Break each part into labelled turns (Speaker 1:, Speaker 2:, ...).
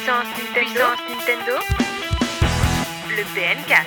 Speaker 1: Puissance Nintendo, le PNcast.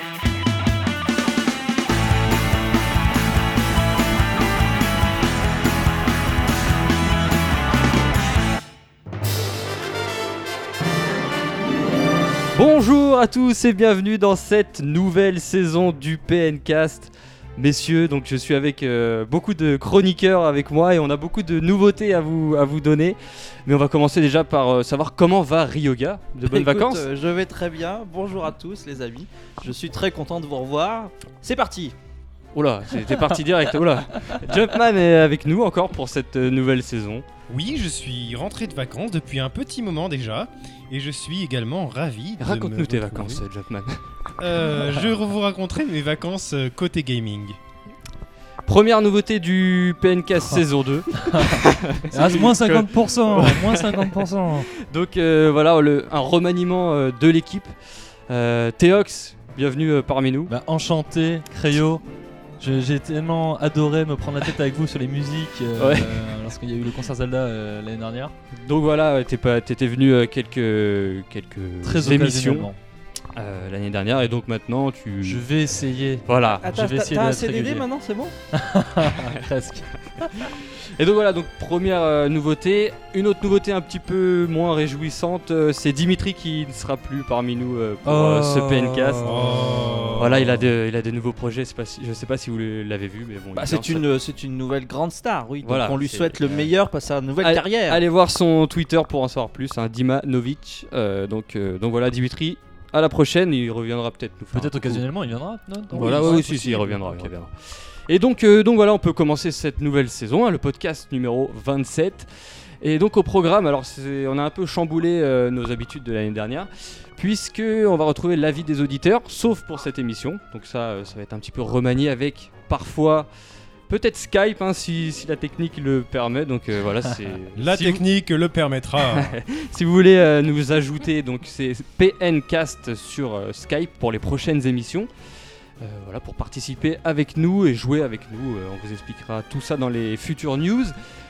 Speaker 2: Bonjour à tous et bienvenue dans cette nouvelle saison du PNcast. Messieurs, donc je suis avec beaucoup de chroniqueurs avec moi et on a beaucoup de nouveautés à vous donner. Mais on va commencer déjà par savoir comment va Ryoga. De bonnes vacances.
Speaker 3: Je vais très bien. Bonjour à tous les amis. Je suis très content de vous revoir. C'est parti.
Speaker 2: Oula, c'était parti direct. Oula. Jumpman est avec nous encore pour cette nouvelle saison.
Speaker 4: Oui, je suis rentré de vacances depuis un petit moment déjà. Et je suis également ravi de
Speaker 2: Raconte-nous tes
Speaker 4: retrouver.
Speaker 2: vacances, Jumpman.
Speaker 4: Je vous raconterai mes vacances côté gaming.
Speaker 2: Première nouveauté du PNcast saison 2.
Speaker 5: Moins 50%, moins 50%.
Speaker 2: Donc voilà, un remaniement de l'équipe. Théox, bienvenue parmi nous.
Speaker 5: Enchanté, Créo. J'ai tellement adoré me prendre la tête avec vous sur les musiques lorsqu'il y a eu le concert Zelda l'année dernière.
Speaker 2: Donc voilà, t'étais venu quelques
Speaker 5: Très
Speaker 2: émissions l'année dernière et donc maintenant tu...
Speaker 5: Je vais essayer.
Speaker 2: Voilà.
Speaker 3: Attends,
Speaker 5: Je vais essayer
Speaker 3: t'as un
Speaker 5: d'être
Speaker 3: CDD
Speaker 5: régulier.
Speaker 3: maintenant, c'est bon?
Speaker 5: Presque.
Speaker 2: Et donc voilà, donc première nouveauté. Une autre nouveauté un petit peu moins réjouissante, c'est Dimitri qui ne sera plus parmi nous pour ce PNcast. Voilà, il a des nouveaux projets, je sais pas si vous l'avez vu, mais bon.
Speaker 3: C'est une nouvelle grande star, oui. Donc
Speaker 2: Voilà,
Speaker 3: on lui
Speaker 2: c'est-
Speaker 3: souhaite le meilleur pour sa nouvelle carrière.
Speaker 2: Allez voir son Twitter pour en savoir plus, Dima Novic. Donc voilà, Dimitri, à la prochaine, il reviendra peut-être nous faire
Speaker 5: Peut-être
Speaker 2: un coucou.
Speaker 5: occasionnellement, il viendra. Non
Speaker 2: Voilà,
Speaker 5: Oui,
Speaker 2: oui,
Speaker 5: c'est
Speaker 2: si, il
Speaker 5: possible.
Speaker 2: reviendra.
Speaker 5: Ok.
Speaker 2: il reviendra. Et donc voilà, on peut commencer cette nouvelle saison, le podcast numéro 27. Et donc au programme, alors on a un peu chamboulé nos habitudes de l'année dernière, puisque on va retrouver l'avis des auditeurs, sauf pour cette émission. Donc ça va être un petit peu remanié avec parfois peut-être Skype, si la technique le permet. Donc voilà, c'est
Speaker 4: La
Speaker 2: si
Speaker 4: technique le permettra.
Speaker 2: si vous voulez nous ajouter, donc c'est PNcast sur Skype pour les prochaines émissions. Voilà, pour participer avec nous et jouer avec nous. On vous expliquera tout ça dans les futures news.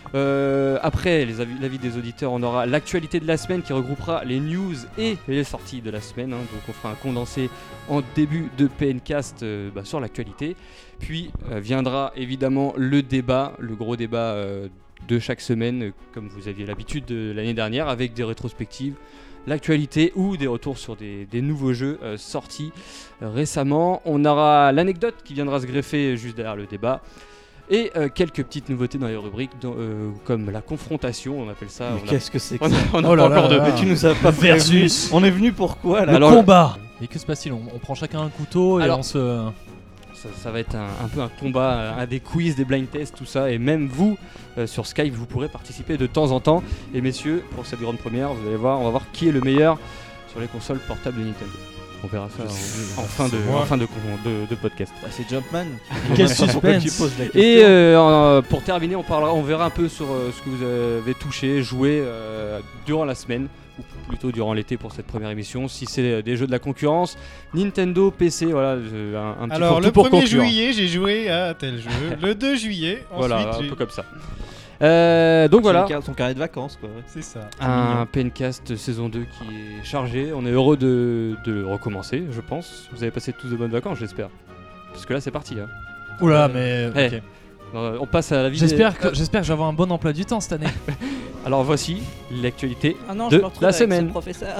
Speaker 2: Après l'avis des auditeurs, on aura l'actualité de la semaine qui regroupera les news et les sorties de la semaine. Donc on fera un condensé en début de PNcast sur l'actualité. Puis viendra évidemment le débat, le gros débat de chaque semaine, comme vous aviez l'habitude de l'année dernière, avec des rétrospectives, l'actualité ou des retours sur des nouveaux jeux sortis récemment. On aura l'anecdote qui viendra se greffer juste derrière le débat. Et quelques petites nouveautés dans les rubriques, comme la confrontation, on appelle ça.
Speaker 3: Mais qu'est-ce que c'est que
Speaker 2: On
Speaker 3: ça?
Speaker 2: a
Speaker 5: Oh là
Speaker 2: pas encore
Speaker 5: là
Speaker 2: de...
Speaker 5: là.
Speaker 3: Mais tu nous as pas
Speaker 5: Versus.
Speaker 3: prévenu. On est venu pour quoi là?
Speaker 5: Le
Speaker 2: Alors,
Speaker 5: combat. Et que se passe-t-il on prend chacun un couteau et
Speaker 2: Alors-
Speaker 5: on se...
Speaker 2: Ça va être un peu un combat, des quiz, des blind tests, tout ça. Et même vous, sur Skype, vous pourrez participer de temps en temps. Et messieurs, pour cette grande première, vous allez voir, on va voir qui est le meilleur sur les consoles portables de Nintendo. On verra ça en fin de podcast.
Speaker 3: Bah, c'est Jumpman.
Speaker 5: Quel
Speaker 3: Je sais pas pourquoi
Speaker 5: suspense.
Speaker 3: tu poses la question.
Speaker 2: Et pour terminer, on verra un peu sur ce que vous avez touché, joué durant la semaine, ou plutôt durant l'été pour cette première émission. Si c'est des jeux de la concurrence, Nintendo, PC, voilà, un petit
Speaker 4: Alors
Speaker 2: fourre-tout
Speaker 4: le
Speaker 2: pour
Speaker 4: 1er
Speaker 2: conclure.
Speaker 4: juillet, j'ai joué à tel jeu. Le 2 juillet,
Speaker 2: Voilà,
Speaker 4: ensuite
Speaker 2: un
Speaker 4: j'ai...
Speaker 2: peu comme ça. Donc voilà,
Speaker 3: Son carnet de vacances quoi.
Speaker 4: C'est ça.
Speaker 2: un PNcast saison 2 qui est chargé. On est heureux de recommencer, je pense. Vous avez passé tous de bonnes vacances, j'espère. Parce que là, c'est parti. Hein.
Speaker 5: Oula, mais...
Speaker 2: Hey.
Speaker 5: ok.
Speaker 2: On passe à la vie.
Speaker 5: J'espère que je vais avoir un bon emploi du temps cette année.
Speaker 2: Alors voici l'actualité
Speaker 3: Ah non,
Speaker 2: de
Speaker 3: je me retrouve
Speaker 2: la
Speaker 3: avec
Speaker 2: semaine.
Speaker 3: ce professeur.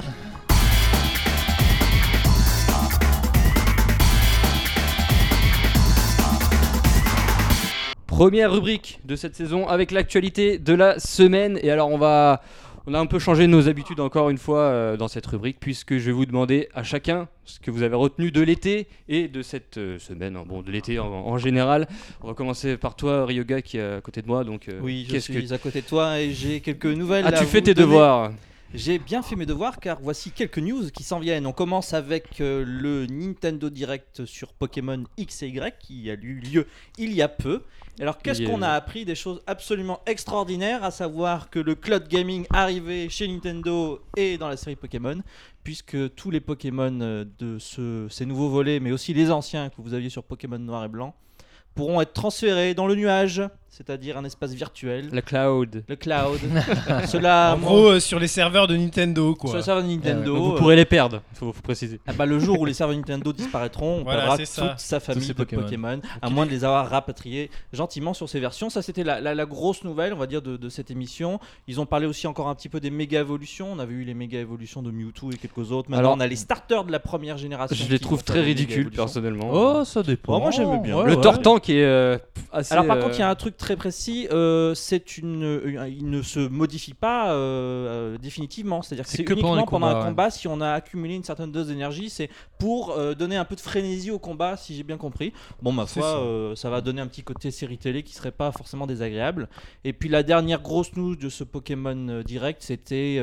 Speaker 2: Première rubrique de cette saison avec l'actualité de la semaine. Et alors on a un peu changé nos habitudes encore une fois dans cette rubrique, puisque je vais vous demander à chacun ce que vous avez retenu de l'été et de cette semaine, de l'été en général. On va commencer par toi, Ryoga, qui est à côté de moi. Donc,
Speaker 3: Oui, je
Speaker 2: qu'est-ce
Speaker 3: suis à côté de toi et j'ai quelques nouvelles. à
Speaker 2: As-tu
Speaker 3: vous
Speaker 2: fait tes
Speaker 3: donner.
Speaker 2: devoirs?
Speaker 3: J'ai bien fait mes devoirs car voici quelques news qui s'en viennent. On commence avec le Nintendo Direct sur Pokémon X et Y qui a eu lieu il y a peu. Alors qu'est-ce qu'on a appris? Des choses absolument extraordinaires, à savoir que le cloud gaming arrivait chez Nintendo et dans la série Pokémon, puisque tous les Pokémon de ces nouveaux volets, mais aussi les anciens que vous aviez sur Pokémon Noir et Blanc, pourront être transférés dans le nuage. c'est-à-dire un espace virtuel.
Speaker 2: Le cloud.
Speaker 3: Le cloud. Cela,
Speaker 4: En gros, sur les serveurs de Nintendo, quoi.
Speaker 3: sur le serveur de Nintendo.
Speaker 2: Vous pourrez les perdre, faut préciser.
Speaker 3: Le jour où les serveurs Nintendo disparaîtront, on
Speaker 4: Voilà,
Speaker 3: perdra
Speaker 4: c'est ça.
Speaker 3: toute sa famille
Speaker 5: ces
Speaker 3: de Pokémon, à
Speaker 4: Ok.
Speaker 3: moins de les avoir rapatriés gentiment sur ces versions. Ça, c'était la grosse nouvelle, on va dire, de cette émission. Ils ont parlé aussi encore un petit peu des méga évolutions. On avait eu les méga évolutions de Mewtwo et quelques autres. Maintenant,
Speaker 2: Alors,
Speaker 3: on a les starters de la première génération.
Speaker 2: Je les
Speaker 3: qui
Speaker 2: trouve
Speaker 3: vont
Speaker 2: très
Speaker 3: faire des
Speaker 2: ridicules
Speaker 3: méga-évolutions.
Speaker 2: personnellement.
Speaker 5: Oh, ça dépend.
Speaker 3: Bon, moi, j'aime bien.
Speaker 5: Ouais,
Speaker 2: Le
Speaker 5: ouais.
Speaker 2: Tortan qui est assez.
Speaker 3: Alors par contre, il y a un truc très précis, il ne se modifie pas définitivement, c'est-à-dire que
Speaker 5: C'est
Speaker 3: c'est
Speaker 5: que pendant
Speaker 3: uniquement
Speaker 5: les
Speaker 3: pendant
Speaker 5: combats,
Speaker 3: un
Speaker 5: ouais.
Speaker 3: combat si on a accumulé une certaine dose d'énergie, c'est pour donner un peu de frénésie au combat, si j'ai bien compris. Bon, ma
Speaker 4: C'est
Speaker 3: foi, ça va donner un petit côté série télé qui serait pas forcément désagréable. Et puis la dernière grosse news de ce Pokémon Direct, c'était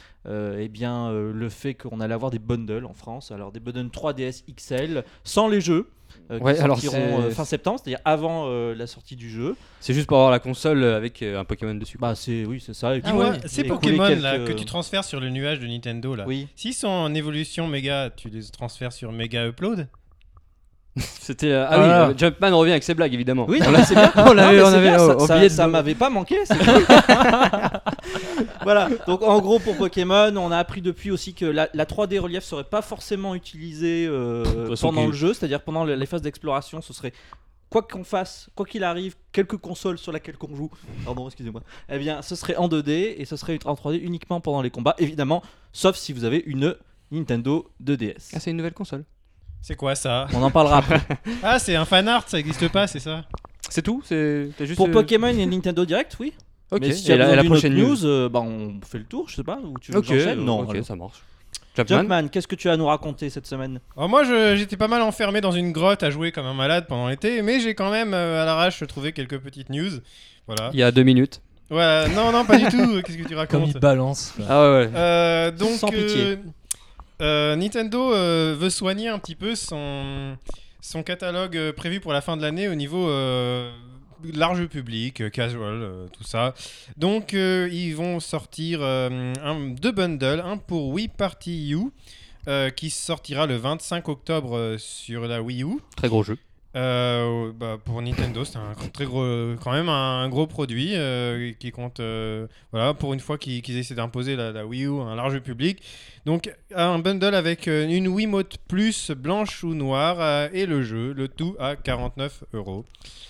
Speaker 3: le fait qu'on allait avoir des bundles en France, alors des bundles 3DS XL sans les jeux.
Speaker 2: Ouais,
Speaker 3: Qui
Speaker 2: alors
Speaker 3: sortiront
Speaker 2: c'est-
Speaker 3: fin septembre, c'est-à-dire avant la sortie du jeu.
Speaker 2: C'est juste pour avoir la console avec un Pokémon dessus.
Speaker 3: Bah c'est ça. Et puis,
Speaker 4: Dis-moi,
Speaker 3: ouais,
Speaker 4: ces
Speaker 3: écouler
Speaker 4: Pokémon là
Speaker 3: quelques-
Speaker 4: que tu transfères sur le nuage de Nintendo là,
Speaker 3: Oui.
Speaker 4: s'ils sont en évolution méga, tu les transfères sur méga upload?
Speaker 2: C'était
Speaker 5: Voilà.
Speaker 2: Jumpman revient avec ses blagues évidemment.
Speaker 3: Oui,
Speaker 2: On
Speaker 3: non, mais c'est bien.
Speaker 2: on l'avait,
Speaker 3: Non, mais
Speaker 2: on
Speaker 3: c'est
Speaker 2: avait
Speaker 3: bien,
Speaker 2: oublié de
Speaker 3: ça m'avait pas manqué. C'est cool. Voilà. Donc en gros pour Pokémon, on a appris depuis aussi que la 3D relief serait pas forcément utilisée
Speaker 2: façon,
Speaker 3: pendant
Speaker 2: qui-
Speaker 3: le jeu, c'est-à-dire pendant les phases d'exploration, ce serait quoi qu'on fasse, quoi qu'il arrive, quelques consoles sur laquelle qu'on joue, pardon, excusez-moi, eh bien ce serait en 2D et ce serait en 3D uniquement pendant les combats, évidemment, sauf si vous avez une Nintendo 2DS.
Speaker 2: Ah, c'est une nouvelle console.
Speaker 4: C'est quoi ça?
Speaker 3: On en parlera après.
Speaker 4: Ah, c'est un fan art, ça existe pas, c'est ça?
Speaker 2: C'est tout. T'as juste.
Speaker 3: Pour Pokémon et Nintendo Direct, oui.
Speaker 2: Ok.
Speaker 3: Mais si tu
Speaker 2: Et
Speaker 3: as besoin
Speaker 2: la
Speaker 3: d'une
Speaker 2: prochaine
Speaker 3: autre
Speaker 2: news.
Speaker 3: news, on fait le tour, je sais pas, ou tu veux
Speaker 2: Ok.
Speaker 3: que j'enchaîne Non.
Speaker 2: Ok,
Speaker 3: alors.
Speaker 2: ça marche. Jumpman.
Speaker 3: Jumpman, qu'est-ce que tu as à nous raconter cette semaine
Speaker 4: Alors moi j'étais pas mal enfermé dans une grotte à jouer comme un malade pendant l'été, mais j'ai quand même à l'arrache trouvé quelques petites news. Voilà.
Speaker 2: Il y a 2 minutes.
Speaker 4: Voilà, non, pas du tout. Qu'est-ce que tu
Speaker 5: Comme
Speaker 4: racontes?
Speaker 5: il balance. quoi.
Speaker 2: Ah ouais.
Speaker 4: Donc,
Speaker 3: Sans pitié.
Speaker 4: Nintendo veut soigner un petit peu son catalogue prévu pour la fin de l'année au niveau large public, casual, tout ça. Donc, ils vont sortir 2 bundles, un pour Wii Party U, qui sortira le 25 octobre sur la Wii U.
Speaker 2: Très gros jeu.
Speaker 4: Pour Nintendo, c'est quand même un gros produit qui compte, voilà, pour une fois qu'ils essaient d'imposer la Wii U à un large public. Donc un bundle avec une Wiimote Plus blanche ou noire et le jeu, le tout à 49 €.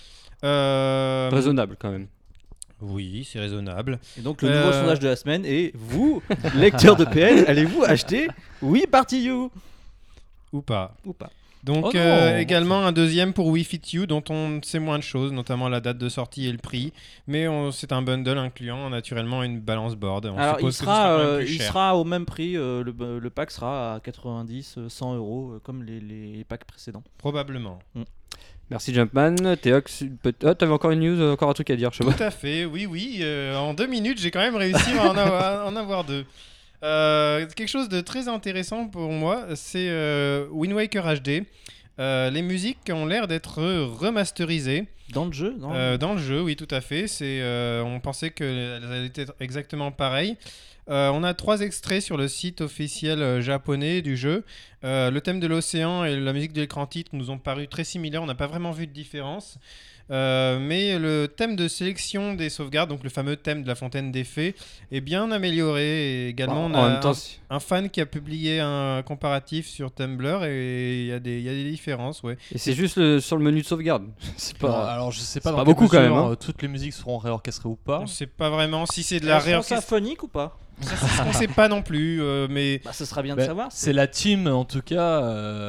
Speaker 2: Raisonnable quand même.
Speaker 4: Oui, c'est raisonnable.
Speaker 3: Et donc le nouveau sondage de la semaine est vous, lecteur de PN, allez-vous acheter Wii Party You
Speaker 4: Ou pas.
Speaker 3: ou pas
Speaker 4: Donc
Speaker 5: Oh non,
Speaker 4: également un deuxième pour Wii Fit U dont on sait moins de choses, notamment la date de sortie et le prix. Mais c'est un bundle incluant naturellement une balance board. On
Speaker 3: Alors
Speaker 4: suppose que ce sera quand même plus
Speaker 3: il
Speaker 4: cher.
Speaker 3: sera au même prix, le pack sera à 90, 100 € comme les packs précédents.
Speaker 4: Probablement.
Speaker 2: Merci Jumpman. Théox, t'avais encore une news, encore un truc à dire, je sais pas.
Speaker 4: Tout à fait, oui. En 2 minutes, j'ai quand même réussi à en avoir 2. Quelque chose de très intéressant pour moi, c'est Wind Waker HD. Les musiques ont l'air d'être remasterisées
Speaker 3: Dans le jeu
Speaker 4: dans le jeu, oui, tout à fait. On pensait qu'elles allaient être exactement pareilles. On a 3 extraits sur le site officiel japonais du jeu. Le thème de l'océan et la musique de l'écran titre nous ont paru très similaires. On n'a pas vraiment vu de différence. Mais le thème de sélection des sauvegardes, donc le fameux thème de la fontaine des fées, est bien amélioré. Et également, on
Speaker 2: en
Speaker 4: a
Speaker 2: même temps,
Speaker 4: un fan qui a publié un comparatif sur Tumblr et il y a des différences, ouais.
Speaker 2: et c'est juste sur le menu de sauvegarde. C'est
Speaker 5: Non,
Speaker 2: pas.
Speaker 5: alors je sais
Speaker 2: c'est
Speaker 5: pas dans
Speaker 2: pas
Speaker 5: quelle
Speaker 2: beaucoup, quand
Speaker 5: mesure,
Speaker 2: même, hein.
Speaker 5: toutes les musiques seront réorchestrées ou pas.
Speaker 4: On sait pas vraiment si c'est de
Speaker 3: La
Speaker 4: la
Speaker 3: réorchestration
Speaker 4: réorchestration.
Speaker 3: symphonique ou pas
Speaker 4: Ça, c'est ce qu'on sait pas non plus, mais
Speaker 3: Bah ce sera bien de
Speaker 5: Bah,
Speaker 3: savoir.
Speaker 5: c'est la team en tout cas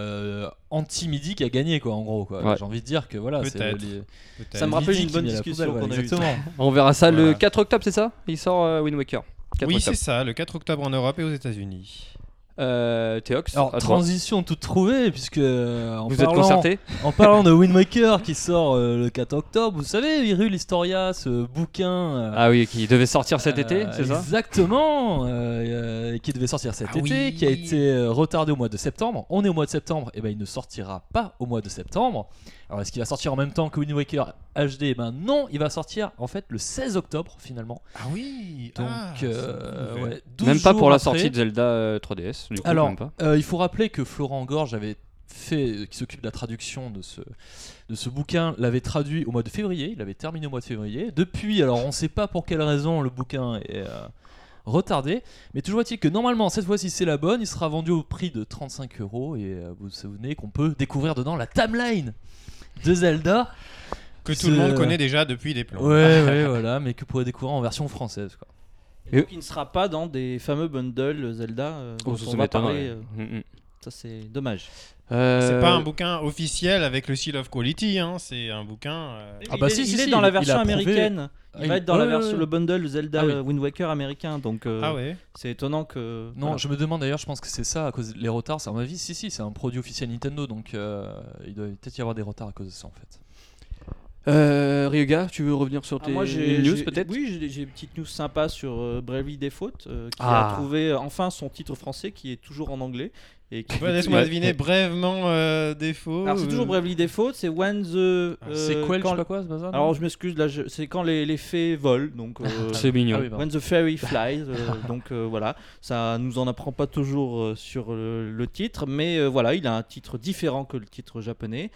Speaker 5: anti-midi qui a gagné quoi en gros quoi.
Speaker 2: Ouais.
Speaker 5: J'ai envie de dire que voilà c'est
Speaker 4: Peut-être.
Speaker 5: les-
Speaker 3: Ça me
Speaker 5: les
Speaker 3: rappelle
Speaker 5: Midi
Speaker 3: une
Speaker 5: qui
Speaker 3: bonne
Speaker 5: met la
Speaker 3: discussion
Speaker 5: poubelle,
Speaker 3: qu'on a eue.
Speaker 5: exactement.
Speaker 2: On verra ça le
Speaker 4: Voilà.
Speaker 2: 4 octobre, c'est ça? Il sort Wind Waker. 4
Speaker 4: oui,
Speaker 2: octobre.
Speaker 4: c'est ça, le 4 octobre en Europe et aux États-Unis.
Speaker 2: Théox,
Speaker 5: Alors
Speaker 2: à toi.
Speaker 5: transition toute trouvée puisque
Speaker 2: Vous êtes concerté?
Speaker 5: en parlant de Wind Waker qui sort le 4 octobre, vous savez Hyrule Historia, ce bouquin
Speaker 2: Ah oui, qui devait sortir cet été, c'est ça?
Speaker 5: Exactement, qui devait sortir cet
Speaker 4: Ah
Speaker 5: été,
Speaker 4: oui.
Speaker 5: qui a été retardé au mois de septembre. On est au mois de septembre, et ben il ne sortira pas au mois de septembre. Alors est-ce qu'il va sortir en même temps que Wind Waker HD? Eh ben non, il va sortir en fait le 16 octobre finalement.
Speaker 4: Ah oui.
Speaker 5: Donc ouais, 12
Speaker 2: Même pas
Speaker 5: jours
Speaker 2: pour la
Speaker 5: après.
Speaker 2: sortie de Zelda 3DS, du coup,
Speaker 5: Alors
Speaker 2: même pas.
Speaker 5: il faut rappeler que Florent Gorge avait qui s'occupe de la traduction de ce bouquin, l'avait traduit au mois de février. Il avait terminé au mois de février. Depuis, alors on ne sait pas pour quelle raison le bouquin est retardé, mais toujours est-il que normalement cette fois-ci c'est la bonne. Il sera vendu au prix de 35 € et vous vous souvenez qu'on peut découvrir dedans la timeline de Zelda
Speaker 4: Que tout le monde connaît déjà depuis des plans.
Speaker 5: Ouais, voilà, mais que vous pourrez découvrir en version française, quoi.
Speaker 3: Et donc il ne sera pas dans des fameux bundles Zelda dont on va parler. Ça c'est dommage.
Speaker 4: C'est pas un bouquin officiel avec le seal of quality, hein. C'est un bouquin.
Speaker 3: Il est dans la version américaine. Il va être dans la version,
Speaker 5: ouais.
Speaker 3: le bundle Zelda Wind Waker américain, donc
Speaker 4: ouais.
Speaker 3: c'est étonnant que.
Speaker 5: Non,
Speaker 3: voilà.
Speaker 5: je me demande d'ailleurs, je pense que c'est ça à cause des retards. À mon avis, si, c'est un produit officiel Nintendo, donc il doit peut-être y avoir des retards à cause de ça en fait.
Speaker 2: Ryuga, tu veux revenir sur tes
Speaker 3: Moi,
Speaker 2: news peut-être?
Speaker 3: Oui, j'ai une petite news sympa sur Bravely Default qui a trouvé enfin son titre français qui est toujours en anglais. Et qui
Speaker 4: Laisse-moi deviner brièvement défaut.
Speaker 3: Alors c'est toujours Bravely Default, c'est When the.
Speaker 5: C'est quoi, je sais pas quoi, ce bazar?
Speaker 3: Alors je m'excuse, là, c'est quand les fées volent, donc.
Speaker 2: C'est mignon.
Speaker 5: Ah oui,
Speaker 3: When the Fairy Flies, donc voilà, ça nous en apprend pas toujours sur le titre, mais voilà, il a un titre différent que le titre japonais.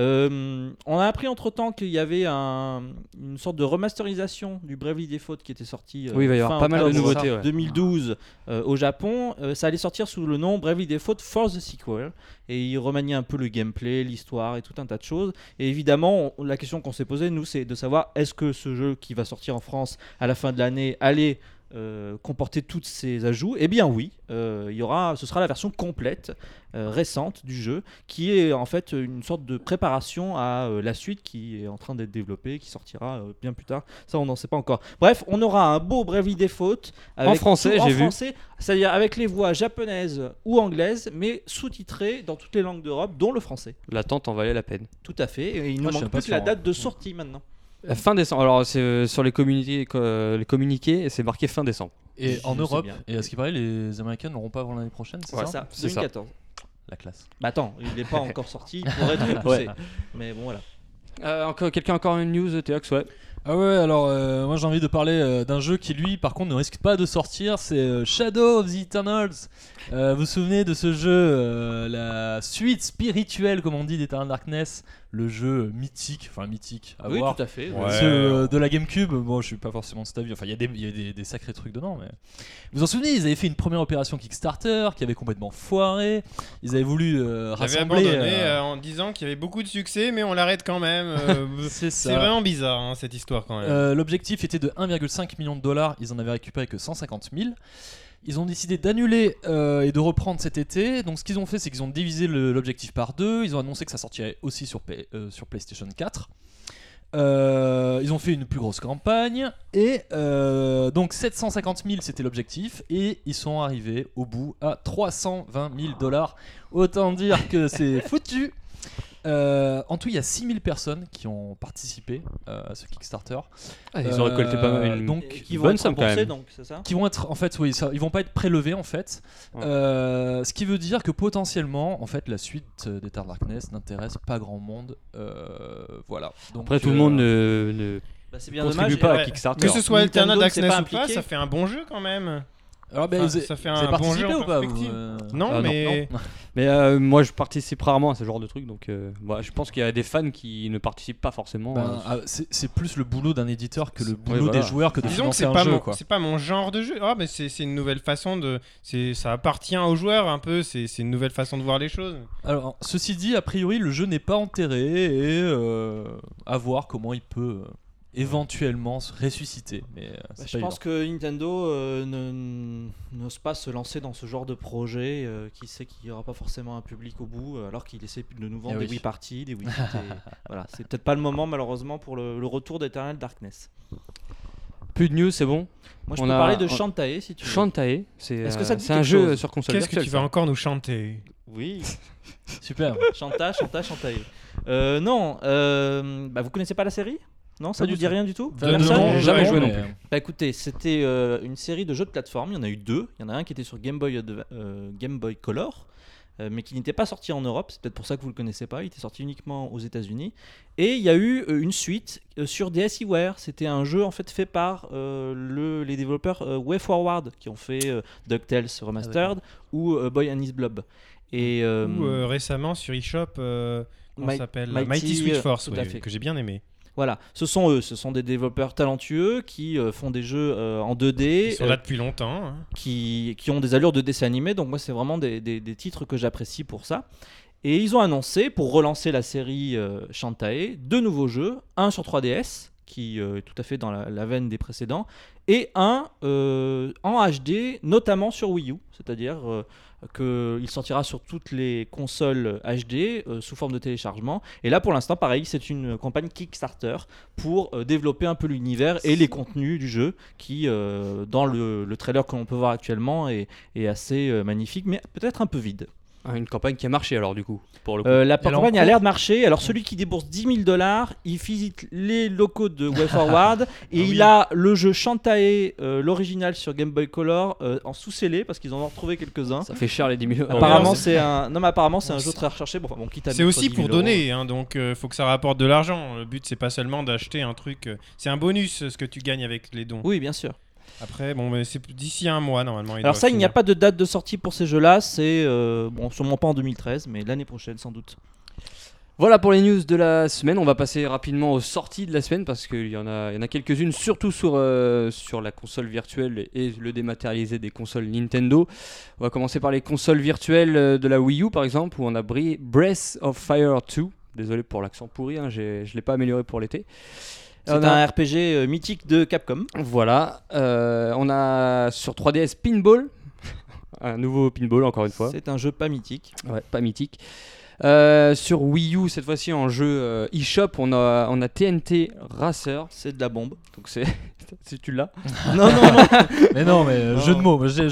Speaker 3: On a appris entre temps qu'il y avait une sorte de remasterisation du Bravely Default qui était sorti
Speaker 2: Oui, il va y avoir pas mal de nouveautés. Ouais.
Speaker 3: 2012 au Japon. Ça allait sortir sous le nom Bravely Default for the Sequel, et il remaniait un peu le gameplay, l'histoire et tout un tas de choses. Et évidemment, la question qu'on s'est posée, nous, c'est de savoir est-ce que ce jeu qui va sortir en France à la fin de l'année allait comporter tous ces ajouts. Eh bien oui, ce sera la version complète récente du jeu, qui est en fait une sorte de préparation à la suite qui est en train d'être développée, qui sortira bien plus tard. Ça, on n'en sait pas encore. Bref, on aura un beau Bravely Default
Speaker 2: en français, j'ai vu.
Speaker 3: C'est-à-dire avec les voix japonaises ou anglaises, mais sous-titrées dans toutes les langues d'Europe, dont le français.
Speaker 2: L'attente en valait la peine.
Speaker 3: Tout à fait. Et il nous
Speaker 5: je
Speaker 3: manque
Speaker 5: sais pas
Speaker 3: plus que la
Speaker 5: sûr,
Speaker 3: date de sortie maintenant.
Speaker 2: Fin décembre. Alors c'est sur les communiqués, c'est marqué fin décembre.
Speaker 5: Et en
Speaker 3: Je sais
Speaker 5: Europe,
Speaker 3: bien.
Speaker 5: et à ce qui paraît, les Américains n'auront pas avant l'année prochaine, c'est
Speaker 2: Ouais,
Speaker 5: ça
Speaker 3: C'est ça, 2014.
Speaker 5: La classe.
Speaker 3: Bah attends, il n'est pas encore sorti, il pourrait être repoussé. Mais bon voilà.
Speaker 2: Quelqu'un encore une news, Théox? Ouais.
Speaker 5: Ah ouais, alors moi j'ai envie de parler d'un jeu qui lui par contre ne risque pas de sortir, c'est Shadow of the Eternals. Vous vous souvenez de ce jeu, la suite spirituelle comme on dit d'Eternal Darkness, le jeu mythique à
Speaker 3: Oui,
Speaker 5: voir.
Speaker 3: tout à fait.
Speaker 4: Ouais.
Speaker 5: Ceux de la GameCube, bon je suis pas forcément de cet avis, enfin il y a des sacrés trucs dedans, mais vous vous en souvenez, ils avaient fait une première opération Kickstarter qui avait complètement foiré, ils avaient voulu
Speaker 4: Ils avaient
Speaker 5: rassembler
Speaker 4: abandonné en disant qu'il y avait beaucoup de succès, mais on l'arrête quand même.
Speaker 5: c'est ça.
Speaker 4: C'est vraiment bizarre hein, cette histoire quand même.
Speaker 5: L'objectif était de 1,5 million de dollars, ils en avaient récupéré que 150 000. Ils ont décidé d'annuler et de reprendre cet été. Donc ce qu'ils ont fait, c'est qu'ils ont divisé l'objectif par deux. Ils ont annoncé que ça sortirait aussi sur PlayStation 4. Ils ont fait une plus grosse campagne. Et donc 750 000 c'était l'objectif. Et ils sont arrivés au bout à 320 000 dollars. Autant dire que c'est foutu. En tout, il y a 6000 personnes qui ont participé à ce Kickstarter.
Speaker 2: Ils ont récolté pas mal.
Speaker 5: Donc,
Speaker 3: Qui vont
Speaker 2: bonne
Speaker 3: être
Speaker 2: somme, quand
Speaker 3: remboursés,
Speaker 2: même.
Speaker 3: donc, c'est ça?
Speaker 5: qui vont être en fait ils vont pas être prélevés en fait.
Speaker 2: Ouais.
Speaker 5: Ce qui veut dire que potentiellement en fait la suite d'Eternal Darkness n'intéresse pas grand monde. Voilà. Donc,
Speaker 2: Après, tout le monde ne
Speaker 3: Bah, c'est bien
Speaker 2: contribue
Speaker 3: dommage.
Speaker 2: pas à
Speaker 4: Ouais.
Speaker 2: Kickstarter.
Speaker 4: Que ce soit
Speaker 3: Nintendo
Speaker 4: Eternal
Speaker 3: ne s'est
Speaker 4: Darkness
Speaker 3: pas
Speaker 4: ou pas,
Speaker 3: impliqué.
Speaker 4: ça fait un bon jeu quand même.
Speaker 5: Alors,
Speaker 4: Enfin, ça fait un bon jeu en
Speaker 5: ou pas vous,
Speaker 4: perspective. Non, mais
Speaker 2: Mais moi, je participe rarement à ce genre de truc, donc voilà, je pense qu'il y a des fans qui ne participent pas forcément.
Speaker 5: c'est plus le boulot d'un éditeur que le boulot
Speaker 2: voilà.
Speaker 5: des joueurs que de
Speaker 4: disons que
Speaker 5: financer un jeu, quoi.
Speaker 4: c'est pas mon genre de jeu. Ah, mais c'est une nouvelle façon ça appartient aux joueurs un peu. C'est une nouvelle façon de voir les choses.
Speaker 5: Alors, ceci dit, a priori, le jeu n'est pas enterré et à voir comment il peut éventuellement se ressusciter. Mais c'est
Speaker 3: Je
Speaker 5: pas
Speaker 3: pense que Nintendo n'ose pas se lancer dans ce genre de projet qui sait qu'il n'y aura pas forcément un public au bout, alors qu'il essaie de nous vendre
Speaker 5: Eh
Speaker 3: des
Speaker 5: oui.
Speaker 3: Wii Party, des Wii Fit, et voilà, c'est peut-être pas le moment malheureusement pour le retour d'Eternal Darkness.
Speaker 2: Plus de news, c'est bon.
Speaker 3: Moi je
Speaker 2: On
Speaker 3: peux
Speaker 2: a-
Speaker 3: parler de
Speaker 2: on-
Speaker 3: Shantae si tu veux.
Speaker 2: Shantae,
Speaker 3: Est-ce que ça te dit
Speaker 2: c'est un
Speaker 3: quelque
Speaker 2: jeu
Speaker 3: chose
Speaker 2: sur console
Speaker 4: Qu'est-ce que
Speaker 2: virtuelle,
Speaker 4: tu vas
Speaker 2: ça.
Speaker 4: encore nous chanter?
Speaker 3: Oui,
Speaker 5: super.
Speaker 3: Shantae. Non, bah, vous connaissez pas la série? Non, ça
Speaker 5: Pas
Speaker 3: vous
Speaker 5: du
Speaker 3: dit
Speaker 5: tout.
Speaker 3: rien du tout?
Speaker 5: Enfin,
Speaker 3: Personne
Speaker 5: non,
Speaker 2: jamais joué non
Speaker 5: mais-
Speaker 2: plus.
Speaker 3: Bah écoutez, c'était une série de jeux de plateforme, il y en a eu deux. Il y en a un qui était sur Game Boy Color, mais qui n'était pas sorti en Europe. C'est peut-être pour ça que vous le connaissez pas. Il était sorti uniquement aux États-Unis. Et il y a eu une suite sur DSiWare. C'était un jeu en fait par les développeurs WayForward qui ont fait DuckTales Remastered ou Boy and His Blob. Et
Speaker 4: Ou récemment sur eShop, comment ça s'appelle Mighty Switch Force,
Speaker 3: tout à fait.
Speaker 4: que j'ai bien aimé.
Speaker 3: Voilà, ce sont eux, ce sont des développeurs talentueux qui font des jeux en 2D.
Speaker 4: Ils sont là depuis longtemps. Hein.
Speaker 3: Qui ont des allures de dessin animé, donc moi c'est vraiment des titres que j'apprécie pour ça. Et ils ont annoncé, pour relancer la série Shantae, 2 nouveaux jeux, un sur 3DS, qui est tout à fait dans la veine des précédents, et un en HD, notamment sur Wii U, c'est-à-dire qu'il sortira sur toutes les consoles HD sous forme de téléchargement. Et là, pour l'instant, pareil, c'est une campagne Kickstarter pour développer un peu l'univers et les contenus du jeu qui, dans le trailer que l'on peut voir actuellement, est assez magnifique, mais peut-être un peu vide.
Speaker 2: Une campagne qui a marché alors du coup, pour le coup.
Speaker 3: La campagne a l'air de marcher. Alors celui qui débourse $10,000, il visite les locaux de WayForward et il a le jeu Shantae, l'original sur Game Boy Color, en sous-scellé parce qu'ils en ont retrouvé quelques-uns.
Speaker 2: Ça fait cher les 10 000 €.
Speaker 3: Apparemment c'est un jeu très recherché. Bon, quitte à
Speaker 4: c'est aussi pour
Speaker 3: 10 000
Speaker 4: donner, hein, donc faut que ça rapporte de l'argent. Le but c'est pas seulement d'acheter un truc, c'est un bonus ce que tu gagnes avec les dons.
Speaker 3: Oui, bien sûr.
Speaker 4: Après, bon, mais c'est d'ici un mois normalement.
Speaker 3: Alors ça, il n'y a pas de date de sortie pour ces jeux-là. C'est sûrement pas en 2013, mais l'année prochaine sans doute.
Speaker 2: Voilà pour les news de la semaine. On va passer rapidement aux sorties de la semaine parce qu'il y en a quelques-unes, surtout sur la console virtuelle et le dématérialisé des consoles Nintendo. On va commencer par les consoles virtuelles de la Wii U par exemple, où on a Breath of Fire 2. Désolé pour l'accent pourri, hein, je ne l'ai pas amélioré pour l'été.
Speaker 3: C'est un RPG mythique de Capcom.
Speaker 2: Voilà. On a sur 3DS Pinball. Un nouveau Pinball encore une fois.
Speaker 3: C'est un jeu pas mythique.
Speaker 2: Ouais, pas mythique. Sur Wii U, cette fois-ci en jeu eShop, on a TNT Racer.
Speaker 3: C'est de la bombe.
Speaker 2: Donc c'est tu l'as.
Speaker 3: Non.
Speaker 5: Mais non, mais jeu de mots. J'ai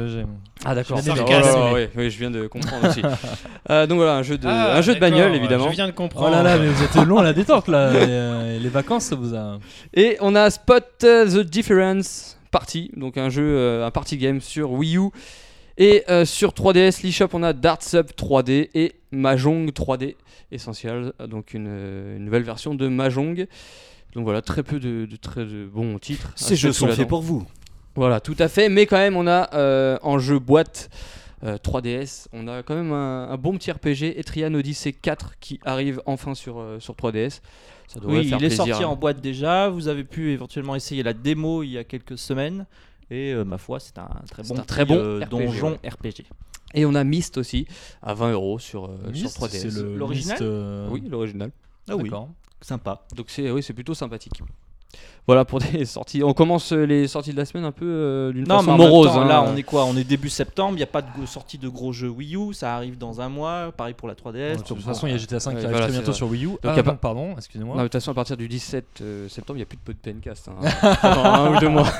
Speaker 2: Ah d'accord.
Speaker 5: J'ai
Speaker 2: Oui, je viens de comprendre aussi. Donc voilà, un jeu de bagnole évidemment.
Speaker 4: Je viens de comprendre.
Speaker 5: Oh là là, mais vous êtes long à la détente là. Les vacances, ça vous a.
Speaker 2: Et on a Spot the Difference Party, donc un jeu, un party game sur Wii U. Et sur 3DS, l'eShop, on a Darts Up 3D et Mahjong 3D Essential, donc une nouvelle version de Mahjong. Donc voilà, très peu de bons titres.
Speaker 3: Ces jeux sont faits pour vous.
Speaker 2: Voilà, tout à fait. Mais quand même, on a en jeu boîte 3DS, on a quand même un bon petit RPG, Etrian Odyssey 4, qui arrive enfin sur 3DS. Ça devrait faire
Speaker 3: il est
Speaker 2: plaisir,
Speaker 3: sorti
Speaker 2: hein.
Speaker 3: en boîte déjà. Vous avez pu éventuellement essayer la démo il y a quelques semaines. Et ma foi, c'est un très bon
Speaker 2: RPG,
Speaker 3: donjon
Speaker 2: ouais.
Speaker 3: RPG.
Speaker 2: Et on a Myst aussi, à 20 € sur 3DS.
Speaker 5: C'est
Speaker 3: l'original
Speaker 2: Oui, l'original.
Speaker 3: Ah oui,
Speaker 5: D'accord.
Speaker 3: sympa.
Speaker 2: Donc c'est plutôt sympathique. Voilà pour des sorties. On commence les sorties de la semaine un peu d'une façon
Speaker 3: mais en
Speaker 2: morose.
Speaker 3: même temps,
Speaker 2: hein.
Speaker 3: là, on est quoi ? On est début septembre. Il n'y a pas de sortie de gros jeux Wii U. Ça arrive dans un mois. Pareil pour la 3DS.
Speaker 5: De toute façon, il y a GTA 5 qui arrive
Speaker 2: voilà,
Speaker 5: très bientôt
Speaker 2: c'est
Speaker 5: sur Wii U.
Speaker 2: Donc, y a pas-
Speaker 5: Pardon, excusez-moi.
Speaker 2: Non, de toute façon, à partir du 17 septembre, il n'y a plus de PNcast. Hein. Pendant 1 ou 2 mois.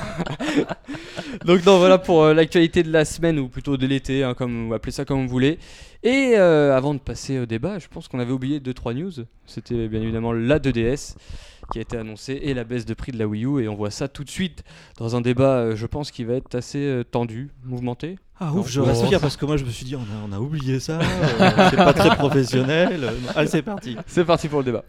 Speaker 2: Donc, non, voilà pour l'actualité de la semaine, ou plutôt de l'été, hein, comme vous appelez ça comme vous voulez. Et avant de passer au débat, je pense qu'on avait oublié 2-3 news. C'était bien évidemment la 2DS qui a été annoncée et la baisse de prix de la Wii U. Et on voit ça tout de suite dans un débat, je pense, qui va être assez tendu, mouvementé.
Speaker 3: Ah
Speaker 2: Non,
Speaker 3: ouf, je
Speaker 2: bon.
Speaker 3: respire parce que moi je me suis dit on a oublié ça. C'est pas très professionnel. Allez, c'est parti.
Speaker 2: C'est parti pour le débat.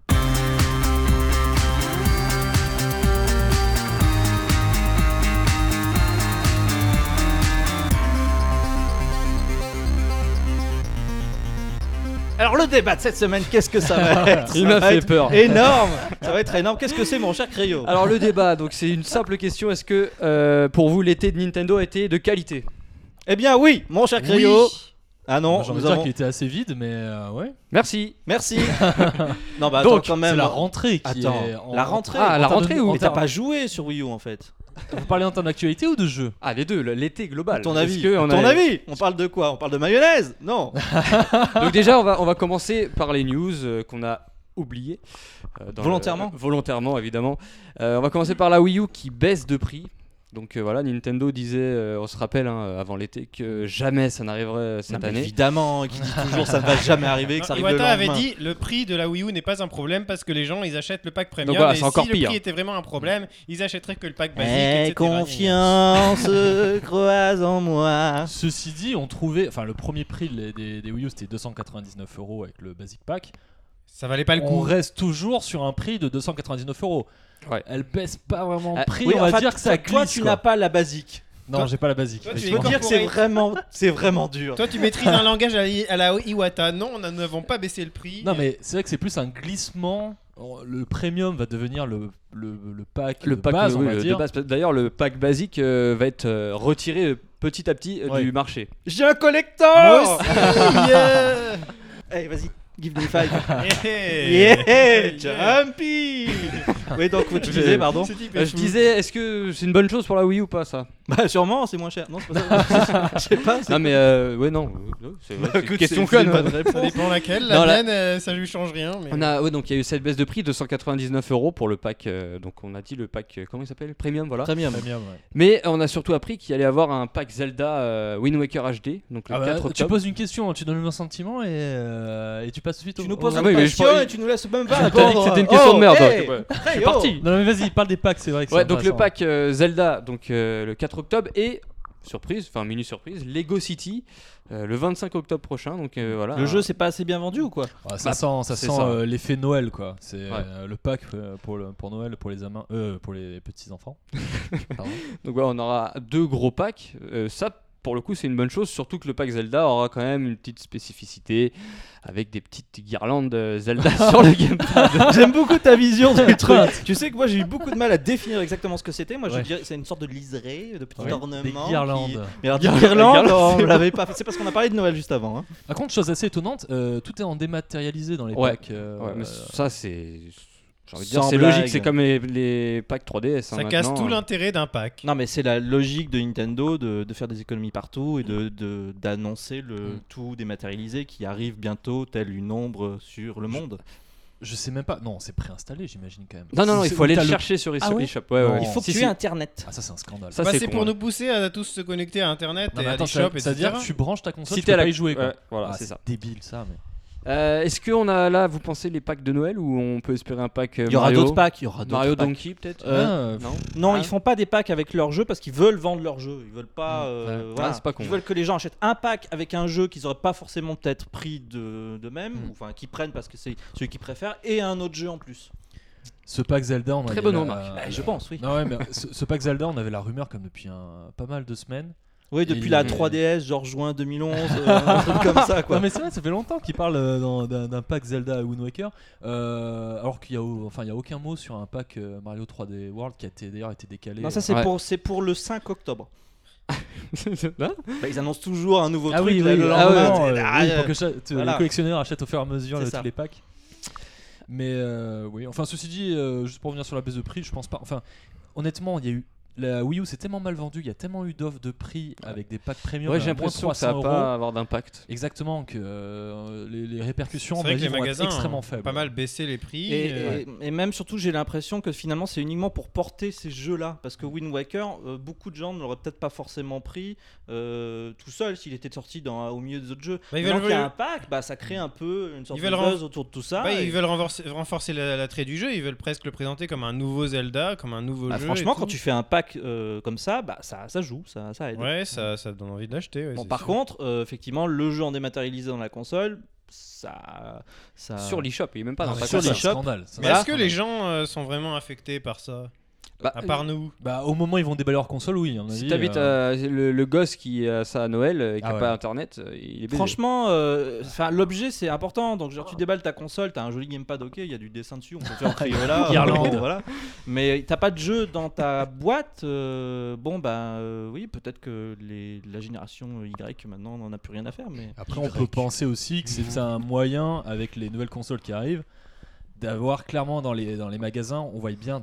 Speaker 3: Alors le débat de cette semaine, qu'est-ce que ça va être?
Speaker 2: Il
Speaker 3: Ça
Speaker 2: m'a
Speaker 3: va
Speaker 2: fait
Speaker 3: être
Speaker 2: peur.
Speaker 3: Énorme. Ça va être énorme. Qu'est-ce que c'est, mon cher Cryo?
Speaker 2: Alors le débat, donc c'est une simple question. Est-ce que pour vous l'été de Nintendo a été de qualité?
Speaker 3: Eh bien oui, mon cher Cryo. Ah non,
Speaker 5: J'ai envie
Speaker 3: nous
Speaker 5: de dire
Speaker 3: avons...
Speaker 5: qu'il était assez vide, mais ouais.
Speaker 2: Merci.
Speaker 3: Merci. Non bah
Speaker 2: Donc,
Speaker 3: attends quand même.
Speaker 5: C'est la rentrée qui
Speaker 3: Attends,
Speaker 5: est.
Speaker 3: la rentrée.
Speaker 2: Ah, la rentrée ou
Speaker 3: Mais t'as pas joué sur Wii U en fait.
Speaker 5: Vous parlez en termes d'actualité ou de jeu?
Speaker 2: Ah, les deux, l'été global.
Speaker 3: Ton
Speaker 2: Est-ce
Speaker 3: avis.
Speaker 2: que on
Speaker 3: Ton
Speaker 2: a-
Speaker 3: avis. On parle de quoi? On parle de mayonnaise? Non.
Speaker 2: Donc déjà, on va commencer par les news qu'on a oubliées.
Speaker 3: Volontairement
Speaker 2: Volontairement, évidemment. On va commencer par la Wii U qui baisse de prix. Donc voilà, Nintendo disait, on se rappelle avant l'été, que jamais ça n'arriverait cette
Speaker 3: Non, mais
Speaker 2: année.
Speaker 3: évidemment, qui dit toujours ça ne va jamais arriver, que ça arrive le
Speaker 4: Iwata avait
Speaker 3: lendemain.
Speaker 4: dit le prix de la Wii U n'est pas un problème parce que les gens ils achètent le pack premium.
Speaker 2: Donc voilà,
Speaker 4: et
Speaker 2: c'est encore
Speaker 4: si le
Speaker 2: pire.
Speaker 4: prix était vraiment un problème, ils achèteraient que le pack basique.
Speaker 3: Aie
Speaker 4: etc.
Speaker 3: confiance, croise en moi.
Speaker 5: Ceci dit, on trouvait, enfin le premier prix des Wii U c'était 299 € avec le Basic Pack.
Speaker 4: Ça valait pas le
Speaker 5: On
Speaker 4: coup.
Speaker 5: reste toujours sur un prix de 299 €.
Speaker 2: Ouais.
Speaker 5: Elle baisse pas vraiment le prix,
Speaker 3: Oui,
Speaker 5: on va
Speaker 3: enfin,
Speaker 5: dire que ça
Speaker 3: toi,
Speaker 5: glisse.
Speaker 3: tu
Speaker 5: quoi.
Speaker 3: n'as pas la basique.
Speaker 5: Non,
Speaker 4: Toi-
Speaker 5: j'ai pas la Basic.
Speaker 4: toi, tu
Speaker 3: Je
Speaker 4: es
Speaker 3: peux
Speaker 4: corporate.
Speaker 3: dire que c'est vraiment dur.
Speaker 4: Toi, tu maîtrises un langage à la Iwata. Non, nous n'avons pas baissé le prix.
Speaker 5: Non, mais c'est vrai que c'est plus un glissement. Le premium va devenir le pack
Speaker 2: Le
Speaker 5: de
Speaker 2: pack
Speaker 5: base, on
Speaker 2: oui,
Speaker 5: va
Speaker 2: de
Speaker 5: dire.
Speaker 2: base. D'ailleurs, le pack basique va être retiré petit à petit
Speaker 3: Ouais.
Speaker 2: du marché.
Speaker 3: J'ai un collector.
Speaker 4: Moi aussi, yeah.
Speaker 3: Hey, vas-y, give me five.
Speaker 4: Yeah.
Speaker 3: Yeah, Jumpy. Oui, donc tu disais, pardon.
Speaker 4: C'est type
Speaker 2: Je
Speaker 4: est fou.
Speaker 2: disais, est-ce que c'est une bonne chose pour la Wii ou pas ça?
Speaker 3: Bah sûrement, c'est moins cher. Non, c'est pas ça. Je sais pas.
Speaker 2: Non mais ouais non, c'est vrai, c'est une
Speaker 3: Écoute,
Speaker 2: question
Speaker 3: c'est une
Speaker 2: conne.
Speaker 3: bonne
Speaker 4: Ça
Speaker 3: réponse.
Speaker 4: dépend laquelle.
Speaker 2: Non,
Speaker 4: La
Speaker 2: là-
Speaker 4: mienne, ça lui change rien. Mais...
Speaker 2: On a donc il y a eu cette baisse de prix de 199 € pour le pack donc on a dit le pack comment il s'appelle Premium voilà.
Speaker 3: Très bien.
Speaker 5: Premium, ouais.
Speaker 2: Mais on a surtout appris qu'il allait avoir un pack Zelda Wind Waker HD donc le
Speaker 5: Ah bah,
Speaker 2: 4
Speaker 5: tu
Speaker 2: octobre.
Speaker 5: poses une question, tu donnes un sentiment et tu passes tout de suite
Speaker 3: Tu
Speaker 5: au.
Speaker 3: nous poses
Speaker 2: Ah
Speaker 3: une
Speaker 2: oui, mais je
Speaker 3: question
Speaker 2: parlais-
Speaker 3: et tu nous laisses même pas
Speaker 2: T'as dit que
Speaker 3: répondre.
Speaker 2: c'était une question de merde,
Speaker 3: hey,
Speaker 2: donc, ouais.
Speaker 3: hey,
Speaker 2: Je suis
Speaker 3: oh.
Speaker 2: parti.
Speaker 5: Non mais vas-y, parle des packs, c'est vrai que c'est
Speaker 2: Ouais, donc le
Speaker 5: intéressant.
Speaker 2: pack Zelda donc le 4 octobre et surprise, enfin mini surprise, Lego City le 25 octobre prochain donc voilà.
Speaker 3: Le jeu, c'est pas assez bien vendu ou quoi?
Speaker 5: Ah, ça
Speaker 2: c'est
Speaker 5: sent
Speaker 2: ça.
Speaker 5: l'effet Noël quoi. C'est
Speaker 2: Ouais.
Speaker 5: le pack pour Noël pour les amants, pour les petits enfants. Pardon.
Speaker 2: Donc voilà, on aura 2 gros packs. Ça, pour le coup, c'est une bonne chose, surtout que le pack Zelda aura quand même une petite spécificité avec des petites guirlandes Zelda sur le gamepad.
Speaker 3: J'aime beaucoup ta vision du truc. Tu sais que moi j'ai eu beaucoup de mal à définir exactement ce que c'était. Moi je
Speaker 5: Ouais.
Speaker 3: dirais c'est une sorte de liseré, de petits
Speaker 5: Ouais.
Speaker 3: ornements.
Speaker 5: Des
Speaker 3: qui-
Speaker 5: guirlandes.
Speaker 3: Mais alors
Speaker 2: Guirlandes,
Speaker 3: guirlandes,
Speaker 2: guirlandes,
Speaker 3: on
Speaker 2: c'est
Speaker 3: l'avait pas fait. C'est parce qu'on a parlé de Noël juste avant. Hein.
Speaker 5: Par contre, chose assez étonnante, tout est en dématérialisé dans les
Speaker 2: Ouais.
Speaker 5: packs.
Speaker 2: Ouais, mais ça, c'est. J'ai envie de dire,
Speaker 3: Sans
Speaker 2: c'est
Speaker 3: blague.
Speaker 2: logique, c'est comme les packs 3DS.
Speaker 4: Ça casse tout l'intérêt d'un pack.
Speaker 3: Non mais c'est la logique de Nintendo de faire des économies partout et d'annoncer le tout dématérialisé qui arrive bientôt tel une ombre sur le monde.
Speaker 5: Je sais même pas. Non, c'est préinstallé, j'imagine quand même.
Speaker 2: Non, il
Speaker 5: C'est
Speaker 2: faut
Speaker 5: où
Speaker 2: aller
Speaker 5: t'as
Speaker 2: le chercher sur
Speaker 5: Ah ouais
Speaker 2: eShop. Ouais,
Speaker 5: Non.
Speaker 2: ouais.
Speaker 3: Il faut que
Speaker 2: Si,
Speaker 3: tu
Speaker 2: si.
Speaker 3: aies internet.
Speaker 5: Ah, ça c'est un scandale.
Speaker 2: Ça,
Speaker 4: Bah,
Speaker 2: c'est
Speaker 4: c'est
Speaker 2: con.
Speaker 4: pour nous pousser à tous se connecter à internet
Speaker 5: Non,
Speaker 4: et
Speaker 5: mais
Speaker 4: à
Speaker 5: attends,
Speaker 4: des shops, etc.
Speaker 5: c'est-à-dire que tu branches ta console,
Speaker 2: Si
Speaker 5: tu
Speaker 2: t'es
Speaker 5: peux
Speaker 2: à la-
Speaker 5: pas y jouer quoi.
Speaker 2: Ouais, voilà,
Speaker 5: Ah,
Speaker 2: c'est ça.
Speaker 5: débile ça. Mais...
Speaker 2: Est-ce qu'on a là, vous pensez, les packs de Noël ou on peut espérer un pack
Speaker 3: Il y aura
Speaker 2: Mario,
Speaker 3: d'autres packs. Il y aura d'autres
Speaker 2: Mario
Speaker 3: packs.
Speaker 2: Donkey peut-être
Speaker 3: Non,
Speaker 2: Non. Ah.
Speaker 3: ils font pas des packs avec leurs jeux parce qu'ils veulent vendre leurs jeux. Ils veulent pas.
Speaker 5: Ouais.
Speaker 3: Voilà.
Speaker 2: Ah, c'est pas con.
Speaker 3: Ils veulent que les gens achètent un pack avec un jeu qu'ils auraient pas forcément peut-être pris de même,
Speaker 5: Mm.
Speaker 3: ou enfin qu'ils prennent parce que c'est celui qu'ils préfèrent, et un autre jeu en plus.
Speaker 5: Ce pack Zelda, on
Speaker 2: Très
Speaker 5: avait
Speaker 2: bonne
Speaker 5: la-
Speaker 2: remarque.
Speaker 3: Je pense, oui.
Speaker 5: Non, ouais, mais ce pack Zelda, on avait la rumeur comme depuis pas mal de semaines.
Speaker 3: Oui, depuis
Speaker 5: Et-
Speaker 3: la 3DS, genre juin 2011, un truc comme ça, quoi.
Speaker 5: Non mais c'est vrai, ça fait longtemps qu'ils parlent d'un pack Zelda à Wind Waker, alors qu'il y a aucun mot sur un pack Mario 3D World qui a d'ailleurs été décalé.
Speaker 3: Non, ça
Speaker 2: Ouais.
Speaker 3: c'est pour le 5 octobre.
Speaker 2: Hein
Speaker 3: Bah, ils annoncent toujours un nouveau
Speaker 5: Ah
Speaker 3: truc
Speaker 5: oui,
Speaker 3: là,
Speaker 5: oui,
Speaker 3: le
Speaker 2: ah
Speaker 3: lendemain.
Speaker 5: oui,
Speaker 3: Ah,
Speaker 5: oui, pour que
Speaker 3: voilà.
Speaker 5: les collectionneurs achètent au fur et à mesure
Speaker 3: C'est
Speaker 5: tous
Speaker 3: ça.
Speaker 5: les packs. Mais oui, enfin ceci dit, juste pour revenir sur la baisse de prix, je pense pas. Enfin, honnêtement, il y a eu la Wii U, c'est tellement mal vendu, il y a tellement eu d'offres de prix avec des packs premium.
Speaker 2: Ouais,
Speaker 5: à
Speaker 2: j'ai
Speaker 5: moins
Speaker 2: l'impression que ça
Speaker 5: 300
Speaker 2: va
Speaker 5: €.
Speaker 2: pas avoir d'impact.
Speaker 5: Exactement, que les répercussions
Speaker 4: C'est
Speaker 5: à
Speaker 4: vrai
Speaker 5: mon
Speaker 4: que les
Speaker 5: avis, vont être
Speaker 4: magasins
Speaker 5: extrêmement
Speaker 4: ont
Speaker 5: faibles.
Speaker 4: pas mal baissé les prix.
Speaker 3: Et même surtout, j'ai l'impression que finalement, c'est uniquement pour porter ces jeux-là. Parce que Wind Waker, beaucoup de gens ne l'auraient peut-être pas forcément pris tout seul s'il était sorti au milieu des autres jeux.
Speaker 4: Bah, ils
Speaker 3: Maintenant
Speaker 4: veulent-
Speaker 3: qu'il y a un pack, bah, ça crée un peu une sorte
Speaker 4: Ils
Speaker 3: de
Speaker 4: veulent
Speaker 3: buzz autour de tout ça.
Speaker 4: Bah,
Speaker 3: et-
Speaker 4: ils veulent renforcer l'attrait du jeu, ils veulent presque le présenter comme un nouveau Zelda, comme un nouveau
Speaker 3: Bah,
Speaker 4: jeu.
Speaker 3: franchement,
Speaker 4: et
Speaker 3: quand
Speaker 4: tout.
Speaker 3: tu fais un pack comme ça, bah, ça joue, ça aide.
Speaker 4: Ouais, ça donne envie de l'acheter. ouais,
Speaker 3: Bon,
Speaker 4: c'est
Speaker 3: par
Speaker 4: sûr.
Speaker 3: contre, effectivement, le jeu en dématérialisé dans la console, ça...
Speaker 2: Sur l'eShop, il est même pas
Speaker 5: Non,
Speaker 2: dans
Speaker 5: mais
Speaker 2: ta
Speaker 3: sur
Speaker 5: ça, c'est un
Speaker 2: console.
Speaker 3: l'eShop.
Speaker 5: scandale. Ça,
Speaker 4: Mais
Speaker 5: c'est un
Speaker 4: est-ce que
Speaker 5: scandale.
Speaker 4: les gens sont vraiment affectés par ça
Speaker 2: Bah,
Speaker 4: À part nous.
Speaker 5: Bah, au moment où ils vont déballer leur console, oui. à mon
Speaker 2: Si
Speaker 5: avis,
Speaker 2: t'habites le gosse qui a ça à Noël et qui
Speaker 5: Ah
Speaker 2: a
Speaker 5: ouais.
Speaker 2: pas internet, il est baisé.
Speaker 3: Franchement, l'objet c'est important. Donc, genre, tu déballes ta console, t'as un joli gamepad, ok, il y a du dessin dessus, on peut faire un là.
Speaker 5: Guirlande.
Speaker 3: Voilà. Mais t'as pas de jeu dans ta boîte. Bon, bah oui, peut-être que la génération Y maintenant on en a plus rien à faire. Mais
Speaker 5: Après, on peut penser aussi que c'est un moyen, avec les nouvelles consoles qui arrivent, d'avoir clairement dans les magasins, on voit bien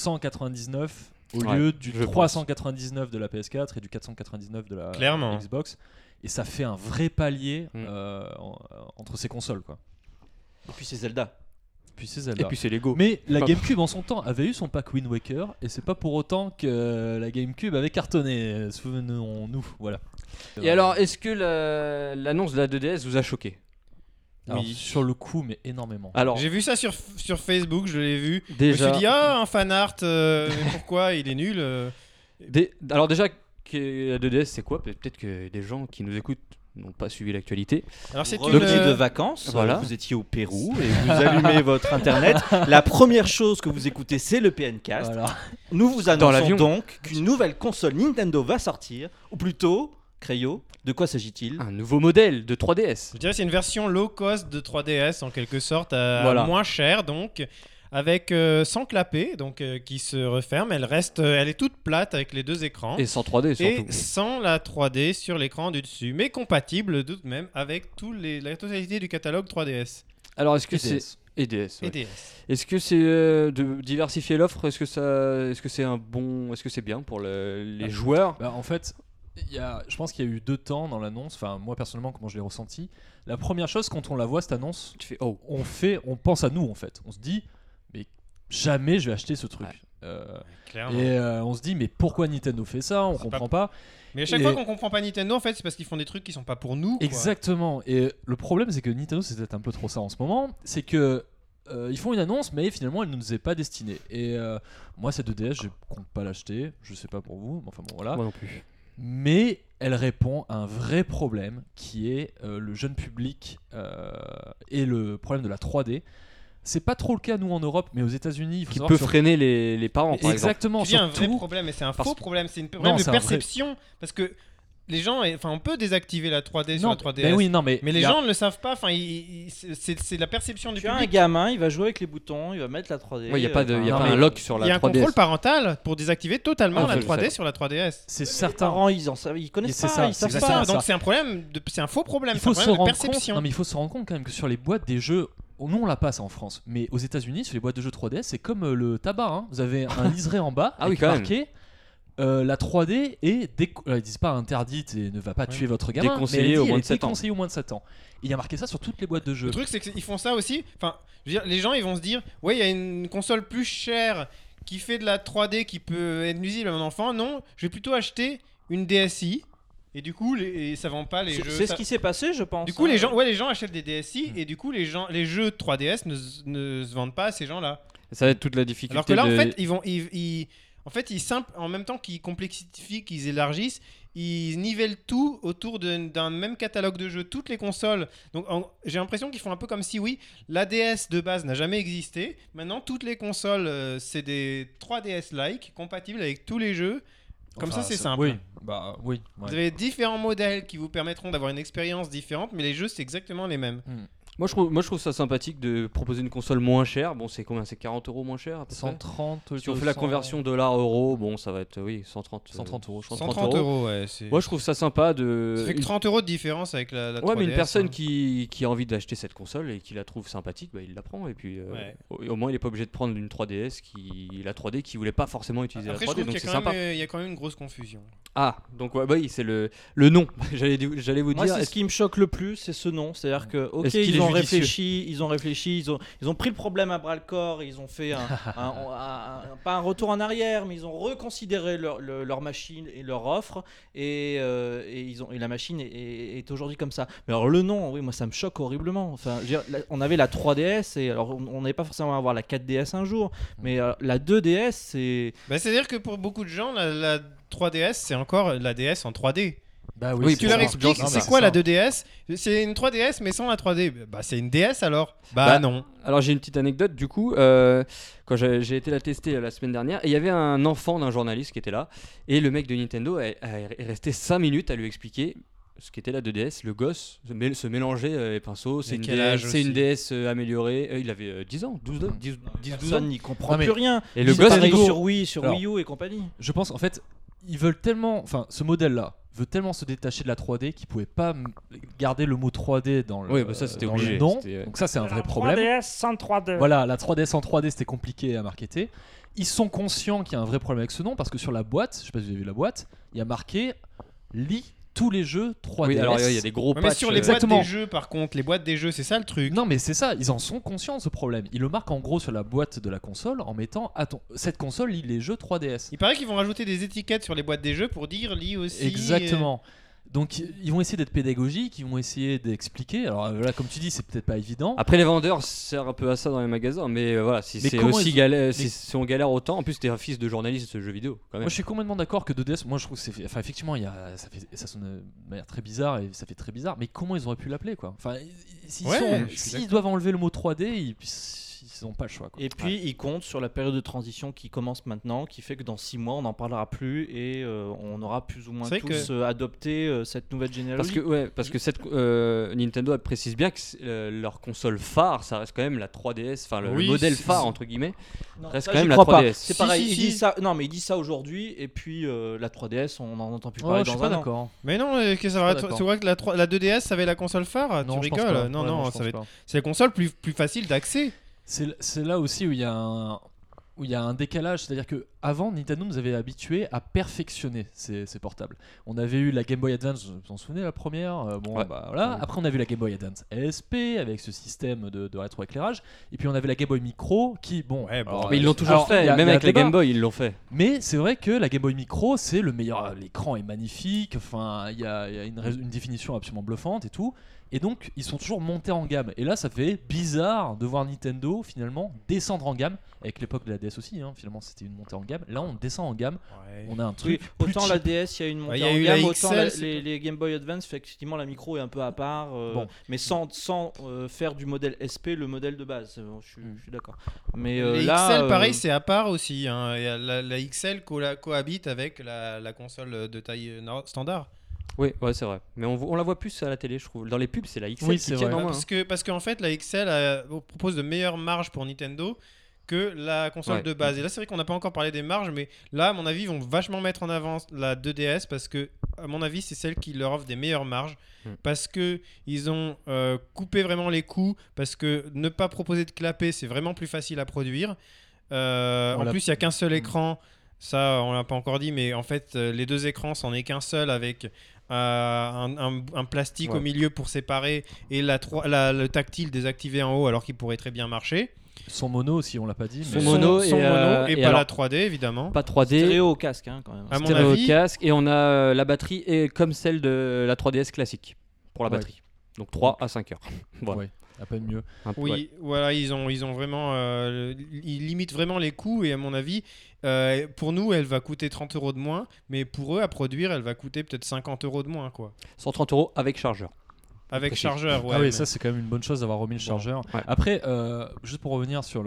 Speaker 5: 299 au
Speaker 2: Ouais,
Speaker 5: lieu du
Speaker 2: je pense.
Speaker 5: 399 de la PS4 et du 499 de la
Speaker 4: Clairement.
Speaker 5: Xbox. Et ça fait un vrai palier
Speaker 2: Mm.
Speaker 5: entre ces consoles, quoi.
Speaker 3: et puis c'est Zelda.
Speaker 5: Puis c'est
Speaker 2: Et
Speaker 5: Zelda.
Speaker 2: puis c'est Lego.
Speaker 5: Mais la
Speaker 2: Hop.
Speaker 5: GameCube en son temps avait eu son pack Wind Waker et c'est pas pour autant que la GameCube avait cartonné. Souvenons-nous, voilà.
Speaker 2: Et alors, est-ce que l'annonce de la 2DS vous a choqué?
Speaker 5: Alors,
Speaker 4: Oui.
Speaker 5: sur le coup, mais énormément.
Speaker 2: Alors,
Speaker 4: J'ai vu ça sur Facebook, je l'ai vu.
Speaker 2: déjà,
Speaker 4: Je me suis dit, ah, un fan art, mais pourquoi il est nul
Speaker 2: alors déjà, que la 2DS c'est quoi? Peut-être que des gens qui nous écoutent n'ont pas suivi l'actualité.
Speaker 4: Alors, c'est
Speaker 3: Vous
Speaker 4: une.
Speaker 3: reveniez de vacances,
Speaker 2: Voilà.
Speaker 3: vous étiez au Pérou et vous allumez votre internet. La première chose que vous écoutez, c'est le PNcast.
Speaker 5: Voilà.
Speaker 3: Nous vous
Speaker 2: Dans
Speaker 3: annonçons
Speaker 2: l'avion.
Speaker 3: donc qu'une nouvelle console Nintendo va sortir, ou plutôt, Crayo, de quoi s'agit-il?
Speaker 2: Un nouveau modèle de 3DS.
Speaker 4: Je dirais que c'est une version low cost de 3DS en quelque sorte,
Speaker 2: Voilà.
Speaker 4: moins chère donc, avec sans clapet, donc qui se referme. Elle est toute plate avec les deux écrans.
Speaker 2: Et sans 3D surtout.
Speaker 4: Et sans la 3D sur l'écran du dessus, mais compatible tout de même avec la totalité du catalogue 3DS
Speaker 2: Alors est-ce que
Speaker 5: Et
Speaker 2: c'est
Speaker 5: DS.
Speaker 2: et DS, ouais.
Speaker 4: et DS.
Speaker 2: Est-ce que c'est de diversifier l'offre? Est-ce que c'est bien pour les joueurs?
Speaker 5: Bah, en fait, je pense qu'il y a eu 2 temps dans l'annonce. Enfin, moi personnellement, comment je l'ai ressenti. La première chose, quand on la voit cette annonce,
Speaker 2: Tu fais oh.
Speaker 5: on pense à nous en fait. On se dit, mais jamais je vais acheter ce truc.
Speaker 2: Ouais.
Speaker 4: Clairement.
Speaker 5: Et on se dit, mais pourquoi Nintendo fait ça? On comprend pas.
Speaker 4: Mais à chaque
Speaker 5: et-
Speaker 4: fois qu'on comprend pas Nintendo, en fait, c'est parce qu'ils font des trucs qui sont pas pour nous. Quoi.
Speaker 5: Exactement. Et le problème, c'est que Nintendo, c'est peut-être un peu trop ça en ce moment. C'est que ils font une annonce, mais finalement, elle ne nous est pas destinée. Et moi, cette 2DS, je compte pas l'acheter. Je sais pas pour vous, mais enfin bon, voilà.
Speaker 2: Moi non plus.
Speaker 5: Mais elle répond à un vrai problème qui est le jeune public et le problème de la 3D. C'est pas trop le cas nous en Europe, mais aux États-Unis, il faut
Speaker 2: Qui
Speaker 5: savoir
Speaker 2: peut
Speaker 5: que sur-
Speaker 2: freiner les parents par exemple.
Speaker 5: Exactement.
Speaker 4: Tu dis un vrai
Speaker 5: surtout-
Speaker 4: problème, mais c'est un
Speaker 5: parce-
Speaker 4: faux problème. C'est un problème de
Speaker 5: c'est un vrai-
Speaker 4: perception. Parce que les gens, enfin, on peut désactiver la 3D sur
Speaker 5: Non,
Speaker 4: la 3DS.
Speaker 5: mais oui, non, mais
Speaker 4: Mais les
Speaker 5: il y a-
Speaker 4: gens ne le savent pas. Enfin, c'est la perception du
Speaker 3: Tu as un
Speaker 4: public.
Speaker 3: gamin, il va jouer avec les boutons, il va mettre la 3D.
Speaker 2: Ouais, il y a pas de, y a
Speaker 5: non,
Speaker 2: pas
Speaker 5: mais
Speaker 2: un lock sur
Speaker 4: Il y a
Speaker 2: la
Speaker 4: un
Speaker 2: 3DS.
Speaker 4: contrôle parental pour désactiver totalement
Speaker 2: Ah,
Speaker 4: la
Speaker 2: je le
Speaker 4: 3D
Speaker 2: sais.
Speaker 4: sur la 3DS.
Speaker 5: c'est
Speaker 3: Les
Speaker 5: certain.
Speaker 3: parents, ils connaissent
Speaker 5: Et c'est
Speaker 3: pas,
Speaker 5: ça,
Speaker 3: ils
Speaker 5: c'est
Speaker 3: savent
Speaker 4: C'est
Speaker 5: exactement
Speaker 3: pas.
Speaker 4: ça,
Speaker 5: ça.
Speaker 4: donc c'est un problème, c'est un faux problème.
Speaker 5: Il
Speaker 4: C'est un
Speaker 5: faut se
Speaker 4: problème de
Speaker 5: rendre compte.
Speaker 4: perception.
Speaker 5: Non, mais il faut se rendre compte quand même que sur les boîtes des jeux, nous on l'a pas ça en France, mais aux États-Unis sur les boîtes de jeux 3DS, c'est comme le tabac. Hein. Vous avez un liseré en bas
Speaker 2: Ah oui,
Speaker 5: avec
Speaker 2: quand même.
Speaker 5: marqué. La 3D est ils disent pas interdite et ne va pas tuer votre gamin,
Speaker 2: Déconseillée
Speaker 5: mais elle dit,
Speaker 2: au moins
Speaker 5: elle
Speaker 2: de
Speaker 5: est
Speaker 2: 7 ans.
Speaker 5: déconseillée au moins de 7 ans. Il y a marqué ça sur toutes les boîtes de jeux.
Speaker 4: Le truc, c'est qu'ils font ça aussi. Enfin, je veux dire, les gens, ils vont se dire, ouais, il y a une console plus chère qui fait de la 3D qui peut être nuisible à mon enfant. Non, je vais plutôt acheter une DSi. Et du coup, et ça vend pas les jeux.
Speaker 3: C'est
Speaker 4: ça-
Speaker 3: ce qui s'est passé, je pense.
Speaker 4: Du coup,
Speaker 3: hein.
Speaker 4: les gens achètent des DSi et du coup, les jeux 3DS ne se vendent pas à ces gens-là.
Speaker 2: Ça va être toute la difficulté.
Speaker 4: Alors que là,
Speaker 2: de-
Speaker 4: en fait, en même temps qu'ils complexifient, qu'ils élargissent, ils nivellent tout autour d'un même catalogue de jeux, toutes les consoles. Donc j'ai l'impression qu'ils font un peu comme si, oui, la DS de base n'a jamais existé. Maintenant, toutes les consoles, c'est des 3DS-like, compatibles avec tous les jeux. Comme
Speaker 5: Enfin,
Speaker 4: ça, c'est simple.
Speaker 5: Oui, bah oui. ouais.
Speaker 4: Vous avez différents modèles qui vous permettront d'avoir une expérience différente, mais les jeux, c'est exactement les mêmes.
Speaker 2: Moi je trouve ça sympathique de proposer une console moins chère. Bon, c'est combien? C'est 40 € moins cher à peu près.
Speaker 5: 130.
Speaker 2: Si on fait la conversion $-euro, bon, ça va être, oui, 130
Speaker 5: 130 euros, je crois.
Speaker 4: 130 €, ouais.
Speaker 2: Moi je trouve ça sympa de.
Speaker 4: Ça fait que 30 € de différence avec la 3DS.
Speaker 2: Ouais, mais une personne
Speaker 4: hein.
Speaker 2: qui a envie d'acheter cette console et qui la trouve sympathique, bah, il la prend. Et puis
Speaker 4: Ouais.
Speaker 2: au moins il est pas obligé de prendre une 3DS la 3D qui voulait pas forcément utiliser
Speaker 4: Après,
Speaker 2: la
Speaker 4: je
Speaker 2: 3D,
Speaker 4: trouve
Speaker 2: donc
Speaker 4: qu'il
Speaker 2: c'est sympa.
Speaker 4: il y a quand même une grosse confusion.
Speaker 2: Ah, donc ouais, bah oui, c'est le nom. J'allais vous
Speaker 3: Moi,
Speaker 2: dire.
Speaker 3: c'est ce qui me choque le plus, c'est ce nom. C'est-à-dire que, ok,
Speaker 2: Est-ce qu'il
Speaker 3: ils
Speaker 2: est
Speaker 3: ont
Speaker 2: judicieux
Speaker 3: réfléchi, ils ont pris le problème à bras le corps, ils ont fait pas un retour en arrière, mais ils ont reconsidéré leur machine et leur offre, et la machine est aujourd'hui comme ça. Mais alors le nom, oui, moi ça me choque horriblement. Enfin, je veux dire, on avait la 3DS, et alors on n'allait pas forcément avoir la 4DS un jour, mais la 2DS, c'est
Speaker 4: Bah, c'est-à-dire que pour beaucoup de gens, la 3DS, c'est encore la DS en 3D.
Speaker 5: Bah
Speaker 2: Oui,
Speaker 4: Tu
Speaker 2: pour
Speaker 4: leur
Speaker 2: ça.
Speaker 4: expliques
Speaker 5: Non,
Speaker 4: c'est
Speaker 5: bah,
Speaker 4: quoi
Speaker 5: c'est
Speaker 4: la
Speaker 5: ça.
Speaker 4: 2DS? C'est une 3DS mais sans la 3D. Bah c'est une DS alors? Bah,
Speaker 2: Bah,
Speaker 4: non.
Speaker 2: Alors j'ai une petite anecdote du coup, quand j'ai été la tester la semaine dernière, et il y avait un enfant d'un journaliste qui était là, et le mec de Nintendo est resté 5 minutes à lui expliquer ce qu'était la 2DS. Le gosse se mélangeait les pinceaux, c'est
Speaker 4: Et
Speaker 2: une,
Speaker 4: quel âge
Speaker 2: c'est une
Speaker 4: aussi
Speaker 2: DS améliorée. Il avait 10 ans, 12 ans, 10 12 ans.
Speaker 3: personne n'y comprend
Speaker 5: Non, mais-
Speaker 3: plus rien.
Speaker 2: Et le
Speaker 3: C'est
Speaker 2: gosse,
Speaker 3: pareil
Speaker 5: Nintendo-
Speaker 3: sur Wii, sur
Speaker 5: Alors,
Speaker 3: Wii U et compagnie.
Speaker 5: Je pense en fait, ils veulent tellement, enfin, ce modèle-là veut tellement se détacher de la 3D qu'ils pouvaient pas garder le mot 3D dans le,
Speaker 2: Oui, bah ça, c'était
Speaker 5: dans
Speaker 2: obligé,
Speaker 5: le nom.
Speaker 2: c'était-
Speaker 5: Donc ça c'est un vrai problème.
Speaker 6: 3DS sans 3D.
Speaker 5: Voilà, la 3DS en 3D c'était compliqué à marketer. Ils sont conscients qu'il y a un vrai problème avec ce nom parce que sur la boîte, je sais pas si vous avez vu la boîte, il y a marqué Li tous les jeux 3DS.
Speaker 2: Oui, alors il y a des gros
Speaker 4: Ouais,
Speaker 2: patchs.
Speaker 4: mais sur les
Speaker 5: Exactement.
Speaker 4: boîtes des jeux, par contre, les boîtes des jeux, c'est ça le truc.
Speaker 5: Non mais c'est ça, ils en sont conscients ce problème. Ils le marquent en gros sur la boîte de la console en mettant cette console lit les jeux 3DS.
Speaker 4: Il paraît qu'ils vont rajouter des étiquettes sur les boîtes des jeux pour dire lit aussi.
Speaker 5: Exactement. Donc ils vont essayer d'être pédagogiques, ils vont essayer d'expliquer. Alors là, comme tu dis, c'est peut-être pas évident.
Speaker 2: Après, les vendeurs servent un peu à ça dans les magasins, mais voilà, si
Speaker 5: Mais
Speaker 2: c'est
Speaker 5: comment
Speaker 2: aussi
Speaker 5: ils-
Speaker 2: galère, si on galère autant, en plus t'es un fils de journaliste de ce jeu vidéo, quand même.
Speaker 5: Moi je suis complètement d'accord que 2DS, moi je trouve que c'est. Enfin effectivement, ça sonne de manière très bizarre et ça fait très bizarre, mais comment ils auraient pu l'appeler quoi? Enfin,
Speaker 4: Ouais, je suis
Speaker 5: s'ils doivent enlever le mot 3D, ils n'ont pas le choix quoi.
Speaker 3: Et puis ils comptent sur la période de transition qui commence maintenant, qui fait que dans 6 mois on n'en parlera plus et on aura plus ou moins
Speaker 4: C'est vrai
Speaker 3: tous adopté cette nouvelle généalogie.
Speaker 2: Parce que Nintendo elle précise bien que leur console phare, ça reste quand même la 3DS, enfin le
Speaker 4: Oui,
Speaker 2: modèle
Speaker 4: c'est-
Speaker 2: phare entre guillemets.
Speaker 3: Non,
Speaker 2: reste
Speaker 3: ça,
Speaker 2: quand
Speaker 3: j'y
Speaker 2: même la
Speaker 3: crois pas.
Speaker 2: 3DS.
Speaker 3: C'est
Speaker 4: Si,
Speaker 3: pareil,
Speaker 4: si,
Speaker 3: il
Speaker 4: si.
Speaker 3: dit ça. Non, mais il dit ça aujourd'hui et puis la 3DS, on n'en entend plus
Speaker 5: Ouais,
Speaker 3: parler
Speaker 5: je suis
Speaker 3: dans
Speaker 5: pas
Speaker 3: un an.
Speaker 5: d'accord.
Speaker 4: Mais non, que ça
Speaker 5: pas
Speaker 4: va.
Speaker 5: d'accord.
Speaker 4: Tu vois que la 2DS, ça va être la console phare.
Speaker 5: Non,
Speaker 4: tu
Speaker 5: je pense
Speaker 4: rigoles.
Speaker 5: pas.
Speaker 4: Non,
Speaker 5: Ouais,
Speaker 4: non,
Speaker 5: je
Speaker 4: ça
Speaker 5: pense
Speaker 4: va être.
Speaker 5: pas.
Speaker 4: C'est la console plus facile d'accès.
Speaker 5: C'est là aussi où il y a un décalage, c'est-à-dire que avant Nintendo nous avait habitués à perfectionner ces portables. On avait eu la Game Boy Advance, vous vous en souvenez la première
Speaker 2: Ouais.
Speaker 5: Voilà.
Speaker 2: Ouais.
Speaker 5: Après on a vu la Game Boy Advance SP avec ce système de rétroéclairage, et puis on avait la Game Boy Micro qui
Speaker 4: Ouais, bon.
Speaker 5: alors,
Speaker 2: Mais ils l'ont toujours
Speaker 5: alors,
Speaker 2: fait,
Speaker 5: il y a
Speaker 2: même
Speaker 5: un
Speaker 2: avec la
Speaker 5: débat.
Speaker 2: Game Boy, ils l'ont fait.
Speaker 5: Mais c'est vrai que la Game Boy Micro, c'est le meilleur. L'écran est magnifique. Enfin, il y a une définition absolument bluffante et tout. Et donc, ils sont toujours montés en gamme. Et là, ça fait bizarre de voir Nintendo finalement descendre en gamme. Avec l'époque de la DS aussi, hein, finalement, c'était une montée en gamme. Là, on descend en gamme. On a un
Speaker 3: Oui,
Speaker 5: truc. plus
Speaker 3: autant la
Speaker 5: cheap.
Speaker 3: DS, il y a une montée
Speaker 4: il y a
Speaker 3: en
Speaker 4: eu la
Speaker 3: gamme,
Speaker 4: XL,
Speaker 3: autant
Speaker 4: c'est-
Speaker 3: les Game Boy Advance, fait effectivement la micro est un peu à part,
Speaker 5: Bon.
Speaker 3: mais sans faire du modèle SP le modèle de base. Je suis d'accord. Mais
Speaker 4: Les
Speaker 3: là,
Speaker 4: XL, pareil, c'est à part aussi. Hein. Il y a la XL cohabite avec la console de taille standard.
Speaker 2: Oui, ouais, c'est vrai. Mais on la voit plus à la télé, je trouve. Dans les pubs, c'est la XL
Speaker 5: Oui,
Speaker 2: qui
Speaker 5: c'est
Speaker 2: tient
Speaker 5: vrai.
Speaker 2: en main.
Speaker 4: Parce qu'en fait, la XL propose de meilleures marges pour Nintendo que la console
Speaker 2: Ouais.
Speaker 4: de base. Et là, c'est vrai qu'on n'a pas encore parlé des marges, mais là, à mon avis, ils vont vachement mettre en avant la 2DS parce que, à mon avis, c'est celle qui leur offre des meilleures marges. Parce que ils ont coupé vraiment les coûts, parce que ne pas proposer de clapet, c'est vraiment plus facile à produire. En plus, il n'y a qu'un seul écran. Ça, on l'a pas encore dit, mais en fait, les deux écrans, c'en est qu'un seul avec un plastique
Speaker 2: Ouais.
Speaker 4: au milieu pour séparer et le tactile désactivé en haut alors qu'il pourrait très bien marcher.
Speaker 5: Son mono aussi, on l'a pas dit.
Speaker 2: Son
Speaker 5: mais-
Speaker 2: mono
Speaker 4: Son
Speaker 2: et,
Speaker 4: mono et
Speaker 2: et
Speaker 4: pas
Speaker 2: alors-
Speaker 4: la 3D évidemment.
Speaker 2: Pas 3D,
Speaker 3: stéréo au casque quand même.
Speaker 4: À mon
Speaker 2: stéréo
Speaker 4: avis-
Speaker 2: casque, et on a la batterie est comme celle de la 3DS classique pour la
Speaker 5: Ouais.
Speaker 2: batterie. Donc 3 à 5 heures. Voilà.
Speaker 5: Ouais, à peine mieux.
Speaker 2: Un peu,
Speaker 4: Oui,
Speaker 2: ouais.
Speaker 4: voilà, ils ont vraiment, ils limitent vraiment les coûts et à mon avis, pour nous, elle va coûter 30 € de moins, mais pour eux, à produire, elle va coûter peut-être 50 € de moins, quoi.
Speaker 2: 130 € avec chargeur.
Speaker 4: Avec
Speaker 2: Précis.
Speaker 4: chargeur, ouais.
Speaker 5: Ah oui,
Speaker 4: mais-
Speaker 5: ça c'est quand même une bonne chose d'avoir remis le chargeur.
Speaker 2: Ouais.
Speaker 5: Après, juste pour revenir sur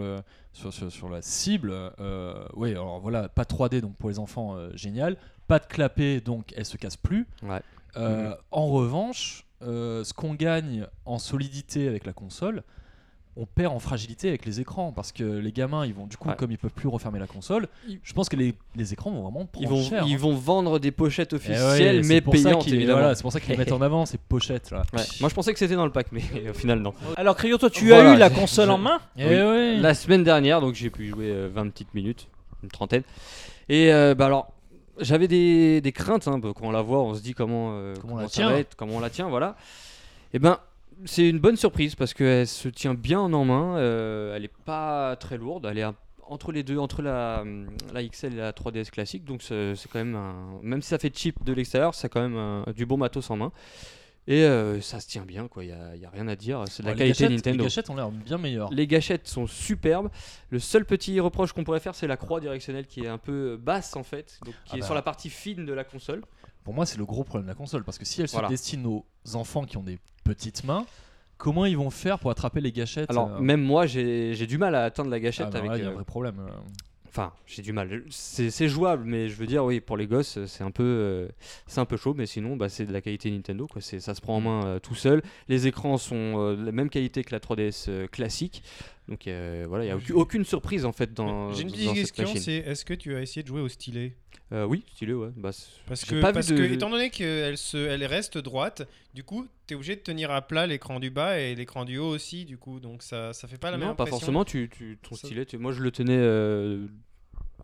Speaker 5: la cible, oui, alors voilà, pas 3D donc pour les enfants, génial. Pas de clapet donc elle se casse plus.
Speaker 2: Ouais.
Speaker 5: En revanche, ce qu'on gagne en solidité avec la console, on perd en fragilité avec les écrans parce que les gamins, ils vont du coup,
Speaker 2: Ouais.
Speaker 5: comme ils peuvent plus refermer la console, je pense que les écrans vont vraiment
Speaker 2: Ils
Speaker 5: prendre
Speaker 2: vont,
Speaker 5: cher.
Speaker 2: ils
Speaker 5: hein.
Speaker 2: vont vendre des pochettes
Speaker 5: Eh
Speaker 2: officielles,
Speaker 5: ouais,
Speaker 2: mais
Speaker 5: c'est pour ça
Speaker 2: payantes
Speaker 5: qu'ils-
Speaker 2: évidemment.
Speaker 5: voilà, c'est pour ça qu'ils mettent en avant ces pochettes là.
Speaker 2: Ouais. Moi je pensais que c'était dans le pack, mais au final non.
Speaker 3: Alors Cryo, toi tu
Speaker 2: Voilà,
Speaker 3: as eu la
Speaker 2: j'ai-
Speaker 3: console en main.
Speaker 5: Eh
Speaker 2: Oui.
Speaker 5: ouais.
Speaker 2: La semaine dernière, donc j'ai pu y jouer 20 petites minutes, une trentaine. Et alors, j'avais des craintes, hein, quand on la voit, on se dit comment
Speaker 5: la
Speaker 2: ça
Speaker 5: tient.
Speaker 2: va être, comment on la tient, voilà. Et ben, c'est une bonne surprise parce qu'elle se tient bien en main, elle est pas très lourde, elle est entre les deux, entre la XL et la 3DS classique, donc c'est quand même même si ça fait cheap de l'extérieur, c'est quand même du bon matos en main. Et ça se tient bien, quoi. Il y a rien à dire. C'est de la
Speaker 5: Les
Speaker 2: qualité
Speaker 5: gâchettes-
Speaker 2: Nintendo.
Speaker 5: Les gâchettes ont l'air bien meilleures.
Speaker 2: Les gâchettes sont superbes. Le seul petit reproche qu'on pourrait faire, c'est la croix directionnelle qui est un peu basse en fait, donc qui
Speaker 5: Ah
Speaker 2: est
Speaker 5: bah.
Speaker 2: sur la partie fine de la console.
Speaker 5: Pour moi, c'est le gros problème de la console parce que si elle
Speaker 2: Voilà.
Speaker 5: se destine aux enfants qui ont des petites mains, comment ils vont faire pour attraper les gâchettes
Speaker 2: Alors même moi, j'ai du mal à atteindre la gâchette avec.
Speaker 5: il y a un vrai problème.
Speaker 2: Enfin, j'ai du mal. C'est jouable, mais je veux dire, oui, pour les gosses, c'est un peu chaud, mais sinon, bah, c'est de la qualité Nintendo, quoi. Ça se prend en main tout seul. Les écrans sont de la même qualité que la 3DS classique, donc voilà, il y a aucune surprise en fait dans.
Speaker 4: J'ai une
Speaker 2: dans
Speaker 4: petite
Speaker 2: cette
Speaker 4: question,
Speaker 2: machine.
Speaker 4: c'est est-ce que tu as essayé de jouer au stylet?
Speaker 2: Oui, stylé, ouais. Bah,
Speaker 4: Parce
Speaker 2: j'ai
Speaker 4: que,
Speaker 2: pas vu de-
Speaker 4: étant donné qu'elle reste droite, du coup, tu es obligé de tenir à plat l'écran du bas et l'écran du haut aussi, du coup, donc ça fait pas la même
Speaker 2: non, pas
Speaker 4: impression.
Speaker 2: forcément. Ton
Speaker 4: Ça-
Speaker 2: stylet. Moi, je le tenais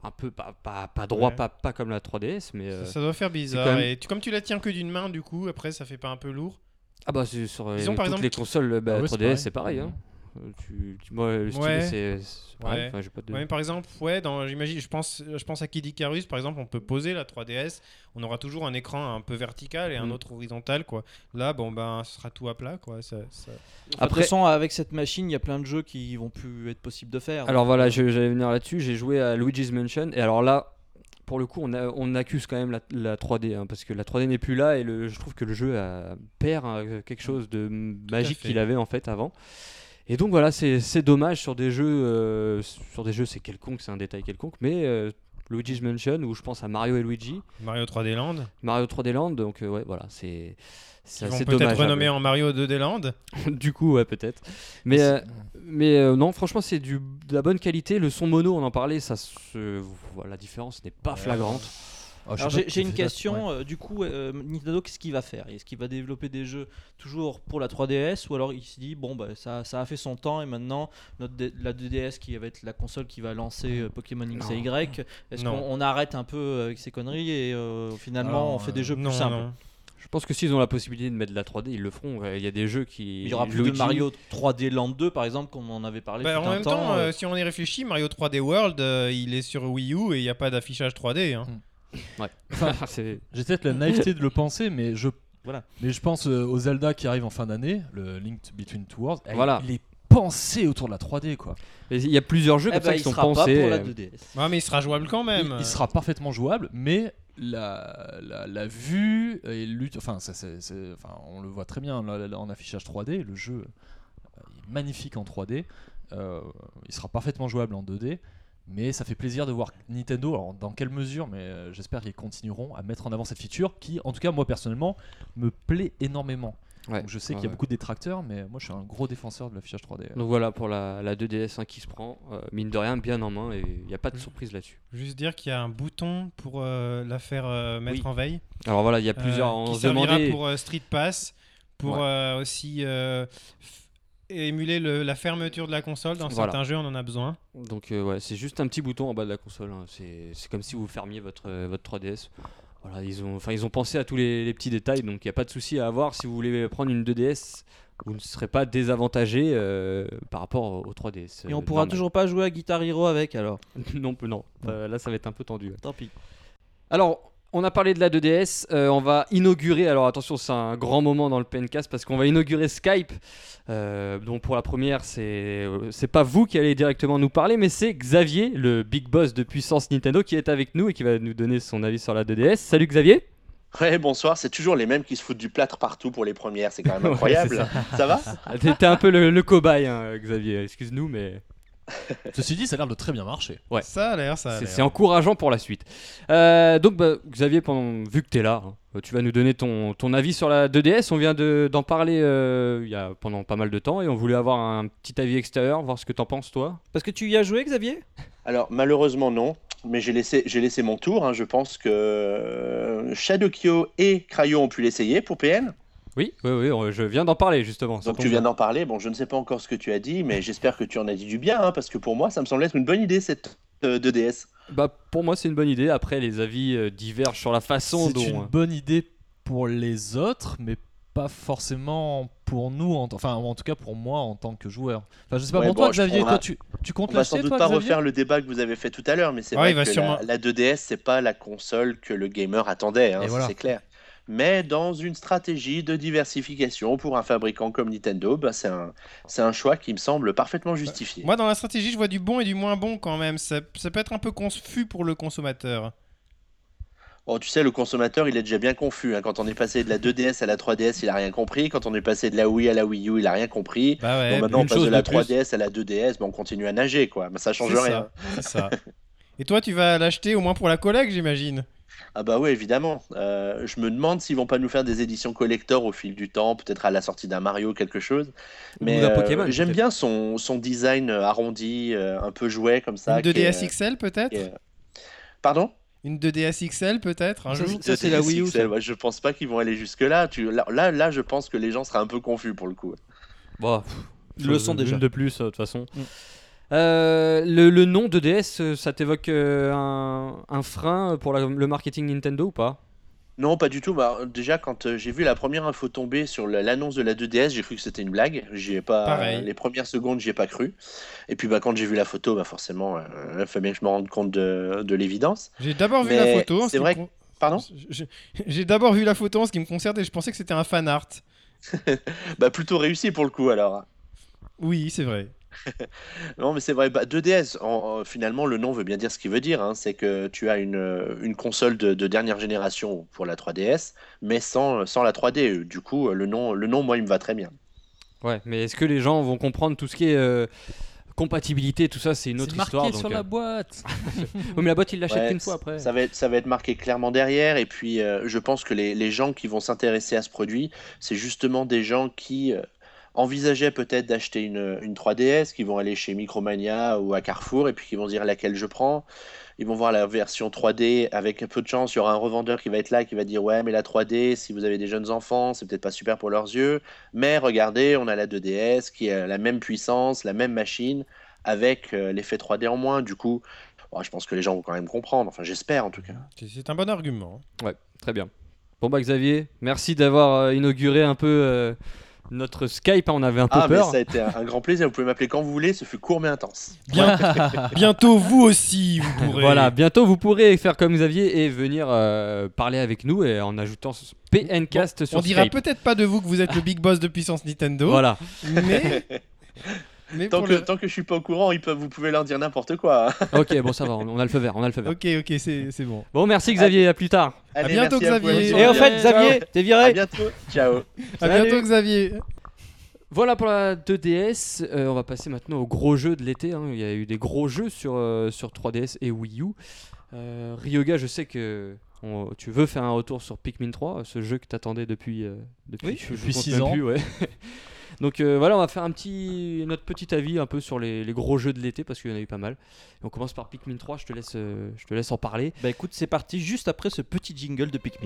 Speaker 2: un peu pas droit,
Speaker 4: Ouais.
Speaker 2: pas comme la 3DS, mais
Speaker 4: Ça doit faire bizarre.
Speaker 2: quand même-
Speaker 4: Et comme tu la tiens que d'une main, du coup, après, ça fait pas un peu lourd.
Speaker 2: ah bah c'est sur
Speaker 4: Disons, par
Speaker 2: toutes
Speaker 4: exemple,
Speaker 2: les consoles,
Speaker 5: Ah ouais,
Speaker 2: 3DS c'est pareil. Hein. Moi, le style
Speaker 4: Ouais.
Speaker 2: c'est pareil.
Speaker 4: Ouais.
Speaker 2: Enfin, j'ai pas de...
Speaker 4: Ouais, mais par exemple, j'imagine, je pense à Kid Icarus, par exemple, on peut poser la 3DS, on aura toujours un écran un peu vertical et un autre horizontal, quoi. Là, bon, ben, ce sera tout à plat, quoi.
Speaker 3: De
Speaker 2: Après-
Speaker 3: toute façon, avec cette machine, il y a plein de jeux qui vont plus être possibles de faire.
Speaker 2: Alors voilà, j'allais venir là-dessus. J'ai joué à Luigi's Mansion et alors là, pour le coup, on accuse quand même la 3D hein, parce que la 3D n'est plus là et je trouve que le jeu perd quelque chose de magique
Speaker 4: fait.
Speaker 2: qu'il avait en fait avant. Et donc voilà, c'est dommage sur des jeux, c'est quelconque, c'est un détail quelconque, mais Luigi's Mansion où je pense à Mario et Luigi,
Speaker 4: Mario 3D Land,
Speaker 2: Mario 3D Land, donc ouais voilà, c'est
Speaker 4: ils vont
Speaker 2: assez
Speaker 4: peut-être
Speaker 2: dommage.
Speaker 4: renommer en Mario 2D Land.
Speaker 2: Du coup, ouais, peut-être. Mais non, franchement, c'est de la bonne qualité. Le son mono, on en parlait, voilà, la différence n'est pas flagrante.
Speaker 5: Ah, je sais
Speaker 3: Alors
Speaker 5: pas
Speaker 3: j'ai
Speaker 5: qui
Speaker 3: une
Speaker 5: fait ça,
Speaker 3: question,
Speaker 5: ouais.
Speaker 3: du coup, Nintendo, qu'est-ce qu'il va faire? Est-ce qu'il va développer des jeux toujours pour la 3DS ou alors il se dit, bon, bah, ça a fait son temps et maintenant la 2DS qui va être la console qui va lancer Pokémon X et Y, est-ce
Speaker 4: Non.
Speaker 3: qu'on arrête un peu avec ces conneries et finalement
Speaker 5: Alors,
Speaker 3: on fait des jeux
Speaker 4: Non,
Speaker 3: plus simples?
Speaker 4: non.
Speaker 2: Je pense que s'ils ont la possibilité de mettre de la 3D, ils le feront. Il y a des jeux qui.
Speaker 3: Il y aura plus
Speaker 2: Luigi-
Speaker 3: de Mario 3D Land 2 par exemple, comme on en avait parlé
Speaker 4: Bah,
Speaker 3: tout
Speaker 4: en
Speaker 3: un
Speaker 4: même
Speaker 3: temps.
Speaker 4: temps, si on y réfléchit, Mario 3D World, il est sur Wii U et il n'y a pas d'affichage 3D. Hein.
Speaker 2: Ouais. C'est-
Speaker 5: J'ai peut-être la naïveté de le penser, mais je pense au Zelda qui arrive en fin d'année, le Link Between Two Worlds.
Speaker 2: Voilà.
Speaker 5: Il est pensé autour de la 3D, quoi.
Speaker 2: Mais il y a plusieurs jeux
Speaker 3: Eh
Speaker 2: comme ça
Speaker 3: ben,
Speaker 2: qui
Speaker 3: il
Speaker 2: sont
Speaker 3: sera
Speaker 2: pensés.
Speaker 3: pas pour la 2DS.
Speaker 4: Ouais, mais il sera jouable quand même.
Speaker 5: Il sera parfaitement jouable, mais la vue et enfin, enfin, on le voit très bien là, en affichage 3D. Le jeu est magnifique en 3D. Il sera parfaitement jouable en 2D. Mais ça fait plaisir de voir Nintendo, alors dans quelle mesure, mais j'espère qu'ils continueront à mettre en avant cette feature qui, en tout cas, moi personnellement, me plaît énormément.
Speaker 2: Ouais.
Speaker 5: Donc je sais qu'il y a beaucoup de détracteurs, mais moi je suis un gros défenseur de l'affichage 3D.
Speaker 2: Donc voilà pour la 2DS qui se prend, mine de rien, bien en main et il n'y a pas de surprise là-dessus.
Speaker 4: Juste dire qu'il y a un bouton pour la faire mettre
Speaker 2: Oui.
Speaker 4: en veille.
Speaker 2: Alors voilà, il y a plusieurs. On
Speaker 4: qui
Speaker 2: se
Speaker 4: servira
Speaker 2: demandait.
Speaker 4: pour Street Pass, pour aussi émuler la fermeture de la console. Dans
Speaker 2: Voilà.
Speaker 4: certains jeux, on en a besoin.
Speaker 2: Donc ouais, c'est juste un petit bouton en bas de la console. Hein. C'est comme si vous fermiez votre 3DS. Voilà, ils ont pensé à tous les petits détails, donc il n'y a pas de souci à avoir. Si vous voulez prendre une 2DS, vous ne serez pas désavantagé par rapport au 3DS.
Speaker 3: Et on pourra toujours pas jouer à Guitar Hero avec alors.
Speaker 2: non. Là, ça va être un peu tendu.
Speaker 3: Tant pis.
Speaker 2: Alors, on a parlé de la 2DS, on va inaugurer, alors attention, c'est un grand moment dans le PNcast parce qu'on va inaugurer Skype. Donc pour la première, c'est pas vous qui allez directement nous parler, mais c'est Xavier, le big boss de puissance Nintendo, qui est avec nous et qui va nous donner son avis sur la 2DS. Salut Xavier.
Speaker 6: Ouais, bonsoir, c'est toujours les mêmes qui se foutent du plâtre partout pour les premières, c'est quand même incroyable.
Speaker 2: Ouais,
Speaker 6: ça va?
Speaker 2: T'es un peu le cobaye, hein, Xavier, excuse-nous, mais
Speaker 5: Ceci dit, ça a l'air de très bien marcher.
Speaker 2: ouais.
Speaker 4: Ça a l'air.
Speaker 2: C'est encourageant pour la suite. Donc Xavier, vu que tu es là, hein, tu vas nous donner ton avis sur la 2DS. On vient d'en parler pendant pas mal de temps et on voulait avoir un petit avis extérieur, voir ce que t'en penses toi.
Speaker 3: Parce que tu y as joué, Xavier?
Speaker 6: Alors, malheureusement, non, mais j'ai laissé mon tour. Hein. Je pense que Shadowkyo et Cryo ont pu l'essayer pour PN.
Speaker 2: Oui, je viens d'en parler justement. ça
Speaker 6: Donc,
Speaker 2: tombe
Speaker 6: tu viens
Speaker 2: bien.
Speaker 6: d'en parler. Bon, je ne sais pas encore ce que tu as dit, mais j'espère que tu en as dit du bien, hein, parce que pour moi, ça me semble être une bonne idée, cette 2DS.
Speaker 2: Pour moi, c'est une bonne idée. Après, les avis divergent sur la façon
Speaker 5: C'est
Speaker 2: dont.
Speaker 5: une bonne idée pour les autres, mais pas forcément pour nous, en tout cas pour moi en tant que joueur. Enfin, je sais pas,
Speaker 6: Ouais,
Speaker 5: pour toi,
Speaker 6: bon,
Speaker 5: Xavier,
Speaker 6: on va-
Speaker 5: toi, tu comptes
Speaker 6: On va sans
Speaker 5: l'acheter,
Speaker 6: doute
Speaker 5: toi,
Speaker 6: pas
Speaker 5: Xavier
Speaker 6: refaire le débat que vous avez fait tout à l'heure, mais c'est
Speaker 4: Ouais,
Speaker 6: vrai
Speaker 4: il va
Speaker 6: que
Speaker 4: sûrement-
Speaker 6: la 2DS, c'est pas la console que le gamer attendait, hein,
Speaker 5: Et
Speaker 6: ça,
Speaker 5: voilà.
Speaker 6: c'est clair. Mais dans une stratégie de diversification pour un fabricant comme Nintendo, bah, c'est un choix qui me semble parfaitement justifié.
Speaker 4: Moi, dans la stratégie, je vois du bon et du moins bon quand même. Ça peut être un peu confus pour le consommateur.
Speaker 6: Bon, tu sais, le consommateur, il est déjà bien confus, hein. Quand on est passé de la 2DS à la 3DS, il a rien compris. Quand on est passé de la Wii à la Wii U, il a rien compris.
Speaker 4: Bah ouais,
Speaker 6: Bon, maintenant,
Speaker 2: une
Speaker 6: on passe
Speaker 2: chose
Speaker 6: de la
Speaker 2: de plus.
Speaker 6: 3DS à la 2DS, bah, on continue à nager, quoi. Mais ça change
Speaker 4: c'est
Speaker 6: rien.
Speaker 4: ça, c'est ça. Et toi, tu vas l'acheter au moins pour la collecte, j'imagine.
Speaker 6: Ah bah oui, évidemment. Je me demande s'ils vont pas nous faire des éditions collector au fil du temps, peut-être à la sortie d'un Mario, quelque chose. Mais
Speaker 2: d'un Pokémon,
Speaker 6: j'aime
Speaker 2: peut-être.
Speaker 6: bien son design arrondi, un peu jouet comme ça.
Speaker 4: Une 2DS XL peut-être
Speaker 6: qui est- Pardon?
Speaker 4: Une 2DS XL peut-être un
Speaker 3: Ça,
Speaker 4: jour
Speaker 3: c'est la Wii U, ça.
Speaker 6: Ouais, je pense pas qu'ils vont aller jusque-là. Là, je pense que les gens seraient un peu confus pour le coup.
Speaker 2: Bon,
Speaker 3: Ils le sont déjà.
Speaker 2: Une de plus, de toute façon. Le nom de DS, ça t'évoque un frein pour le marketing Nintendo ou pas?
Speaker 6: Non, pas du tout. Bah, déjà, quand j'ai vu la première info tomber sur l'annonce de la 2DS, j'ai cru que c'était une blague. J'y ai pas.
Speaker 4: Pareil.
Speaker 6: Les premières secondes, j'y ai pas cru. Et puis, bah, quand j'ai vu la photo, bah, forcément, il fallait bien que je me rende compte de l'évidence.
Speaker 4: J'ai d'abord vu
Speaker 6: Mais
Speaker 4: la photo. en ce
Speaker 6: c'est
Speaker 4: qui
Speaker 6: vrai
Speaker 4: me con-
Speaker 6: Pardon?
Speaker 4: J'ai d'abord vu la photo en ce qui me concerne et je pensais que c'était un fan art.
Speaker 6: Bah, plutôt réussi pour le coup, alors.
Speaker 4: Oui, c'est vrai.
Speaker 6: Non, mais c'est vrai, bah, 2DS, finalement, le nom veut bien dire ce qu'il veut dire. Hein. C'est que tu as une console de dernière génération pour la 3DS, mais sans la 3D. Du coup, le nom, moi, il me va très bien.
Speaker 2: Ouais, mais est-ce que les gens vont comprendre tout ce qui est compatibilité, tout ça, c'est une autre
Speaker 5: C'est marqué
Speaker 2: histoire.
Speaker 5: sur la boîte.
Speaker 2: Oui, mais la boîte, il l'achète
Speaker 6: Ouais,
Speaker 2: qu'une fois après.
Speaker 6: ça va être marqué clairement derrière. Et puis, je pense que les gens qui vont s'intéresser à ce produit, c'est justement des gens qui envisageaient peut-être d'acheter une 3DS, qui vont aller chez Micromania ou à Carrefour, et puis qui vont dire laquelle je prends. Ils vont voir la version 3D. Avec un peu de chance, il y aura un revendeur qui va être là, qui va dire ouais, mais la 3D, si vous avez des jeunes enfants, c'est peut-être pas super pour leurs yeux. Mais regardez, on a la 2DS qui a la même puissance, la même machine, avec l'effet 3D en moins. Du coup, je pense que les gens vont quand même comprendre. Enfin, j'espère en tout cas.
Speaker 4: C'est un bon argument.
Speaker 2: Ouais, très bien. Bon bah Xavier, merci d'avoir inauguré un peu notre Skype, hein, on avait un peu
Speaker 6: Ah, mais
Speaker 2: peur.
Speaker 6: ça a été un grand plaisir. Vous pouvez m'appeler quand vous voulez. Ce fut court mais intense.
Speaker 4: Bientôt, vous aussi, vous pourrez.
Speaker 2: Voilà, bientôt vous pourrez faire comme Xavier et venir parler avec nous et en ajoutant PNcast sur
Speaker 4: On dira
Speaker 2: Skype.
Speaker 4: peut-être pas de vous que vous êtes le big boss de puissance Nintendo.
Speaker 2: Voilà.
Speaker 4: Mais
Speaker 6: Tant
Speaker 4: pour
Speaker 6: que je suis pas au courant, vous pouvez leur dire n'importe quoi.
Speaker 2: Ok, bon ça va, on a le feu vert,
Speaker 4: Ok, c'est bon.
Speaker 2: Bon, merci Xavier, à plus tard.
Speaker 6: Allez,
Speaker 4: bientôt,
Speaker 6: merci à vous.
Speaker 4: Xavier.
Speaker 3: Et en fait,
Speaker 2: Ciao.
Speaker 3: Xavier, t'es
Speaker 6: À
Speaker 3: viré.
Speaker 6: bientôt. Ciao.
Speaker 4: À
Speaker 2: Salut.
Speaker 4: bientôt, Xavier.
Speaker 2: Voilà pour la 2DS, on va passer maintenant aux gros jeux de l'été, hein. Il y a eu des gros jeux sur 3DS et Wii U. Ryoga, je sais que tu veux faire un retour sur Pikmin 3, ce jeu que t'attendais depuis
Speaker 5: Oui,
Speaker 2: je
Speaker 5: depuis
Speaker 2: compte
Speaker 5: 6
Speaker 2: même
Speaker 5: ans.
Speaker 2: plus, ouais. Donc voilà, on va faire notre petit avis un peu sur les gros jeux de l'été parce qu'il y en a eu pas mal. Et on commence par Pikmin 3, je te laisse en parler.
Speaker 3: Bah écoute, c'est parti juste après ce petit jingle de Pikmin.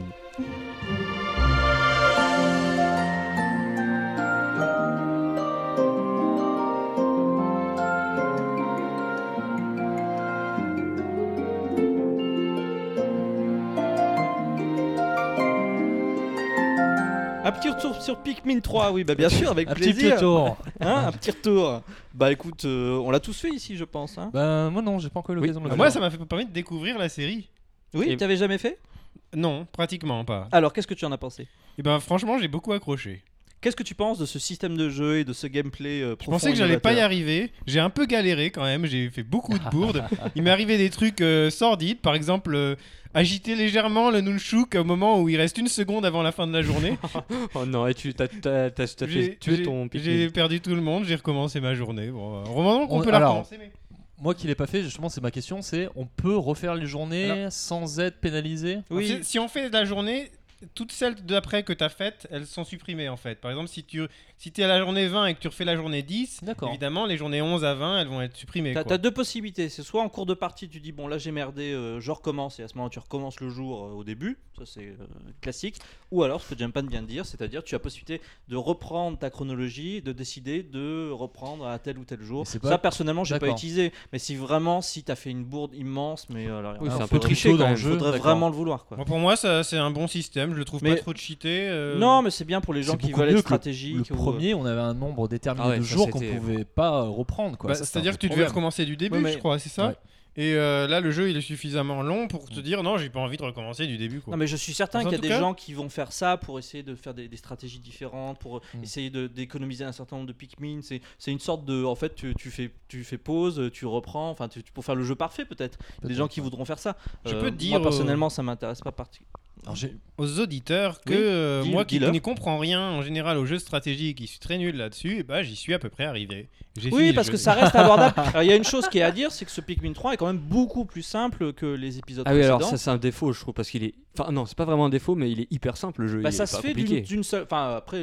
Speaker 3: Un petit retour sur Pikmin 3, oui, bah bien sûr, avec
Speaker 5: Un petit
Speaker 3: plaisir.
Speaker 5: tour.
Speaker 3: Hein, un petit retour. Bah écoute, on l'a tous fait ici, je pense. Hein.
Speaker 5: Ben moi non, j'ai pas encore eu l'occasion de le faire.
Speaker 4: Moi, ça m'a permis de découvrir la série.
Speaker 3: Oui,
Speaker 2: Et-
Speaker 3: t'avais jamais fait.
Speaker 4: Non, pratiquement pas.
Speaker 3: Alors, qu'est-ce que tu en as pensé?
Speaker 4: Et ben franchement, j'ai beaucoup accroché.
Speaker 3: Qu'est-ce que tu penses de ce système de jeu et de ce gameplay
Speaker 4: Je pensais que j'allais pas y arriver. J'ai un peu galéré quand même. J'ai fait beaucoup de bourdes. Il m'est arrivé des trucs sordides. Par exemple, agiter légèrement le nunchuk au moment où il reste une seconde avant la fin de la journée.
Speaker 2: Oh non, et tu t'as fait tuer ton Pikmin.
Speaker 4: J'ai perdu tout le monde. J'ai recommencé ma journée. Bon, heureusement qu'on
Speaker 5: On-
Speaker 4: peut la
Speaker 5: alors,
Speaker 4: recommencer. Mais...
Speaker 5: Moi qui l'ai pas fait, justement, c'est ma question, c'est on peut refaire les journées sans être pénalisé?
Speaker 3: Oui.
Speaker 4: Si on fait la journée, toutes celles d'après que tu as faites, elles sont supprimées en fait. Par exemple, si tu es à la journée 20 et que tu refais la journée 10,
Speaker 5: D'accord.
Speaker 4: évidemment, les journées 11 à 20, elles vont être supprimées.
Speaker 3: T'as
Speaker 4: quoi.
Speaker 3: t'as deux possibilités. C'est soit en cours de partie, tu dis bon là j'ai merdé, je recommence et à ce moment tu recommences le jour au début. Ça c'est classique. Ou alors ce que Jumpan vient de dire, c'est-à-dire tu as possibilité de reprendre ta chronologie, de décider de reprendre à tel ou tel jour.
Speaker 5: Mais c'est pas-
Speaker 3: Ça personnellement j'ai pas
Speaker 5: D'accord.
Speaker 3: utilisé. Mais si vraiment si t'as fait une bourde immense, mais alors,
Speaker 2: Oui,
Speaker 3: alors,
Speaker 2: c'est un peu
Speaker 3: faudrait-
Speaker 2: triché quand
Speaker 5: dans le
Speaker 2: même.
Speaker 5: jeu.
Speaker 3: Faudrait
Speaker 5: D'accord.
Speaker 3: vraiment le vouloir quoi.
Speaker 4: Bon, pour moi, ça, c'est un bon système. Je le trouve
Speaker 3: Mais-
Speaker 4: pas trop cheaté.
Speaker 3: Non mais c'est bien pour les gens
Speaker 5: C'est
Speaker 3: qui
Speaker 5: beaucoup
Speaker 3: veulent
Speaker 5: mieux
Speaker 3: être
Speaker 5: que le
Speaker 3: stratégiques.
Speaker 5: Le premier, on avait un nombre déterminé
Speaker 2: Ah ouais,
Speaker 5: de
Speaker 2: ça,
Speaker 5: jours qu'on
Speaker 2: c'était-
Speaker 5: pouvait pas reprendre. quoi.
Speaker 4: Bah,
Speaker 5: Ça, c'est
Speaker 4: c'est-à-dire
Speaker 5: un
Speaker 4: que tu
Speaker 5: vrai
Speaker 4: devais
Speaker 5: problème.
Speaker 4: recommencer du début,
Speaker 3: Ouais, mais-
Speaker 4: je crois, c'est ça
Speaker 5: Ouais.
Speaker 4: Et là, le jeu, il est suffisamment long pour te dire non, j'ai pas envie de recommencer du début. Quoi.
Speaker 3: Non mais je suis certain
Speaker 4: En
Speaker 3: qu'il y a
Speaker 4: tout
Speaker 3: des
Speaker 4: cas-
Speaker 3: gens qui vont faire ça pour essayer de faire des stratégies différentes, pour
Speaker 5: Mm.
Speaker 3: essayer d'économiser un certain nombre de Pikmin. C'est une sorte de... En fait, tu fais pause, tu reprends, enfin, pour faire le jeu parfait peut-être. Il y a des gens qui voudront faire ça.
Speaker 4: Je peux te dire,
Speaker 3: Moi personnellement, ça m'intéresse pas particulièrement.
Speaker 5: Alors,
Speaker 4: Aux auditeurs que
Speaker 3: Oui,
Speaker 4: moi qui
Speaker 3: dis-le.
Speaker 4: n'y comprends rien en général aux jeux stratégiques, qui suis très nul là-dessus, et bah j'y suis à peu près arrivé. J'ai fini
Speaker 3: Oui,
Speaker 4: le
Speaker 3: parce
Speaker 4: jeu.
Speaker 3: que ça reste abordable. Alors, il y a une chose qui est à dire, c'est que ce Pikmin 3 est quand même beaucoup plus simple que les épisodes
Speaker 2: Ah oui, alors
Speaker 3: précédents.
Speaker 2: ça c'est un défaut, je trouve, parce qu'il est. Enfin, non, c'est pas vraiment un défaut, mais il est hyper simple le jeu.
Speaker 3: Bah,
Speaker 2: il
Speaker 3: ça
Speaker 2: est
Speaker 3: se
Speaker 2: pas
Speaker 3: fait
Speaker 2: compliqué.
Speaker 3: d'une seule... Enfin, après,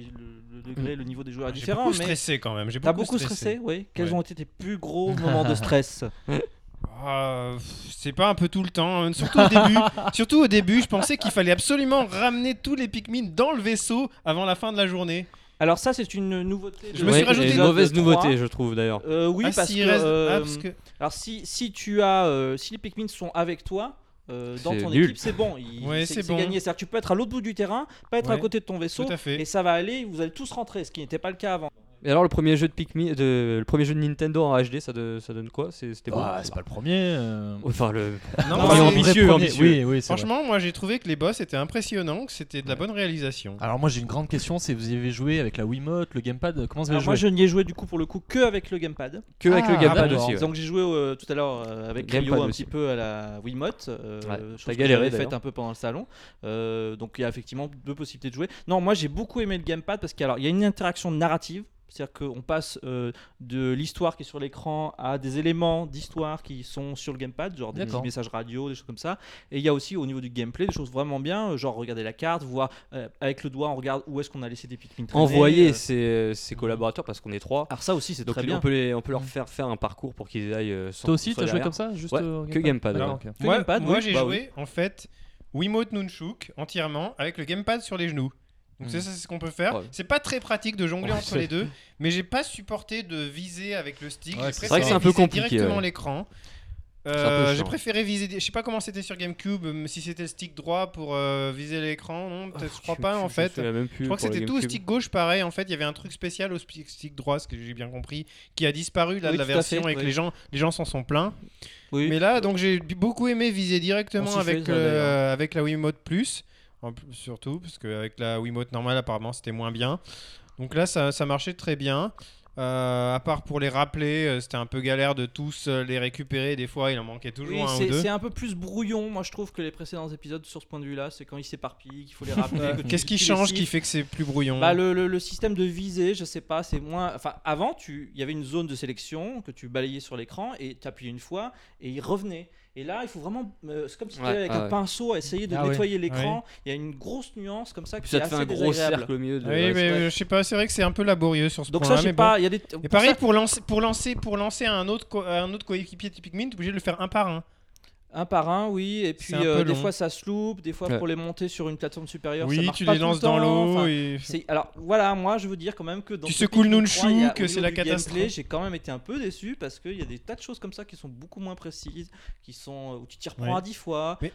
Speaker 3: le degré, le niveau des joueurs est
Speaker 4: J'ai
Speaker 3: différent,
Speaker 4: beaucoup
Speaker 3: mais...
Speaker 4: stressé quand même. J'ai
Speaker 3: T'as beaucoup stressé, oui. Quels
Speaker 4: Ouais.
Speaker 3: ont été tes plus gros moments de stress?
Speaker 4: C'est pas un peu tout le temps, hein. Surtout au début. Surtout au début, je pensais qu'il fallait absolument ramener tous les Pikmin dans le vaisseau avant la fin de la journée.
Speaker 3: Alors ça, c'est une nouveauté.
Speaker 4: Je me suis rajouté
Speaker 2: une
Speaker 4: l'épisode
Speaker 2: mauvaise
Speaker 3: 3.
Speaker 2: nouveauté, je trouve d'ailleurs.
Speaker 3: Oui,
Speaker 4: Ah,
Speaker 3: parce
Speaker 4: s'il
Speaker 3: que,
Speaker 4: reste- parce que-
Speaker 3: alors si tu as si les Pikmin sont avec toi dans
Speaker 2: C'est
Speaker 3: ton
Speaker 2: nul.
Speaker 3: équipe, c'est bon,
Speaker 4: Ouais, c'est bon.
Speaker 3: gagné. C'est-à-dire que tu peux être à l'autre bout du terrain, pas être à
Speaker 4: Ouais,
Speaker 3: côté de ton vaisseau,
Speaker 4: tout à fait.
Speaker 3: et ça va aller. Vous allez tous rentrer, ce qui n'était pas le cas avant.
Speaker 2: Et alors le premier jeu de Pikmin, le premier jeu de Nintendo en HD, ça donne quoi? C'était bon.
Speaker 5: Ah, c'est pas le premier.
Speaker 2: Enfin le
Speaker 4: Non,
Speaker 2: premier
Speaker 4: c'est-
Speaker 5: vrai
Speaker 2: ambitieux,
Speaker 5: premier.
Speaker 2: ambitieux.
Speaker 5: Oui, oui, c'est vrai.
Speaker 4: Franchement, moi j'ai trouvé que les boss étaient impressionnants, que c'était de la bonne réalisation.
Speaker 5: Alors moi j'ai une grande question, c'est vous y avez joué avec la Wiimote, le gamepad, comment vous avez
Speaker 3: Alors moi,
Speaker 5: joué
Speaker 3: je n'y ai joué du coup pour le coup que avec le gamepad.
Speaker 2: Que avec le
Speaker 5: Ah,
Speaker 2: gamepad
Speaker 5: d'accord.
Speaker 2: aussi. Ouais.
Speaker 3: Donc j'ai joué tout à l'heure avec
Speaker 2: Gamepad
Speaker 3: Rio un
Speaker 2: aussi.
Speaker 3: petit peu à la Wiimote,
Speaker 2: Ouais,
Speaker 3: chose
Speaker 2: t'as
Speaker 3: que
Speaker 2: galéré,
Speaker 3: j'avais faite
Speaker 2: d'ailleurs.
Speaker 3: un peu pendant le salon. Donc il y a effectivement deux possibilités de jouer. Non, moi j'ai beaucoup aimé le gamepad parce qu'il y a une interaction narrative. C'est-à-dire qu'on passe de l'histoire qui est sur l'écran à des éléments d'histoire qui sont sur le gamepad, genre des
Speaker 5: D'accord.
Speaker 3: petits messages radio, des choses comme ça. Et il y a aussi au niveau du gameplay des choses vraiment bien, genre regarder la carte, voir avec le doigt on regarde où est-ce qu'on a laissé des Pikmin traîner.
Speaker 2: Envoyer ses collaborateurs parce qu'on est 3.
Speaker 3: Alors ça aussi c'est
Speaker 2: Donc
Speaker 3: très bien.
Speaker 2: on peut leur faire un parcours pour qu'ils aillent sans
Speaker 5: Toi aussi
Speaker 2: soit
Speaker 5: t'as joué
Speaker 2: derrière.
Speaker 5: comme ça juste
Speaker 2: Ouais, que gamepad.
Speaker 5: D'accord,
Speaker 2: ouais.
Speaker 5: ok.
Speaker 3: Que gamepad,
Speaker 4: moi
Speaker 3: oui,
Speaker 4: j'ai
Speaker 3: bah
Speaker 4: joué en fait Wiimote Nunchuk entièrement avec le gamepad sur les genoux. Donc c'est ça, c'est ce qu'on peut faire.
Speaker 2: Ouais.
Speaker 4: C'est pas très pratique de jongler
Speaker 2: Ouais,
Speaker 4: entre
Speaker 2: c'est-
Speaker 4: les deux, mais j'ai pas supporté de viser avec le stick.
Speaker 5: Ouais,
Speaker 4: J'ai
Speaker 5: c'est
Speaker 2: vrai que c'est un peu
Speaker 4: préféré viser
Speaker 2: compliqué,
Speaker 4: directement
Speaker 2: ouais.
Speaker 4: l'écran.
Speaker 2: un peu
Speaker 4: J'ai
Speaker 2: chiant.
Speaker 4: préféré viser. Je sais pas comment c'était sur GameCube, si c'était le stick droit pour viser l'écran. Non, peut-être, je crois pas en fait.
Speaker 2: Je
Speaker 4: Je crois que c'était tout au stick gauche pareil. En fait, il y avait un truc spécial au stick droit, ce que j'ai bien compris, qui a disparu là
Speaker 3: Oui,
Speaker 4: de la
Speaker 3: tout à
Speaker 4: version
Speaker 3: fait,
Speaker 4: et que
Speaker 3: oui.
Speaker 4: les gens s'en sont plaints.
Speaker 3: Oui.
Speaker 4: Mais là, donc j'ai beaucoup aimé viser directement
Speaker 3: On s'y
Speaker 4: avec,
Speaker 3: fait, ça, d'ailleurs.
Speaker 4: avec la Wiimote Plus, surtout parce qu'avec la Wiimote normale, apparemment, c'était moins bien. Donc là, ça marchait très bien. À part pour les rappeler, c'était un peu galère de tous les récupérer. Des fois, il en manquait toujours
Speaker 3: Oui,
Speaker 4: un ou deux.
Speaker 3: c'est un peu plus brouillon, moi je trouve, que les précédents épisodes sur ce point de vue-là. C'est quand ils s'éparpillent, qu'il faut les rappeler. que tu-
Speaker 4: Qu'est-ce qui
Speaker 3: tu les
Speaker 4: change qui
Speaker 3: siffles.
Speaker 4: fait que c'est plus brouillon?
Speaker 3: Bah, le système de visée, je sais pas, c'est moins. Enfin, avant, il y avait une zone de sélection que tu balayais sur l'écran et tu appuyais une fois et il revenait. Et là, il faut vraiment. C'est comme si tu
Speaker 2: Ouais,
Speaker 3: avec un
Speaker 2: ouais.
Speaker 3: pinceau à essayer de
Speaker 5: Ah ouais.
Speaker 3: nettoyer l'écran. Il y a une grosse nuance comme ça qui
Speaker 2: Puis ça
Speaker 3: est
Speaker 2: te fait
Speaker 3: assez
Speaker 2: un gros
Speaker 3: désagréable.
Speaker 2: cercle au milieu. De...
Speaker 4: Oui,
Speaker 2: ouais,
Speaker 4: mais
Speaker 3: ouais.
Speaker 4: je sais pas, c'est vrai que c'est un peu laborieux sur ce
Speaker 3: Donc
Speaker 4: point-là.
Speaker 3: ça, je sais
Speaker 4: mais
Speaker 3: pas.
Speaker 4: bon.
Speaker 3: Il y a des.
Speaker 4: Et
Speaker 3: pour
Speaker 4: pareil,
Speaker 3: ça-
Speaker 4: pour lancer un autre coéquipier de Pikmin, t'es obligé de le faire un par un.
Speaker 3: Un par un, oui, et puis
Speaker 4: C'est un peu
Speaker 3: des
Speaker 4: long.
Speaker 3: fois ça se loupe, des fois
Speaker 2: Ouais.
Speaker 3: pour les monter sur une plateforme supérieure, ça
Speaker 4: Oui,
Speaker 3: marche
Speaker 4: tu
Speaker 3: pas
Speaker 4: les
Speaker 3: tout le
Speaker 4: lances dans
Speaker 3: temps,
Speaker 4: l'eau
Speaker 3: enfin,
Speaker 4: et...
Speaker 3: Alors voilà, moi je veux dire quand même que dans
Speaker 4: Tu
Speaker 3: ce
Speaker 4: secoues le
Speaker 3: Pikmin
Speaker 4: nunchuk,
Speaker 3: 3, il y a- au
Speaker 4: que c'est
Speaker 3: niveau
Speaker 4: la
Speaker 3: du
Speaker 4: catastrophe.
Speaker 3: gameplay, j'ai quand même été un peu déçu parce qu'il y a des tas de choses comme ça qui sont beaucoup moins précises, qui sont où tu t'y reprends
Speaker 4: Ouais.
Speaker 3: à 10 fois.
Speaker 4: Mais-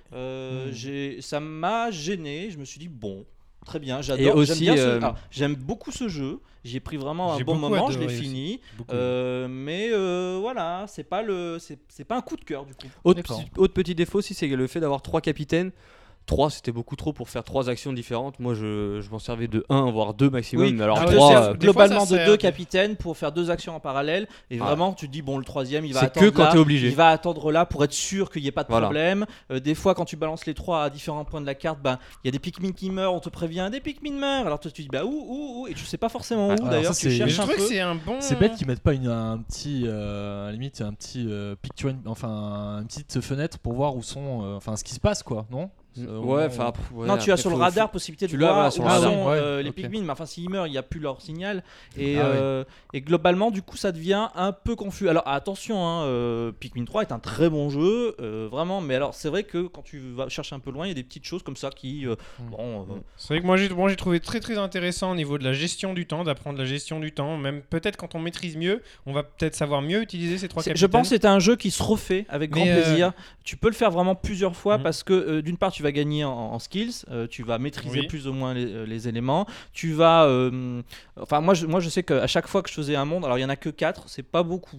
Speaker 3: Ça m'a gêné, je me suis dit bon, très bien,
Speaker 2: Et
Speaker 3: j'adore,
Speaker 2: aussi,
Speaker 3: j'aime beaucoup ce jeu, j'ai pris vraiment un
Speaker 4: J'ai
Speaker 3: bon
Speaker 4: beaucoup
Speaker 3: moment, je l'ai
Speaker 4: adoré aussi.
Speaker 3: fini,
Speaker 4: Beaucoup.
Speaker 3: mais voilà, c'est pas un coup de cœur du coup.
Speaker 5: D'accord.
Speaker 2: Autre petit défaut aussi, c'est le fait d'avoir 3 capitaines. 3 c'était beaucoup trop pour faire 3 actions différentes. Moi je m'en servais de 1 voire 2 maximum.
Speaker 3: Oui,
Speaker 2: mais alors
Speaker 4: ah
Speaker 3: Tu
Speaker 4: ouais,
Speaker 2: 3
Speaker 3: te
Speaker 4: c'est-
Speaker 3: sers
Speaker 4: des fois,
Speaker 3: globalement
Speaker 4: ça
Speaker 3: de
Speaker 4: sert.
Speaker 3: deux capitaines pour faire deux actions en parallèle et
Speaker 2: Ah.
Speaker 3: vraiment tu te dis bon le troisième il va
Speaker 2: c'est
Speaker 3: attendre
Speaker 2: que quand
Speaker 3: là,
Speaker 2: t'es obligé.
Speaker 3: il va attendre là pour être sûr qu'il n'y ait pas de
Speaker 2: Voilà.
Speaker 3: problème. Des fois quand tu balances les trois à différents points de la carte, ben il y a des Pikmin qui meurent, on te prévient des Pikmin meurent. Alors toi tu dis bah où et tu sais pas forcément où
Speaker 5: alors
Speaker 3: d'ailleurs
Speaker 5: ça,
Speaker 3: tu
Speaker 5: c'est-
Speaker 4: Mais
Speaker 3: cherches
Speaker 4: je
Speaker 3: un
Speaker 4: trouvais
Speaker 3: peu.
Speaker 4: que c'est un bon.
Speaker 5: C'est bête qu'ils mettent pas un petit, à la limite un petit picture, enfin une petite fenêtre pour voir où sont, enfin ce qui se passe quoi, non
Speaker 2: Ouais, enfin. ouais,
Speaker 3: Non, tu as
Speaker 2: après,
Speaker 3: sur le
Speaker 2: faut-
Speaker 3: radar possibilité de
Speaker 2: tu l'as,
Speaker 3: voir
Speaker 2: voilà,
Speaker 3: où
Speaker 2: sur le
Speaker 5: radar.
Speaker 3: sont
Speaker 5: Ouais,
Speaker 3: les
Speaker 5: ok.
Speaker 3: Pikmin, mais enfin s'ils meurent, il n'y a plus leur signal. Et,
Speaker 5: Ah ouais.
Speaker 3: et globalement, du coup, ça devient un peu confus. Alors attention, hein, Pikmin 3 est un très bon jeu, vraiment, mais alors c'est vrai que quand tu vas chercher un peu loin, il y a des petites choses comme ça qui.
Speaker 4: C'est vrai que moi j'ai trouvé très très intéressant au niveau de la gestion du temps, d'apprendre la gestion du temps. Même peut-être quand on maîtrise mieux, on va peut-être savoir mieux utiliser ces 3 capitaines.
Speaker 3: Je pense que c'est un jeu qui se refait avec grand
Speaker 4: Mais,
Speaker 3: plaisir. Tu peux le faire vraiment plusieurs fois
Speaker 4: Mhm.
Speaker 3: parce que d'une part tu vas gagner en skills, tu vas maîtriser
Speaker 4: Oui.
Speaker 3: plus ou moins les éléments. Tu vas, enfin moi je sais qu'à chaque fois que je faisais un monde, alors il y en a que 4, c'est pas beaucoup.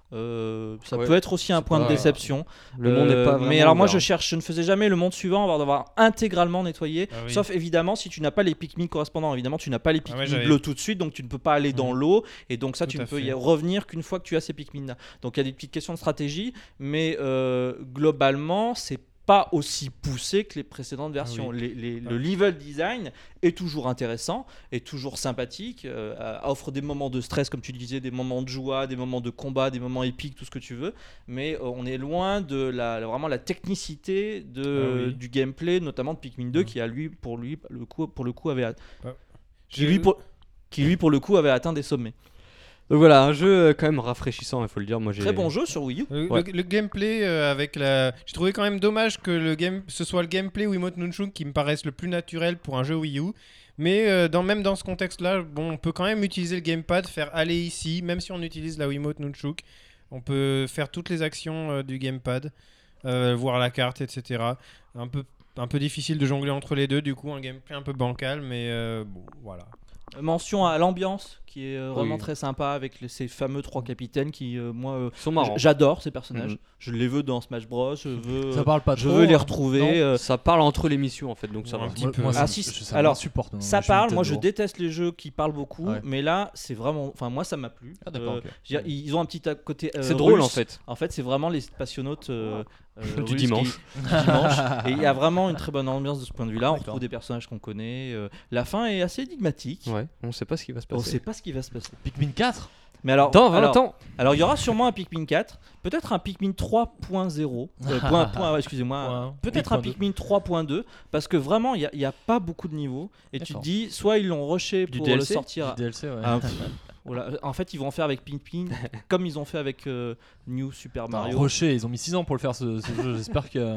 Speaker 3: Ça
Speaker 2: Ouais.
Speaker 3: peut être aussi un
Speaker 2: C'est
Speaker 3: point de
Speaker 2: pas-
Speaker 3: déception.
Speaker 2: Le monde n'est pas
Speaker 3: mais
Speaker 2: vraiment
Speaker 3: alors moi
Speaker 2: ouvert.
Speaker 3: je ne faisais jamais le monde suivant avant d'avoir intégralement nettoyé.
Speaker 4: Ah oui.
Speaker 3: Sauf évidemment si tu n'as pas les Pikmin correspondants. Évidemment tu n'as pas les
Speaker 4: Ah ouais,
Speaker 3: Pikmin
Speaker 4: j'avais-
Speaker 3: bleus tout de suite, donc tu ne peux pas aller dans
Speaker 4: Mhm.
Speaker 3: l'eau. Et donc ça
Speaker 4: Tout
Speaker 3: tu ne
Speaker 4: à
Speaker 3: peux
Speaker 4: fait.
Speaker 3: y revenir qu'une fois que tu as ces Pikmin là. Donc il y a des petites questions de stratégie, mais globalement c'est pas aussi poussé que les précédentes versions.
Speaker 4: oui.
Speaker 3: Le level design est toujours intéressant, est toujours sympathique, offre des moments de stress comme tu disais, des moments de joie, des moments de combat, des moments épiques, tout ce que tu veux, mais on est loin de vraiment la technicité du gameplay, notamment de Pikmin 2 qui a pour le coup avait qui lui pour le coup avait atteint des sommets.
Speaker 2: Donc voilà, un jeu quand même rafraîchissant, il faut le dire. Moi, j'ai...
Speaker 3: Très bon jeu sur Wii U.
Speaker 2: Ouais.
Speaker 4: Le gameplay avec la. J'ai trouvé quand même dommage que ce soit le gameplay Wiimote Nunchuk qui me paraisse le plus naturel pour un jeu Wii U. Mais même dans ce contexte-là, bon, on peut quand même utiliser le gamepad, faire aller ici, même si on utilise la Wiimote Nunchuk. On peut faire toutes les actions du gamepad, voir la carte, etc. Un peu difficile de jongler entre les deux, du coup, un gameplay un peu bancal, mais bon, voilà.
Speaker 3: Mention à l'ambiance qui est vraiment très sympa avec ces fameux 3 capitaines qui, moi,
Speaker 2: Ils sont marrants.
Speaker 3: j'adore ces personnages. Je les veux dans Smash Bros.
Speaker 5: Ça parle pas
Speaker 3: Je
Speaker 5: trop,
Speaker 3: veux les
Speaker 5: hein.
Speaker 3: retrouver.
Speaker 2: Ça parle entre les missions en fait, donc ça va.
Speaker 4: Un petit
Speaker 5: Moi,
Speaker 4: peu.
Speaker 5: moi,
Speaker 3: Ah,
Speaker 5: ça-
Speaker 3: si,
Speaker 5: ça
Speaker 3: alors,
Speaker 5: m'insupporte,
Speaker 3: Ça
Speaker 5: je suis
Speaker 3: parle, moi je
Speaker 5: Nintendo.
Speaker 3: déteste les jeux qui parlent beaucoup,
Speaker 5: Ouais.
Speaker 3: mais là c'est vraiment, enfin moi ça m'a plu.
Speaker 5: Ah, d'accord, ok.
Speaker 3: Je veux dire, ils ont un petit côté
Speaker 2: C'est drôle
Speaker 3: russe.
Speaker 2: en fait.
Speaker 3: En fait, c'est vraiment les spationautes
Speaker 2: Du
Speaker 3: russes
Speaker 2: dimanche.
Speaker 3: du dimanche. Et il y a vraiment une très bonne ambiance de ce point de vue-là. On
Speaker 5: D'accord.
Speaker 3: retrouve des personnages qu'on connaît. La fin est assez énigmatique.
Speaker 2: Ouais, on sait pas ce qui va se
Speaker 3: On
Speaker 2: passer.
Speaker 3: sait pas ce qui va se passer.
Speaker 5: Pikmin 4.
Speaker 3: Mais alors,
Speaker 2: Dans 20 ans.
Speaker 3: alors il y aura sûrement un Pikmin 4, peut-être un Pikmin 3.0, excusez-moi,
Speaker 5: Ouais,
Speaker 3: peut-être un
Speaker 5: 8.2.
Speaker 3: Pikmin 3.2, parce que vraiment il y a pas beaucoup de niveaux. Et tu te
Speaker 5: D'accord.
Speaker 3: dis, soit ils l'ont rushé
Speaker 2: Du
Speaker 3: pour le
Speaker 2: DLC?
Speaker 3: sortir.
Speaker 5: Du DLC, ouais.
Speaker 3: Ah, pff, voilà. En fait, ils vont en faire avec Pikmin comme ils ont fait avec New Super Mario.
Speaker 5: Rocher, ils ont mis 6 ans pour le faire ce jeu. J'espère qu'ils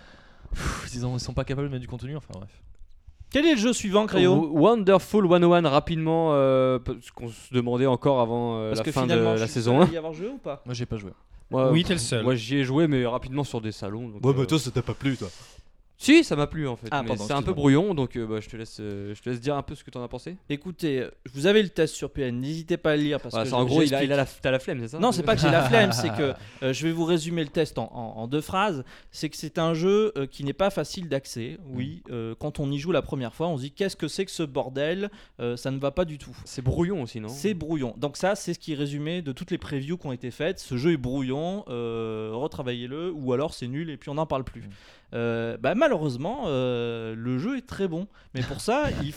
Speaker 5: sont pas capables de mettre du contenu. Enfin bref.
Speaker 3: Quel est le jeu suivant, Créo?
Speaker 2: Wonderful 101 rapidement, parce qu'on se demandait encore avant
Speaker 3: Parce
Speaker 2: la
Speaker 3: que
Speaker 2: fin de
Speaker 3: finalement,
Speaker 2: la
Speaker 3: je suis
Speaker 2: saison
Speaker 3: seul
Speaker 2: 1.
Speaker 3: à y avoir joué ou pas?
Speaker 5: Moi j'ai pas joué.
Speaker 2: Moi,
Speaker 4: Oui, t'es le seul.
Speaker 2: Moi j'y ai joué mais rapidement sur des salons. Donc,
Speaker 7: ça t'a pas plu, toi.
Speaker 2: Si, ça m'a plu en fait.
Speaker 3: Ah,
Speaker 2: mais
Speaker 3: pardon,
Speaker 2: c'est un peu
Speaker 3: excuse-moi.
Speaker 2: brouillon donc je te laisse dire un peu ce que t'en as pensé.
Speaker 3: Écoutez, vous avez le test sur PN, n'hésitez pas à le lire parce
Speaker 2: Voilà,
Speaker 3: que
Speaker 2: c'est en gros,
Speaker 3: j'explique.
Speaker 2: t'as la flemme, c'est ça?
Speaker 3: Non, c'est pas que j'ai la flemme, c'est que je vais vous résumer le test en 2 phrases. C'est que c'est un jeu qui n'est pas facile d'accès. Oui, quand on y joue la première fois, on se dit qu'est-ce que c'est que ce bordel. Ça ne va pas du tout.
Speaker 2: C'est brouillon aussi, non?
Speaker 3: C'est brouillon. Donc ça, c'est ce qui est résumé de toutes les previews qui ont été faites. Ce jeu est brouillon, retravaillez-le, ou alors c'est nul et puis on n'en parle plus. Malheureusement, le jeu est très bon. Mais pour ça, il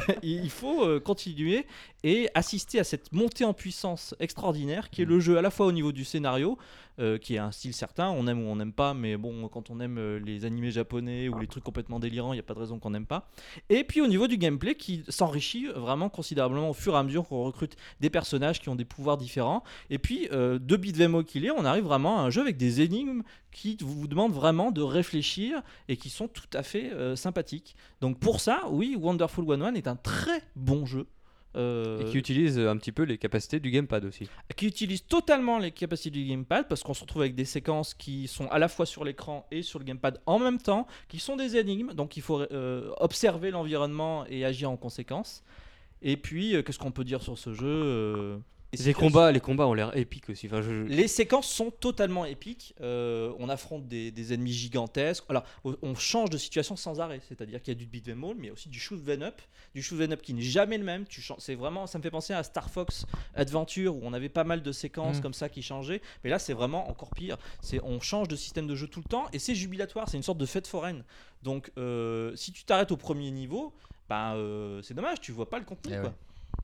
Speaker 3: faut continuer et assister à cette montée en puissance extraordinaire qui est le jeu à la fois au niveau du scénario, qui est un style certain, on aime ou on n'aime pas, mais bon, quand on aime les animés japonais ou les trucs complètement délirants, il n'y a pas de raison qu'on n'aime pas. Et puis au niveau du gameplay qui s'enrichit vraiment considérablement au fur et à mesure qu'on recrute des personnages qui ont des pouvoirs différents. Et puis, de beat'em up qu'il est, on arrive vraiment à un jeu avec des énigmes qui vous demandent vraiment de réfléchir et qui sont tout à fait sympathiques. Donc pour ça, oui, Wonderful 101 est un très bon jeu.
Speaker 2: Et qui utilise un petit peu les capacités du gamepad aussi.
Speaker 3: Qui utilise totalement les capacités du gamepad parce qu'on se retrouve avec des séquences qui sont à la fois sur l'écran et sur le gamepad en même temps, qui sont des énigmes, donc il faut observer l'environnement et agir en conséquence. Et puis, qu'est-ce qu'on peut dire sur ce jeu
Speaker 2: Les combats ont l'air épiques aussi. Enfin,
Speaker 3: Les séquences sont totalement épiques. On affronte des ennemis gigantesques. Alors, on change de situation sans arrêt. C'est-à-dire qu'il y a du beat'em all, mais aussi du shoot'em up. Du shoot'em up qui n'est jamais le même. C'est vraiment, ça me fait penser à Star Fox Adventure où on avait pas mal de séquences comme ça qui changeaient. Mais là, c'est vraiment encore pire. On change de système de jeu tout le temps et c'est jubilatoire. C'est une sorte de fête foraine. Donc, si tu t'arrêtes au premier niveau, c'est dommage. Tu vois pas le contenu, quoi.
Speaker 5: Ouais.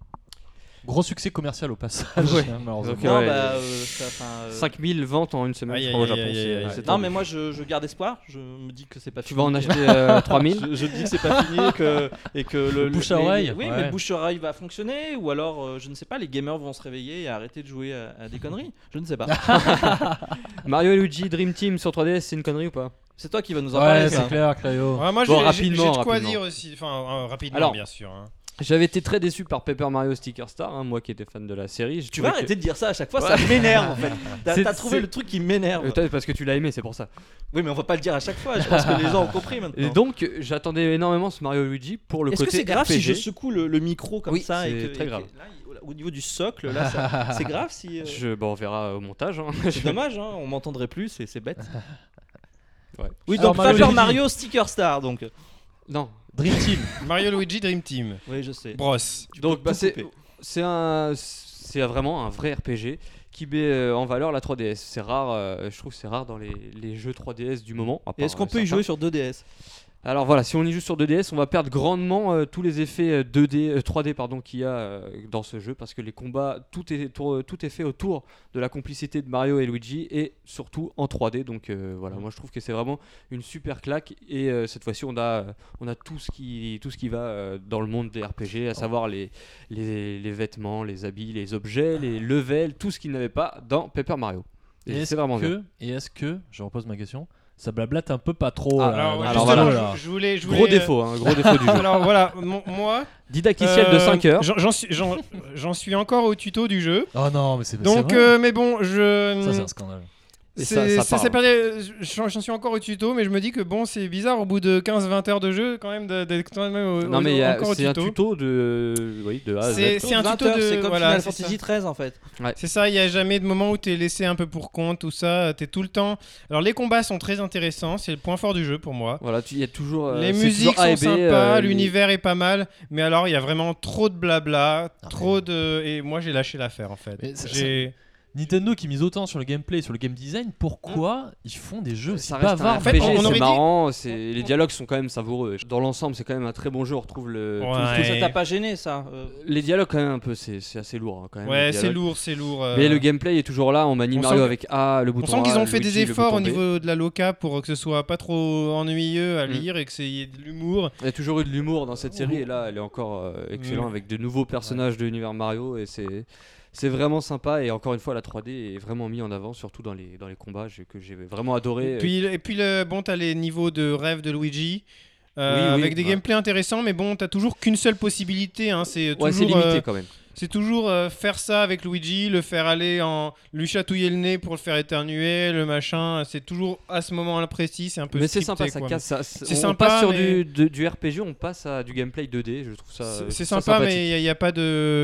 Speaker 5: Gros succès commercial au passage.
Speaker 2: Ouais.
Speaker 5: Malheureusement.
Speaker 2: Donc,
Speaker 3: Non,
Speaker 2: ouais, 5000 ventes en une semaine,
Speaker 4: Aïe,
Speaker 2: je crois, au
Speaker 4: aïe,
Speaker 2: Japon.
Speaker 4: aïe, aïe, aïe.
Speaker 2: C'est
Speaker 3: Non,
Speaker 2: tendu.
Speaker 3: mais moi je garde espoir. Je me dis que c'est pas
Speaker 2: Tu
Speaker 3: fini.
Speaker 2: vas en acheter 3000.
Speaker 3: Je dis que c'est pas fini et que le
Speaker 5: bouche à oreille.
Speaker 3: Oui,
Speaker 5: Ouais.
Speaker 3: mais le bouche à oreille va fonctionner ou alors je ne sais pas, les gamers vont se réveiller et arrêter de jouer à des conneries. Je ne sais pas.
Speaker 2: Mario et Luigi Dream Team sur 3DS, c'est une connerie ou pas?
Speaker 3: C'est toi qui vas nous en parler.
Speaker 5: Ouais,
Speaker 3: ça.
Speaker 5: c'est clair, Cléo.
Speaker 4: Ouais, moi,
Speaker 2: Bon,
Speaker 4: j'ai
Speaker 2: rapidement,
Speaker 4: de quoi
Speaker 2: rapidement.
Speaker 4: dire aussi. Enfin, rapidement,
Speaker 2: Alors,
Speaker 4: bien sûr. Hein.
Speaker 2: J'avais été très déçu par Paper Mario Sticker Star, hein, moi qui étais fan de la série. Je
Speaker 3: Tu vas
Speaker 2: trouvais
Speaker 3: arrêter de dire ça à chaque fois, ça m'énerve en fait.
Speaker 2: C'est-
Speaker 3: T'as trouvé
Speaker 2: c'est-
Speaker 3: le truc qui m'énerve.
Speaker 2: Peut-être parce que tu l'as aimé, c'est pour ça.
Speaker 3: Oui, mais on va pas le dire à chaque fois. Je pense que les gens ont compris maintenant.
Speaker 2: Et donc, j'attendais énormément ce Mario et Luigi pour le
Speaker 3: Est-ce
Speaker 2: côté
Speaker 3: que c'est grave
Speaker 2: RPG.
Speaker 3: si je secoue le micro comme
Speaker 2: Oui,
Speaker 3: ça
Speaker 2: c'est
Speaker 3: et que,
Speaker 2: très
Speaker 3: et que-
Speaker 2: grave.
Speaker 3: là, au niveau du socle, là, c'est grave si.
Speaker 2: On verra au montage. hein.
Speaker 3: C'est dommage, hein, on m'entendrait plus, c'est bête.
Speaker 2: Ouais.
Speaker 3: Oui,
Speaker 5: Alors,
Speaker 3: donc
Speaker 5: Mario
Speaker 3: Paper
Speaker 5: Luigi.
Speaker 3: Mario Sticker Star, donc.
Speaker 2: Non.
Speaker 5: Dream Team.
Speaker 4: Mario Luigi Dream Team.
Speaker 3: Oui, je sais.
Speaker 4: Bros.
Speaker 2: Donc,
Speaker 3: peux tout
Speaker 2: c'est
Speaker 3: couper.
Speaker 2: c'est vraiment un vrai RPG qui met en valeur la 3DS. C'est rare, je trouve que c'est rare dans les jeux 3DS du moment. à
Speaker 3: Et
Speaker 2: part,
Speaker 3: est-ce qu'on peut y
Speaker 2: certains.
Speaker 3: jouer sur 2DS?
Speaker 2: Alors voilà, si on y joue sur 2DS, on va perdre grandement tous les effets 3D qu'il y a dans ce jeu parce que les combats, tout est fait autour de la complicité de Mario et Luigi et surtout en 3D. Donc voilà, moi je trouve que c'est vraiment une super claque et cette fois-ci on a tout ce qui va dans le monde des RPG, à savoir les vêtements, les habits, les objets, les levels, tout ce qu'il n'avait pas dans Paper Mario. Et c'est vraiment bien.
Speaker 5: Et est-ce que, je repose ma question, ça blablate un peu pas trop.
Speaker 2: Ah,
Speaker 5: là.
Speaker 4: Alors,
Speaker 2: alors
Speaker 4: justement,
Speaker 2: voilà.
Speaker 4: je voulais...
Speaker 2: Gros défaut, gros défaut du jeu.
Speaker 4: Alors voilà, moi...
Speaker 2: Didacticiel de 5 heures.
Speaker 4: J'en suis encore au tuto du jeu.
Speaker 5: Oh non, mais c'est
Speaker 4: Donc,
Speaker 5: vrai.
Speaker 4: mais bon,
Speaker 5: Ça, c'est un scandale.
Speaker 2: Et ça part,
Speaker 4: J'en suis encore au tuto, mais je me dis que bon, c'est bizarre au bout de 15-20 heures de jeu quand même d'être quand même
Speaker 2: Non mais
Speaker 4: encore au
Speaker 2: c'est un
Speaker 4: tuto.
Speaker 2: tuto de A à Z.
Speaker 4: C'est un
Speaker 3: 20
Speaker 4: tuto
Speaker 3: heures,
Speaker 4: de...
Speaker 3: c'est comme
Speaker 4: voilà,
Speaker 3: Final
Speaker 4: c'est
Speaker 3: Fantasy XIII en fait.
Speaker 4: C'est ça, il n'y a jamais de moment où tu es laissé un peu pour compte, tout ça, tu es tout le temps... Alors les combats sont très intéressants, c'est le point fort du jeu pour moi.
Speaker 2: Voilà, il y a toujours
Speaker 4: Les
Speaker 2: c'est
Speaker 4: musiques
Speaker 2: toujours A et
Speaker 4: sont
Speaker 2: B,
Speaker 4: sympas, l'univers est pas mal, mais alors il y a vraiment trop de blabla, trop de... Et moi j'ai lâché l'affaire en fait.
Speaker 5: Mais ça- Nintendo qui mise autant sur le gameplay et sur le game design, pourquoi ils font des jeux aussi
Speaker 2: ça reste un
Speaker 5: bavards?
Speaker 4: En fait,
Speaker 2: RPG,
Speaker 4: on aurait
Speaker 2: c'est
Speaker 4: dit-
Speaker 2: marrant, les dialogues sont quand même savoureux. Dans l'ensemble, c'est quand même un très bon jeu. On retrouve le
Speaker 4: Ouais.
Speaker 3: Tout ça t'a pas gêné ça
Speaker 2: les dialogues quand même un peu, c'est assez lourd quand même.
Speaker 4: Ouais,
Speaker 2: les
Speaker 4: c'est
Speaker 2: dialogues.
Speaker 4: lourd.
Speaker 2: Mais le gameplay est toujours là. On manie
Speaker 4: on
Speaker 2: Mario
Speaker 4: sent-
Speaker 2: avec A, le
Speaker 4: On
Speaker 2: bouton
Speaker 4: sent qu'ils
Speaker 2: A,
Speaker 4: ont fait
Speaker 2: Luigi,
Speaker 4: des
Speaker 2: le
Speaker 4: efforts au
Speaker 2: bouton B.
Speaker 4: niveau de la loca pour que ce soit pas trop ennuyeux à lire et qu'il y ait de l'humour.
Speaker 2: Il y a toujours eu de l'humour dans cette série et là, elle est encore excellente
Speaker 4: Mm.
Speaker 2: avec de nouveaux personnages de l'univers Mario et c'est vraiment sympa et encore une fois la 3D est vraiment mise en avant surtout dans les combats que j'ai vraiment adoré.
Speaker 4: Et puis bon, t'as les niveaux de rêve de Luigi.
Speaker 2: Oui,
Speaker 4: avec des
Speaker 2: ouais.
Speaker 4: gameplays intéressants, mais bon, t'as toujours qu'une seule possibilité. Hein, c'est
Speaker 2: Ouais, c'est
Speaker 4: toujours,
Speaker 2: limité quand même.
Speaker 4: c'est toujours faire ça avec Luigi, le faire aller lui chatouiller le nez pour le faire éternuer, le machin. C'est toujours à ce moment-là précis, c'est un peu
Speaker 2: Mais c'est
Speaker 4: scripté,
Speaker 2: sympa, ça
Speaker 4: quoi.
Speaker 2: casse.
Speaker 4: C'est
Speaker 2: On
Speaker 4: sympa,
Speaker 2: passe sur
Speaker 4: mais-
Speaker 2: du RPG, on passe à du gameplay 2D. Je trouve ça.
Speaker 4: C'est
Speaker 2: ça
Speaker 4: sympa,
Speaker 2: sympathique.
Speaker 4: mais il y a pas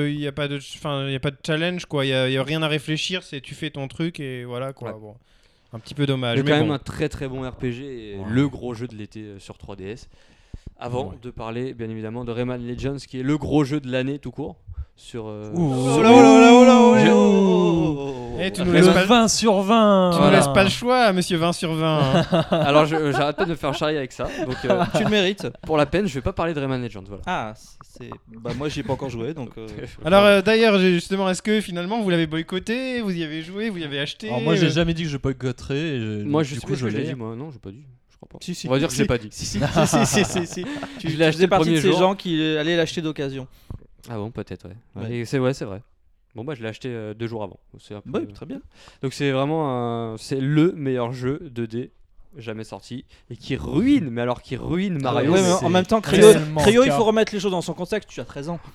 Speaker 4: de challenge, quoi. Il y a rien à réfléchir. C'est tu fais ton truc et voilà, quoi.
Speaker 2: Ouais.
Speaker 4: Bon, un petit peu dommage.
Speaker 2: Mais
Speaker 4: Mais
Speaker 2: quand même
Speaker 4: bon.
Speaker 2: un très très bon RPG et
Speaker 5: Ouais.
Speaker 2: le gros jeu de l'été sur 3DS. Avant
Speaker 5: Ouais.
Speaker 2: de parler bien évidemment de Rayman Legends qui est le gros jeu de l'année tout court sur.
Speaker 3: Oh là, oh là, oh là, oh là,
Speaker 2: Je-
Speaker 3: oh là.
Speaker 4: Eh, tu
Speaker 2: Le
Speaker 4: nous
Speaker 5: Le
Speaker 4: laisses pas,
Speaker 5: 20 sur 20
Speaker 4: tu nous
Speaker 2: Voilà.
Speaker 4: laisses pas le choix, monsieur 20 sur 20. hein.
Speaker 2: Alors j'arrête pas de me faire charrier avec ça. Donc
Speaker 3: Tu le mérites.
Speaker 2: pour la peine, je vais pas parler de Rayman Legends. Voilà.
Speaker 3: Ah, bah moi j'y ai pas encore joué donc.
Speaker 4: Alors d'ailleurs, justement, est-ce que finalement vous l'avez boycotté, vous y avez joué, vous y avez acheté
Speaker 5: Alors moi j'ai jamais dit que je boycotterais.
Speaker 2: Moi
Speaker 5: du
Speaker 2: je
Speaker 5: coup
Speaker 2: sais que je l'ai
Speaker 5: l'ai.
Speaker 2: dit moi. Non, j'ai pas dit. Je crois pas.
Speaker 3: Si, si.
Speaker 2: On va dire que je l'ai pas dit.
Speaker 3: Si. Tu
Speaker 2: Je l'ai acheté
Speaker 3: faisais
Speaker 2: le
Speaker 3: partie de
Speaker 2: premier
Speaker 3: ces
Speaker 2: jour.
Speaker 3: gens qui allaient l'acheter d'occasion.
Speaker 2: Ah bon, peut-être, ouais.
Speaker 3: Ouais.
Speaker 2: Et c'est vrai. Bon, bah, je l'ai acheté 2 jours avant. C'est un peu-
Speaker 3: Oui, très bien.
Speaker 2: Donc, c'est vraiment c'est le meilleur jeu 2D jamais sorti et qui ruine, mais alors qui ruine Mario.
Speaker 3: Ouais, mais
Speaker 5: c'est
Speaker 3: en même temps,
Speaker 5: tellement
Speaker 3: Cryo,
Speaker 5: le
Speaker 3: il
Speaker 5: cas.
Speaker 3: faut remettre les choses dans son contexte. Tu as 13 ans.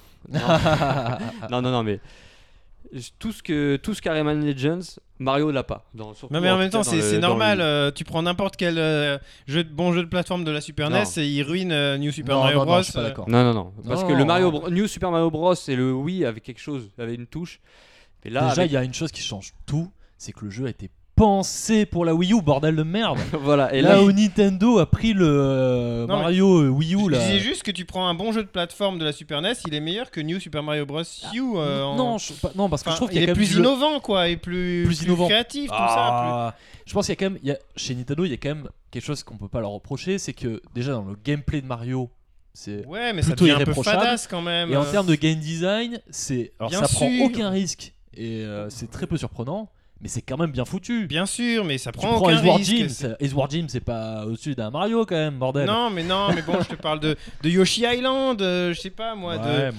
Speaker 2: Non, mais tout ce qu'a Rayman Legends, Mario l'a pas. Surtout
Speaker 4: Non mais en même
Speaker 2: tout
Speaker 4: temps
Speaker 2: cas, dans
Speaker 4: c'est
Speaker 2: le- dans
Speaker 4: normal,
Speaker 2: le-
Speaker 4: tu prends n'importe quel bon jeu de plateforme de la Super
Speaker 2: Non.
Speaker 4: NES et il ruine New Super
Speaker 5: Non,
Speaker 4: Mario
Speaker 5: non,
Speaker 4: Bros.
Speaker 5: non, je suis pas d'accord.
Speaker 2: Non, parce que
Speaker 5: Non.
Speaker 2: le New Super Mario Bros et le Wii avaient quelque chose, avaient une touche. Et là,
Speaker 5: Déjà,
Speaker 2: avec-
Speaker 5: il y a une chose qui change tout, c'est que le jeu a été pensé pour la Wii U, bordel de merde.
Speaker 2: voilà. Et
Speaker 5: là
Speaker 2: là,
Speaker 5: où Nintendo a pris le
Speaker 4: Non, mais-
Speaker 5: Mario Wii U
Speaker 4: Je
Speaker 5: là.
Speaker 4: disais juste que tu prends un bon jeu de plateforme de la Super NES, il est meilleur que New Super Mario Bros. U.
Speaker 5: Non, non, parce que je trouve qu'il y
Speaker 4: il
Speaker 5: a
Speaker 4: est
Speaker 5: quand même
Speaker 4: plus
Speaker 5: du-
Speaker 4: innovant quoi, et plus
Speaker 5: innovant.
Speaker 4: créatif, tout ça.
Speaker 5: Ah, je pense qu'il y a quand même, chez Nintendo, il y a quand même quelque chose qu'on peut pas leur reprocher, c'est que déjà dans le gameplay de Mario, c'est
Speaker 4: Ouais, mais ça
Speaker 5: plutôt
Speaker 4: devient un peu
Speaker 5: irréprochable.
Speaker 4: fadasse quand même.
Speaker 5: et en termes de game design, alors
Speaker 4: Bien
Speaker 5: ça prend
Speaker 4: sûr.
Speaker 5: aucun risque et c'est très peu surprenant, mais c'est quand même bien foutu.
Speaker 4: Bien sûr, mais ça
Speaker 5: Tu
Speaker 4: prend
Speaker 5: prends
Speaker 4: aucun
Speaker 5: Edward
Speaker 4: risque.
Speaker 5: Jim, Edward Jim, c'est pas au-dessus d'un Mario quand même, bordel.
Speaker 4: Non, mais bon, je te parle de Yoshi Island, je sais pas moi,
Speaker 5: ouais.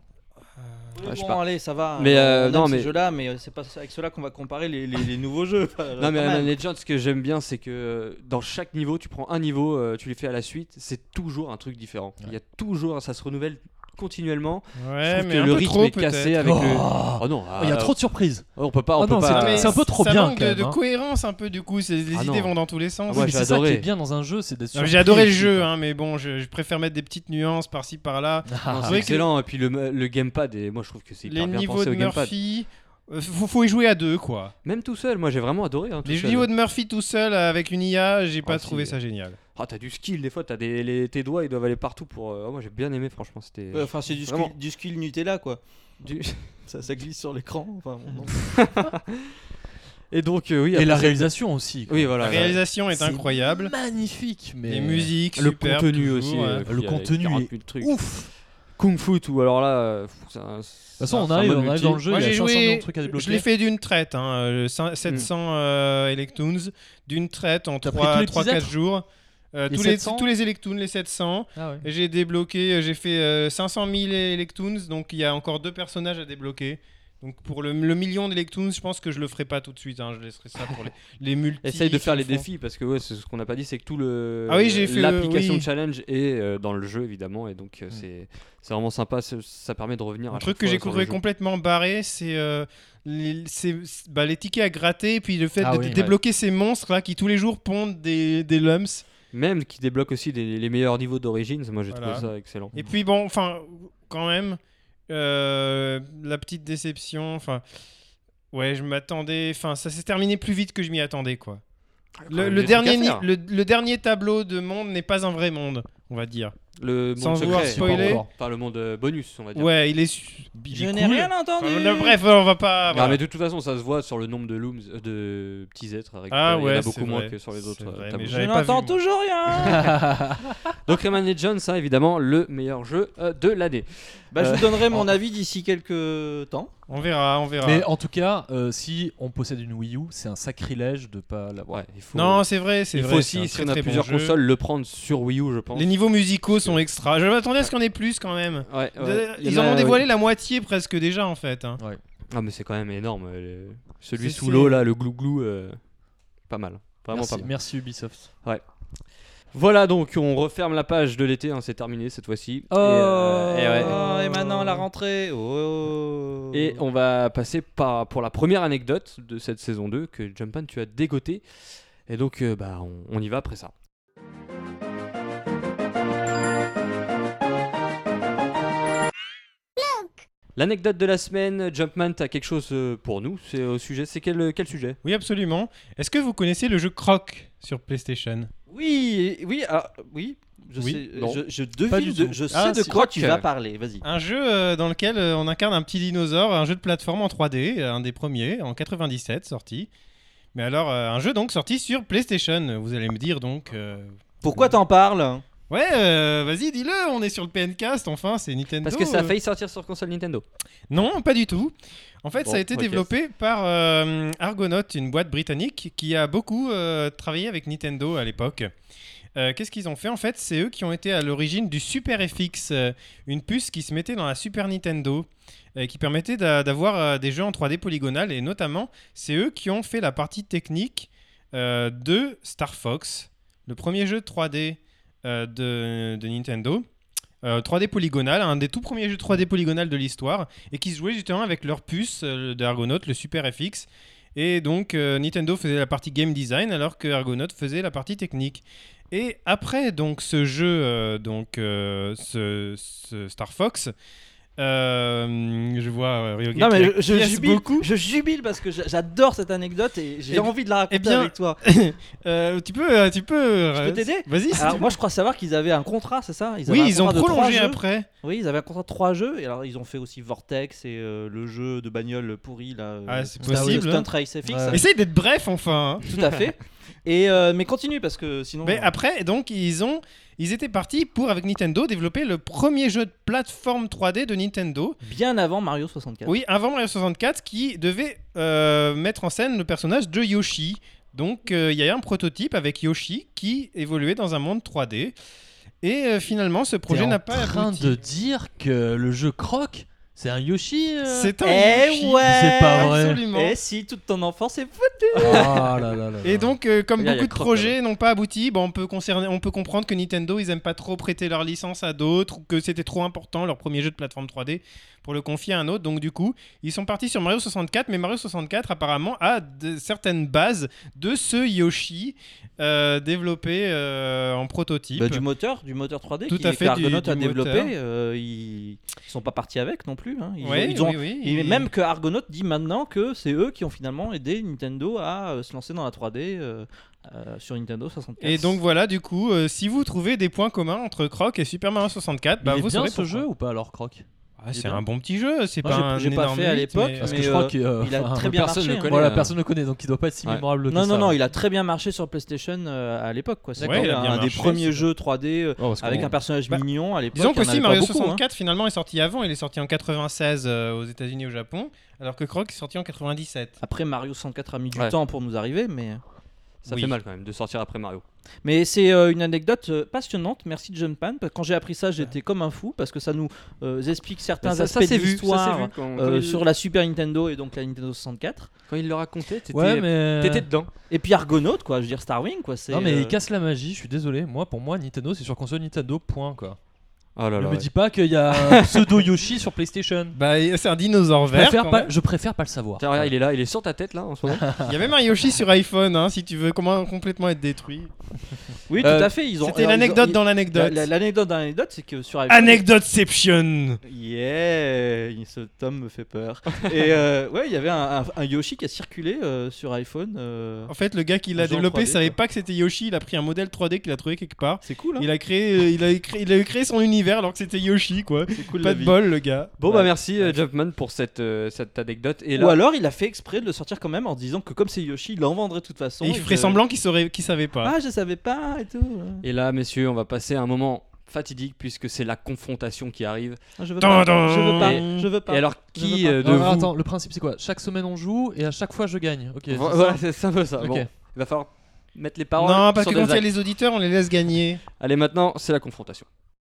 Speaker 2: je sais
Speaker 3: Bon,
Speaker 2: pas.
Speaker 3: allez, ça va.
Speaker 2: Mais,
Speaker 3: on aime
Speaker 2: non,
Speaker 3: ces
Speaker 2: mais-
Speaker 3: jeux-là, mais c'est pas avec ceux-là qu'on va comparer les nouveaux jeux.
Speaker 2: Non mais
Speaker 3: Quand
Speaker 2: Rayman
Speaker 3: même.
Speaker 2: Legends, ce que j'aime bien, c'est que dans chaque niveau, tu prends un niveau, tu les fais à la suite, c'est toujours un truc différent. Il y a toujours, ça se renouvelle continuellement. Je
Speaker 4: Ouais,
Speaker 2: trouve
Speaker 4: mais
Speaker 2: que
Speaker 4: un
Speaker 2: le
Speaker 4: peu
Speaker 2: rythme
Speaker 4: trop
Speaker 2: est cassé
Speaker 4: peut-être.
Speaker 2: avec le.
Speaker 5: Oh,
Speaker 2: Oh non,
Speaker 5: il y a trop de surprises.
Speaker 2: on peut pas,
Speaker 5: Ah non,
Speaker 2: pas.
Speaker 5: c'est un peu trop
Speaker 4: ça
Speaker 5: bien,
Speaker 4: manque
Speaker 5: quand même,
Speaker 4: de
Speaker 5: hein.
Speaker 4: cohérence un peu du coup, les
Speaker 2: Ah
Speaker 4: idées
Speaker 2: non.
Speaker 4: vont dans tous les sens.
Speaker 2: Ah, moi,
Speaker 5: mais
Speaker 2: j'ai
Speaker 5: c'est ça qui
Speaker 2: adoré.
Speaker 5: est bien dans un jeu, c'est d'être
Speaker 4: Non, mais
Speaker 5: surpris
Speaker 4: j'ai adoré le
Speaker 5: aussi,
Speaker 4: jeu,
Speaker 5: quoi.
Speaker 4: hein, mais bon, je préfère mettre des petites nuances par-ci par-là.
Speaker 2: Non,
Speaker 5: Ah,
Speaker 2: c'est
Speaker 4: vrai que-
Speaker 2: excellent. Et puis le gamepad, et moi je trouve que c'est
Speaker 4: Les
Speaker 2: hyper bien
Speaker 4: niveaux
Speaker 2: pensé
Speaker 4: de
Speaker 2: au gamepad.
Speaker 4: Murphy, faut y jouer à deux quoi.
Speaker 2: Même tout seul, moi j'ai vraiment adoré. Hein, tout
Speaker 4: Les
Speaker 2: seul.
Speaker 4: niveaux de Murphy tout seul avec une IA, j'ai pas
Speaker 2: Ah,
Speaker 4: trouvé
Speaker 2: si.
Speaker 4: ça génial.
Speaker 2: Ah, t'as du skill, des fois, tes doigts ils doivent aller partout pour. Oh, moi j'ai bien aimé, franchement. C'était.
Speaker 3: Ouais, enfin, c'est
Speaker 2: Vraiment.
Speaker 3: du skill Nutella quoi.
Speaker 2: du-
Speaker 3: Ça glisse sur l'écran. Enfin, bon, non.
Speaker 2: Et donc, oui.
Speaker 5: Et
Speaker 2: après,
Speaker 5: la
Speaker 2: c'est-
Speaker 5: réalisation aussi. quoi.
Speaker 2: Oui, voilà.
Speaker 4: La réalisation est
Speaker 5: C'est
Speaker 4: incroyable.
Speaker 5: magnifique, mais
Speaker 4: Les musiques,
Speaker 2: Le
Speaker 4: super,
Speaker 2: contenu
Speaker 4: toujours,
Speaker 2: aussi.
Speaker 4: ouais.
Speaker 5: Le contenu est ouf.
Speaker 2: Kung Fu, tout. Alors là, de
Speaker 5: De toute façon, on arrive dans le jeu,
Speaker 4: Moi
Speaker 5: il y a
Speaker 4: j'ai
Speaker 5: 500 millions
Speaker 4: joué,
Speaker 5: de trucs à débloquer.
Speaker 4: je l'ai fait d'une traite, 700 Electoons, d'une traite en
Speaker 5: T'as pris tous les petits
Speaker 4: 3-4
Speaker 5: êtres
Speaker 4: jours.
Speaker 5: Les
Speaker 4: tous
Speaker 5: 700?
Speaker 4: tous les Electoons, les 700.
Speaker 5: Ah ouais.
Speaker 4: Et j'ai débloqué, j'ai fait 500 000 Electoons, donc il y a encore 2 personnages à débloquer. Donc pour le million d'Electoons, je pense que je le ferai pas tout de suite. Je laisserai ça pour les multi.
Speaker 2: Essaye de faire les
Speaker 4: qui font.
Speaker 2: défis parce que c'est ce qu'on n'a pas dit, c'est que tout
Speaker 4: j'ai fait
Speaker 2: l'application
Speaker 4: oui.
Speaker 2: challenge est dans le jeu évidemment et donc c'est vraiment sympa. Ça permet de revenir.
Speaker 4: Un truc que j'ai trouvé complètement barré, c'est les tickets à gratter et puis le fait de débloquer ces monstres là qui tous les jours pondent des lumps.
Speaker 2: Même qui débloque aussi les meilleurs niveaux d'origine. Moi j'ai trouvé ça excellent.
Speaker 4: Et puis bon, enfin quand même. La petite déception, enfin, je m'attendais, enfin, ça s'est terminé plus vite que je m'y attendais, quoi. Le dernier tableau de monde n'est pas un vrai monde, on va dire.
Speaker 2: Le monde
Speaker 4: sans
Speaker 2: secret,
Speaker 4: vouloir spoiler.
Speaker 2: Enfin, le monde bonus, on va dire.
Speaker 4: Ouais, il est.
Speaker 3: Je n'ai rien entendu.
Speaker 4: Bref, on va pas.
Speaker 2: Non, mais de toute façon, ça se voit sur le nombre de looms, de petits êtres à récupérer. Il y en a beaucoup moins que sur les autres tableaux.
Speaker 3: Je n'entends toujours rien.
Speaker 2: Donc Rayman Legends, ça évidemment le meilleur jeu de l'année.
Speaker 3: Je vous donnerai mon avis d'ici quelques temps.
Speaker 4: On verra.
Speaker 5: Mais en tout cas, si on possède une Wii U, c'est un sacrilège de pas l'avoir.
Speaker 4: Non, c'est vrai.
Speaker 2: Il faut aussi, si on a plusieurs consoles, le prendre sur Wii U, je pense.
Speaker 4: Les niveaux musicaux sont extra. Je m'attendais à ce qu'on ait plus quand même. Ils en ont dévoilé la moitié presque déjà en fait.
Speaker 2: Ah mais c'est quand même énorme. Celui sous l'eau là, le glou-glou, pas mal. Vraiment pas mal.
Speaker 5: Merci Ubisoft.
Speaker 2: Ouais. Voilà, donc on referme la page de l'été, c'est terminé cette fois-ci.
Speaker 3: Et maintenant la rentrée.
Speaker 2: Et on va passer pour la première anecdote de cette saison 2 que Jumpman tu as dégoté. Et donc on y va après ça. L'anecdote de la semaine, Jumpman, t'as quelque chose pour nous, c'est au sujet, c'est quel sujet ?
Speaker 4: Oui, absolument. Est-ce que vous connaissez le jeu Croc sur PlayStation ?
Speaker 3: Oui. Je sais de quoi tu vas parler, vas-y.
Speaker 4: Un jeu dans lequel on incarne un petit dinosaure, un jeu de plateforme en 3D, un des premiers, en 97 sorti. Mais alors, un jeu donc sorti sur PlayStation, vous allez me dire donc...
Speaker 3: Pourquoi t'en parles ?
Speaker 4: Ouais, vas-y, dis-le, on est sur le PNcast, enfin, c'est Nintendo.
Speaker 2: Parce que ça a failli sortir sur console Nintendo.
Speaker 4: Non, pas du tout. En fait, ça a été développé par Argonaut, une boîte britannique qui a beaucoup travaillé avec Nintendo à l'époque. Qu'est-ce qu'ils ont fait ? En fait, c'est eux qui ont été à l'origine du Super FX, une puce qui se mettait dans la Super Nintendo, qui permettait d'avoir des jeux en 3D polygonal, et notamment, c'est eux qui ont fait la partie technique de Star Fox, le premier jeu 3D de Nintendo. 3D polygonal, un des tout premiers jeux 3D polygonal de l'histoire, et qui se jouait justement avec leur puce de Argonaut, le Super FX. Et donc Nintendo faisait la partie game design alors que Argonaut faisait la partie technique. Et après donc ce jeu, ce Star Fox, je vois Ryoga.
Speaker 3: Non mais je jubile parce que j'adore cette anecdote et j'ai envie de la raconter avec toi.
Speaker 4: Tu peux. Je
Speaker 3: peux t'aider ?
Speaker 4: Vas-y.
Speaker 3: Alors moi je crois savoir qu'ils avaient un contrat, c'est ça ?
Speaker 4: Ils ont prolongé après.
Speaker 3: Oui, ils avaient un contrat de 3 jeux et alors ils ont fait aussi Vortex et le jeu de bagnole pourri là.
Speaker 4: C'est possible.
Speaker 3: Stunt Race FX.
Speaker 4: Ouais. Essaye d'être bref enfin.
Speaker 3: Tout à fait. Et mais continue parce que sinon.
Speaker 4: Mais après donc ils étaient partis pour, avec Nintendo, développer le premier jeu de plateforme 3D de Nintendo.
Speaker 3: Bien avant Mario 64.
Speaker 4: Oui, avant Mario 64, qui devait mettre en scène le personnage de Yoshi. Donc, il y a un prototype avec Yoshi qui évoluait dans un monde 3D. Et finalement, ce projet n'a pas abouti.
Speaker 5: T'es en train de dire que le jeu Croc, c'est un Yoshi
Speaker 4: C'est un Yoshi.
Speaker 3: Ouais,
Speaker 5: c'est pas vrai.
Speaker 4: Absolument.
Speaker 3: Et si toute ton enfance est foutue.
Speaker 5: Oh là là.
Speaker 4: Et donc, comme
Speaker 2: Il y a
Speaker 4: beaucoup de
Speaker 2: Croc,
Speaker 4: projets n'ont pas abouti, on peut comprendre que Nintendo, ils aiment pas trop prêter leur licence à d'autres, ou que c'était trop important, leur premier jeu de plateforme 3D, pour le confier à un autre. Donc du coup, ils sont partis sur Mario 64, mais Mario 64 apparemment a certaines bases de ce Yoshi développé en prototype.
Speaker 3: Du moteur 3D
Speaker 4: Tout à fait,
Speaker 3: qu'Argonaut a
Speaker 4: du
Speaker 3: développé.
Speaker 4: moteur.
Speaker 3: Ils sont pas partis avec non plus. Hein.
Speaker 4: Oui.
Speaker 3: Et même que Argonaut dit maintenant que c'est eux qui ont finalement aidé Nintendo à se lancer dans la 3D sur Nintendo 64.
Speaker 4: Et donc voilà, du coup, si vous trouvez des points communs entre Croc et Super Mario 64,
Speaker 5: il est
Speaker 4: vous
Speaker 5: bien
Speaker 4: saurez
Speaker 5: ce
Speaker 4: pourquoi.
Speaker 5: jeu ou pas alors Croc ?
Speaker 4: C'est un bon petit jeu, c'est
Speaker 3: Moi,
Speaker 4: pas un
Speaker 3: j'ai pas
Speaker 4: énorme
Speaker 3: fait à
Speaker 4: hit,
Speaker 3: l'époque,
Speaker 4: mais-
Speaker 5: Parce que
Speaker 3: mais
Speaker 5: je crois qu'il
Speaker 3: il a très bien
Speaker 2: personne
Speaker 3: marché.
Speaker 2: ne
Speaker 3: hein.
Speaker 2: connaît.
Speaker 5: voilà, personne ne connaît, donc il doit pas être si
Speaker 2: Ouais.
Speaker 5: mémorable que ça.
Speaker 3: Non, il a très bien marché sur PlayStation à l'époque. Quoi. C'était
Speaker 4: Ouais, il a bien
Speaker 3: un des
Speaker 4: marché,
Speaker 3: premiers
Speaker 4: c'est
Speaker 3: jeux 3D
Speaker 5: parce
Speaker 3: avec
Speaker 5: qu'on-
Speaker 3: un personnage mignon à l'époque.
Speaker 4: Disons
Speaker 3: il y en
Speaker 4: qu'aussi
Speaker 3: avait pas
Speaker 4: Mario
Speaker 3: beaucoup,
Speaker 4: 64 finalement est sorti avant, il est sorti en 96 aux États-Unis et au Japon, alors que Croc est sorti en 97.
Speaker 3: Après Mario 64 a mis du
Speaker 2: Ouais.
Speaker 3: temps pour nous arriver, mais
Speaker 2: Ça
Speaker 4: Oui.
Speaker 2: fait mal quand même de sortir après Mario.
Speaker 3: Mais c'est une anecdote passionnante. Merci Jumpman. Quand j'ai appris ça, j'étais comme un fou parce que ça nous explique certains
Speaker 2: Ça
Speaker 3: aspects de
Speaker 2: s'est vu,
Speaker 3: l'histoire
Speaker 2: quand il-
Speaker 3: sur la Super Nintendo et donc la Nintendo 64.
Speaker 2: Quand il le racontait,
Speaker 5: Ouais, mais.
Speaker 2: t'étais dedans.
Speaker 3: Et puis Argonaut, quoi. Je veux dire Star Wing, quoi. C'est,
Speaker 5: Non, mais il casse la magie, je suis désolé. Pour moi, Nintendo, c'est sur console Nintendo, point quoi.
Speaker 2: Oh là
Speaker 5: Ne
Speaker 2: là.
Speaker 5: me dis pas qu'il y a un pseudo Yoshi sur PlayStation.
Speaker 4: Bah, c'est un dinosaure vert. quand même.
Speaker 5: Je préfère pas le savoir.
Speaker 2: Tiens, regarde, il est là, il est sur ta tête là en ce moment.
Speaker 4: Il y a même un Yoshi sur iPhone, hein, si tu veux complètement être détruit.
Speaker 3: Oui, tout à fait. Ils ont.
Speaker 4: C'était
Speaker 3: alors,
Speaker 4: l'anecdote
Speaker 3: ils ont-
Speaker 4: dans l'anecdote.
Speaker 3: L'anecdote dans l'anecdote, c'est que sur iPhone.
Speaker 4: Anecdoteception.
Speaker 3: Yeah, ce tome me fait peur. Et ouais, il y avait un Yoshi qui a circulé sur iPhone.
Speaker 4: En fait, le gars qui l'a
Speaker 3: Un jeu en
Speaker 4: développé
Speaker 3: 3D,
Speaker 4: savait
Speaker 3: quoi.
Speaker 4: pas que c'était Yoshi. Il a pris un modèle 3D qu'il a trouvé quelque part.
Speaker 3: C'est cool, hein.
Speaker 4: Il a créé son univers alors que c'était Yoshi, quoi.
Speaker 3: C'est cool
Speaker 4: Pas
Speaker 3: la
Speaker 4: de
Speaker 3: vie.
Speaker 4: bol, le gars.
Speaker 2: Bon
Speaker 3: Ouais.
Speaker 2: bah merci Jumpman pour cette anecdote. Et là,
Speaker 3: Ou alors il a fait exprès de le sortir quand même en disant que comme c'est Yoshi, il en vendrait de toute façon.
Speaker 4: Et il ferait semblant qu'il savait pas.
Speaker 3: Ah, je savais pas et tout.
Speaker 2: et là, messieurs, on va passer un moment fatidique puisque c'est la confrontation qui arrive.
Speaker 3: Ah, je veux
Speaker 4: Dun,
Speaker 3: pas.
Speaker 4: dun.
Speaker 3: Je veux pas.
Speaker 2: Et-
Speaker 3: Je veux pas.
Speaker 2: Et alors,
Speaker 3: Je
Speaker 2: qui
Speaker 3: veux
Speaker 2: de
Speaker 5: Alors,
Speaker 2: vous
Speaker 5: attends, le principe c'est quoi? Chaque semaine on joue et à chaque fois je gagne. Ok. c'est ça
Speaker 2: Voilà, c'est un peu ça.
Speaker 5: Ok.
Speaker 2: Bon, il va falloir mettre les paroles.
Speaker 4: Non, parce
Speaker 2: sur
Speaker 4: que
Speaker 2: des
Speaker 4: quand il y a
Speaker 2: actes.
Speaker 4: les auditeurs, on les laisse gagner.
Speaker 2: Allez, maintenant, c'est la confrontation.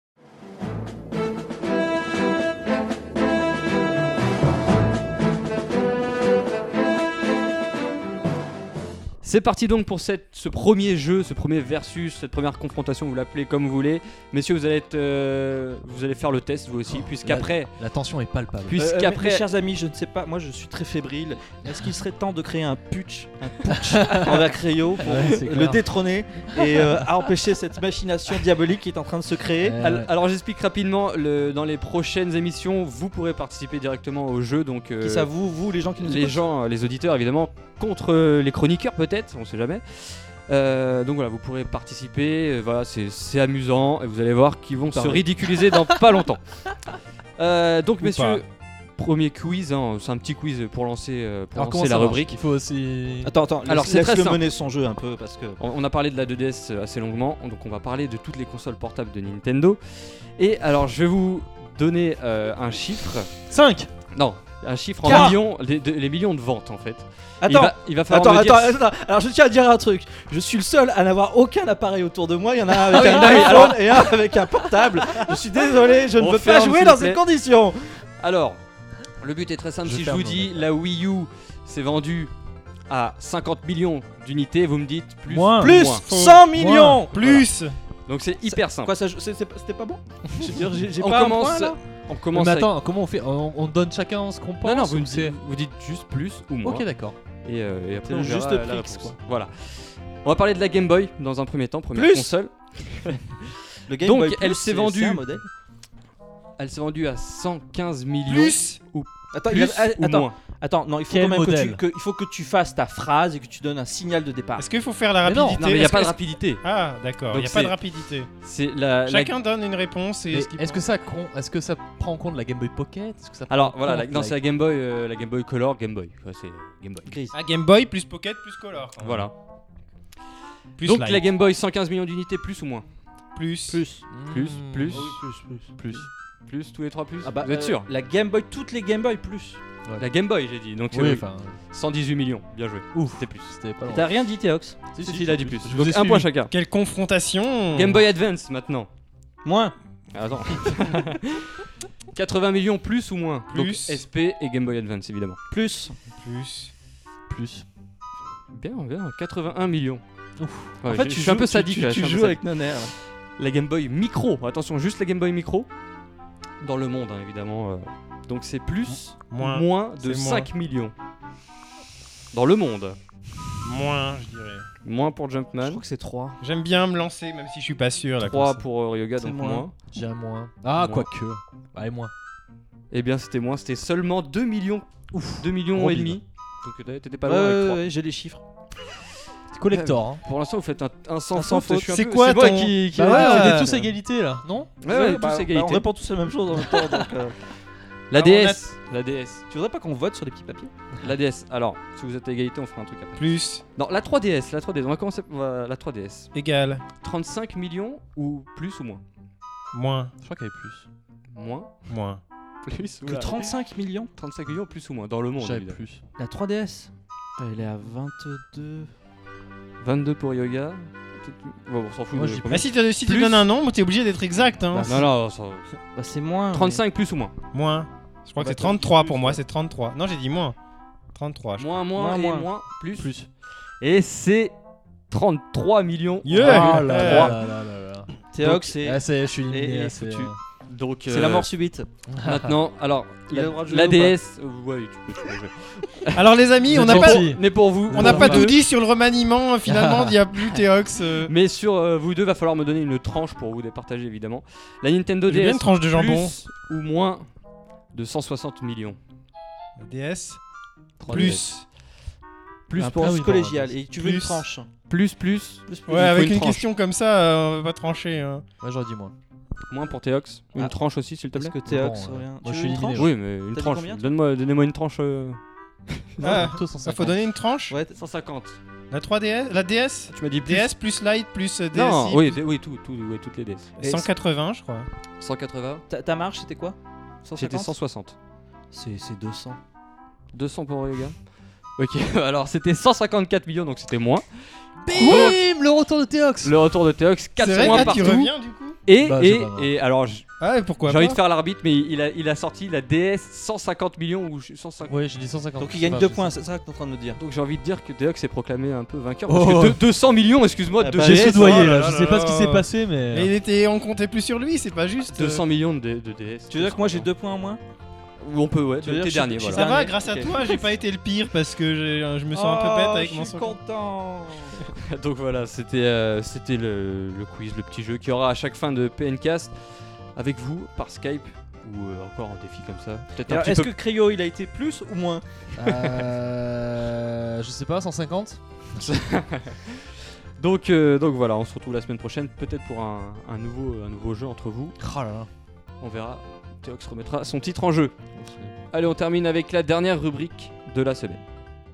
Speaker 2: C'est parti donc pour ce premier jeu, ce premier versus, cette première confrontation, vous l'appelez comme vous voulez. Messieurs, vous allez faire le test vous aussi, puisqu'après,
Speaker 5: La tension est palpable.
Speaker 2: puisqu'après,
Speaker 3: mes chers amis, je ne sais pas, moi je suis très fébrile. Est-ce qu'il serait temps de créer un putsch envers Cryo pour
Speaker 5: Ouais, c'est
Speaker 3: le
Speaker 5: clair.
Speaker 3: détrôner et à empêcher cette machination diabolique qui est en train de se créer?
Speaker 5: Ouais.
Speaker 2: alors j'explique rapidement, dans les prochaines émissions, vous pourrez participer directement au jeu, donc
Speaker 3: Qui ça, vous, les gens qui nous
Speaker 2: les
Speaker 3: écoutent?
Speaker 2: gens, les auditeurs évidemment, contre les chroniqueurs peut-être, on sait jamais. Donc voilà, vous pourrez participer, voilà, c'est amusant, et vous allez voir qu'ils vont se
Speaker 3: Pardon.
Speaker 2: ridiculiser dans pas longtemps. Donc
Speaker 4: Ou
Speaker 2: messieurs, premier quiz, hein, c'est un petit quiz pour lancer
Speaker 5: Alors comment
Speaker 2: la
Speaker 5: ça marche?
Speaker 2: rubrique.
Speaker 5: Il faut aussi.
Speaker 3: Attends,
Speaker 2: Alors, c'est très
Speaker 3: laisse-le
Speaker 2: simple.
Speaker 3: mener son jeu un peu parce que.
Speaker 2: On a parlé de la 2DS assez longuement, donc on va parler de toutes les consoles portables de Nintendo. Et alors je vais vous donner un chiffre,
Speaker 5: 5.
Speaker 2: non, un chiffre en
Speaker 3: 4.
Speaker 2: millions, les millions de ventes en fait.
Speaker 3: Attends,
Speaker 2: il va falloir me dire
Speaker 3: attends. Alors je tiens à dire un truc. Je suis le seul à n'avoir aucun appareil autour de moi. Il y en a un avec un
Speaker 2: oui,
Speaker 3: iPhone et un avec un portable. Je suis désolé, je ne
Speaker 2: On
Speaker 3: peux pas
Speaker 2: ferme,
Speaker 3: jouer
Speaker 2: s'il
Speaker 3: dans
Speaker 2: vous
Speaker 3: ces
Speaker 2: plaît.
Speaker 3: conditions.
Speaker 2: Alors, le but est très simple.
Speaker 5: Je
Speaker 2: Si je
Speaker 5: ferme,
Speaker 2: vous dis la Wii U s'est vendue à 50 millions d'unités, vous me dites plus.
Speaker 5: Moins.
Speaker 3: Plus
Speaker 2: moins.
Speaker 3: 100 millions.
Speaker 4: Plus.
Speaker 2: Donc c'est hyper simple.
Speaker 3: Quoi, c'était pas bon? Je veux dire, j'ai
Speaker 2: On
Speaker 3: pas un
Speaker 2: commence.
Speaker 3: point là.
Speaker 2: On commence.
Speaker 5: Mais
Speaker 2: avec-
Speaker 5: attends, comment on fait? On donne chacun ce qu'on pense?
Speaker 2: Non, non, vous,
Speaker 5: ou
Speaker 2: me
Speaker 5: c'est-
Speaker 2: dites, vous dites juste plus ou moins.
Speaker 5: Ok, d'accord.
Speaker 2: Et après,
Speaker 3: C'est
Speaker 2: on
Speaker 3: le
Speaker 2: verra
Speaker 3: juste
Speaker 2: la
Speaker 3: prix,
Speaker 2: réponse.
Speaker 3: quoi.
Speaker 2: Voilà. On va parler de la Game Boy dans un premier temps, première
Speaker 3: Plus.
Speaker 2: console.
Speaker 3: Le Game
Speaker 2: Donc,
Speaker 3: Boy
Speaker 2: elle
Speaker 3: Plus,
Speaker 2: s'est
Speaker 3: c'est
Speaker 2: vendue.
Speaker 3: un modèle.
Speaker 2: Elle s'est vendue à 115 millions.
Speaker 4: Plus.
Speaker 3: Attends,
Speaker 2: Plus ou
Speaker 3: attends,
Speaker 2: moins.
Speaker 3: attends, non, il faut
Speaker 5: Quel
Speaker 3: quand même
Speaker 5: modèle
Speaker 3: il faut que tu fasses ta phrase et que tu donnes un signal de départ.
Speaker 4: Est-ce qu'il faut faire la
Speaker 5: Mais non.
Speaker 4: rapidité?
Speaker 2: Non, mais il n'y a
Speaker 4: Est-ce
Speaker 2: pas de
Speaker 4: que-
Speaker 2: rapidité.
Speaker 4: Ah, d'accord. Il
Speaker 2: Donc
Speaker 4: n'y a pas de
Speaker 2: c'est-
Speaker 4: rapidité.
Speaker 2: C'est la.
Speaker 4: Chacun donne une réponse et
Speaker 5: Mais
Speaker 4: ce qu'il
Speaker 5: Est-ce que ça prend en compte la Game Boy Pocket? Est-ce que ça prend
Speaker 2: Alors
Speaker 5: en
Speaker 2: voilà,
Speaker 5: compte
Speaker 2: non, c'est la Game Boy Color, Game Boy. Ouais, c'est Game Boy.
Speaker 3: Grise.
Speaker 4: Ah, Game Boy plus Pocket plus Color. quand même.
Speaker 2: Voilà.
Speaker 4: Plus
Speaker 2: Donc
Speaker 4: Light.
Speaker 2: la Game Boy 115 millions d'unités, plus ou moins?
Speaker 4: Plus.
Speaker 3: Plus.
Speaker 2: Plus,
Speaker 5: Hmm.
Speaker 2: plus,
Speaker 3: Plus.
Speaker 2: plus, plus, tous les trois plus.
Speaker 3: Ah bah,
Speaker 2: Vous êtes sûr?
Speaker 3: La Game Boy, toutes les Game Boy plus.
Speaker 2: La Game Boy, j'ai dit. Donc
Speaker 5: Oui,
Speaker 2: oui,
Speaker 5: enfin.
Speaker 2: 118 millions. Bien joué.
Speaker 5: Ouf.
Speaker 2: C'était plus.
Speaker 5: C'était pas loin.
Speaker 3: T'as rien dit, Théox?
Speaker 2: Si, il a dit plus.
Speaker 5: Je
Speaker 2: Donc
Speaker 5: vous ai
Speaker 2: un point
Speaker 5: suivi.
Speaker 2: chacun.
Speaker 4: Quelle confrontation.
Speaker 2: Game Boy Advance maintenant.
Speaker 3: Moins.
Speaker 2: Attends. 80 millions plus ou moins? Donc
Speaker 4: Plus.
Speaker 2: SP et Game Boy Advance évidemment.
Speaker 3: Plus.
Speaker 4: Plus.
Speaker 5: Plus.
Speaker 2: Bien, bien. 81 millions.
Speaker 5: Ouf.
Speaker 2: Ouais,
Speaker 3: En fait,
Speaker 2: je suis un peu sadique là. je
Speaker 3: Tu
Speaker 2: suis un peu
Speaker 3: joues
Speaker 2: sadique.
Speaker 3: avec Noner.
Speaker 2: La Game Boy Micro. Attention, juste la Game Boy Micro. Dans le monde, hein, évidemment. Donc c'est plus
Speaker 4: Moins.
Speaker 2: ou moins de
Speaker 4: C'est moins.
Speaker 2: 5 millions. Dans le monde.
Speaker 4: Moins, je dirais.
Speaker 2: Moins pour
Speaker 3: Je
Speaker 2: Jumpman.
Speaker 3: crois que c'est 3.
Speaker 4: J'aime bien me lancer, même si je suis pas sûr. Là,
Speaker 2: 3
Speaker 4: comme ça.
Speaker 2: pour Ryoga,
Speaker 3: C'est
Speaker 2: donc
Speaker 3: moins.
Speaker 2: moins.
Speaker 5: J'ai un moins. Ah,
Speaker 2: Moins.
Speaker 5: quoique. Allez, moins.
Speaker 2: Eh bien, c'était moins. C'était seulement 2 millions. Ouf. 2 millions
Speaker 5: Gros
Speaker 2: et
Speaker 5: bide.
Speaker 2: demi. Donc t'étais pas loin avec 3.
Speaker 3: Ouais, j'ai les chiffres.
Speaker 5: C'est collector, hein.
Speaker 2: Pour l'instant, vous faites un sans
Speaker 3: Un sans
Speaker 2: faute.
Speaker 3: faute.
Speaker 2: Je suis un
Speaker 4: C'est
Speaker 2: peu-
Speaker 4: quoi
Speaker 2: moi
Speaker 4: ton-
Speaker 2: qui
Speaker 5: Bah
Speaker 2: ouais,
Speaker 5: ouais, on
Speaker 2: ouais.
Speaker 5: est tous à égalité là, non?
Speaker 2: Ouais,
Speaker 3: Bah,
Speaker 2: tous
Speaker 3: on
Speaker 2: égalité.
Speaker 3: répond tous la même chose en même temps. Donc,
Speaker 2: La
Speaker 4: Alors, on a-
Speaker 2: DS. La DS.
Speaker 3: tu voudrais pas qu'on vote sur les petits papiers?
Speaker 2: La DS. Alors, si vous êtes à égalité, on fera un truc après.
Speaker 4: Plus.
Speaker 2: Non, la 3DS. La 3DS. On va commencer par la 3DS.
Speaker 4: Égal.
Speaker 2: 35 millions ou plus ou moins?
Speaker 4: Moins.
Speaker 5: Je crois qu'il y avait plus.
Speaker 2: Moins.
Speaker 4: Moins.
Speaker 2: Plus.
Speaker 3: Que
Speaker 2: oula.
Speaker 3: 35 millions?
Speaker 2: 35 millions plus ou moins dans le monde.
Speaker 5: J'avais
Speaker 2: évidemment.
Speaker 5: plus.
Speaker 3: La 3DS. Elle est à 22.
Speaker 2: 22 pour Yoga. Bon, on s'en fout.
Speaker 5: Moi,
Speaker 2: de
Speaker 5: je dis
Speaker 2: combien.
Speaker 4: Si tu
Speaker 2: Plus-
Speaker 4: donnes un nombre, t'es obligé d'être exact. Hein.
Speaker 2: Non, non,
Speaker 3: Bah, c'est moins.
Speaker 2: 35 plus ou moins.
Speaker 4: Moins. Je crois que
Speaker 3: Bah,
Speaker 4: c'est
Speaker 3: t'as dit
Speaker 4: 33
Speaker 3: plus,
Speaker 4: pour moi,
Speaker 3: ouais.
Speaker 4: c'est 33. Non, j'ai dit moins. 33. je
Speaker 2: Moins,
Speaker 3: Moins,
Speaker 2: et
Speaker 3: moins.
Speaker 2: moins, plus.
Speaker 5: Plus.
Speaker 2: Et c'est 33 millions.
Speaker 4: Yeah.
Speaker 5: Ah là là
Speaker 2: Trois.
Speaker 5: là là là là.
Speaker 3: Théox, c'est
Speaker 5: Ah, je suis éliminé.
Speaker 3: et
Speaker 5: là, c'est
Speaker 3: foutu.
Speaker 2: Donc,
Speaker 3: c'est la mort subite.
Speaker 2: Maintenant, alors,
Speaker 3: Il a le droit de jouer
Speaker 2: la
Speaker 3: ou pas
Speaker 2: DS. Ouais, tu peux jouer.
Speaker 4: Alors les amis, on n'a pas,
Speaker 5: gentil.
Speaker 2: Mais pour vous.
Speaker 4: on n'a
Speaker 2: pour
Speaker 4: pas
Speaker 2: vous
Speaker 4: tout
Speaker 2: deux.
Speaker 4: dit sur le remaniement. Finalement, il n'y a plus Théox.
Speaker 2: Mais sur vous deux, va falloir me donner une tranche pour vous départager évidemment. La Nintendo
Speaker 4: J'ai bien
Speaker 2: DS.
Speaker 4: une tranche de jambon.
Speaker 2: Plus ou moins de 160 millions.
Speaker 4: DS.
Speaker 2: 3DS.
Speaker 4: Plus.
Speaker 2: Plus
Speaker 5: Ah,
Speaker 2: pour
Speaker 5: ah oui,
Speaker 3: collégial.
Speaker 5: pardon.
Speaker 3: Et tu veux une
Speaker 4: Plus.
Speaker 3: tranche.
Speaker 2: plus.
Speaker 3: Plus, plus.
Speaker 4: Ouais, avec
Speaker 2: une
Speaker 4: une
Speaker 2: tranche.
Speaker 4: question comme ça, on va pas trancher. Hein.
Speaker 5: Ouais, j'aurais dit moins.
Speaker 2: Moins pour Théox. Une
Speaker 3: Ah.
Speaker 2: tranche aussi, s'il te
Speaker 3: Parce
Speaker 2: plaît.
Speaker 3: que Théox,
Speaker 5: Bon,
Speaker 3: rien.
Speaker 5: moi,
Speaker 3: Tu
Speaker 5: je
Speaker 3: veux
Speaker 5: suis
Speaker 3: une
Speaker 5: éliminé.
Speaker 3: tranche
Speaker 2: Oui, mais une
Speaker 3: T'as dit
Speaker 2: tranche.
Speaker 3: combien, toi
Speaker 2: Donnez-moi une tranche.
Speaker 4: Ah,
Speaker 5: Plutôt
Speaker 4: il
Speaker 5: 150.
Speaker 4: faut donner une tranche.
Speaker 3: Ouais,
Speaker 2: 150.
Speaker 4: La 3DS, la DS,
Speaker 2: Tu m'as dit plus.
Speaker 4: DS plus Lite plus DSi.
Speaker 2: Non, oui, oui, ouais, toutes les DS.
Speaker 3: Et
Speaker 4: 180, je crois.
Speaker 2: 180.
Speaker 3: ta marge, c'était quoi
Speaker 2: C'était
Speaker 3: 150
Speaker 2: 160.
Speaker 3: C'est 200.
Speaker 2: 200 pour Ryoga. Ok, alors c'était 154 millions, donc c'était moins.
Speaker 5: Bim, le retour de Théox.
Speaker 2: Le retour de Théox, 4
Speaker 4: C'est vrai
Speaker 2: points
Speaker 4: que
Speaker 2: partout.
Speaker 4: tu reviens du coup.
Speaker 2: Et,
Speaker 5: Bah,
Speaker 2: et,
Speaker 5: c'est pas grave.
Speaker 2: et alors,
Speaker 4: Ah, et pourquoi
Speaker 2: j'ai
Speaker 4: pas
Speaker 2: envie de faire l'arbitre, mais il a sorti la DS 150 millions ou 150.
Speaker 5: Ouais, j'ai dit 150.
Speaker 3: Donc il
Speaker 5: je
Speaker 3: gagne
Speaker 5: sais
Speaker 3: 2
Speaker 5: pas,
Speaker 3: points,
Speaker 5: je sais
Speaker 3: c'est ça que t'es en train de me dire.
Speaker 2: Donc j'ai envie de dire que Théox s'est proclamé un peu vainqueur.
Speaker 5: Oh.
Speaker 2: Parce que 200 millions, excuse-moi,
Speaker 3: Ah
Speaker 2: de
Speaker 3: bah,
Speaker 5: J'ai
Speaker 2: DS.
Speaker 5: soudoyé
Speaker 4: oh là
Speaker 5: là,
Speaker 4: là
Speaker 5: je sais pas ce qui
Speaker 4: là.
Speaker 5: s'est passé,
Speaker 4: Mais
Speaker 5: mais.
Speaker 4: on comptait plus sur lui, c'est pas juste.
Speaker 2: 200 millions de DS.
Speaker 3: Tu veux dire que moi j'ai 2 points en moins
Speaker 2: Ou on peut, ouais,
Speaker 3: Tu veux dire
Speaker 2: t'es
Speaker 3: que
Speaker 2: dernier,
Speaker 3: je suis
Speaker 2: voilà.
Speaker 4: Ça va,
Speaker 3: dernier,
Speaker 4: grâce à
Speaker 3: ok.
Speaker 4: toi, j'ai pas été le pire parce que je me sens un peu bête avec
Speaker 3: je
Speaker 4: mon
Speaker 3: suis
Speaker 4: son.
Speaker 3: content.
Speaker 2: Donc voilà, c'était le quiz, le petit jeu qu'il y aura à chaque fin de PNcast avec vous par Skype ou encore un défi comme ça. Peut-être un
Speaker 3: Alors,
Speaker 2: petit
Speaker 3: est-ce
Speaker 2: peu.
Speaker 3: que Cryo il a été plus ou moins
Speaker 5: Je sais pas, 150.
Speaker 2: Donc voilà, on se retrouve la semaine prochaine, peut-être pour un nouveau jeu entre vous.
Speaker 5: Oh là là.
Speaker 2: On verra. Théox remettra son titre en jeu. Allez, on termine avec la dernière rubrique de la semaine.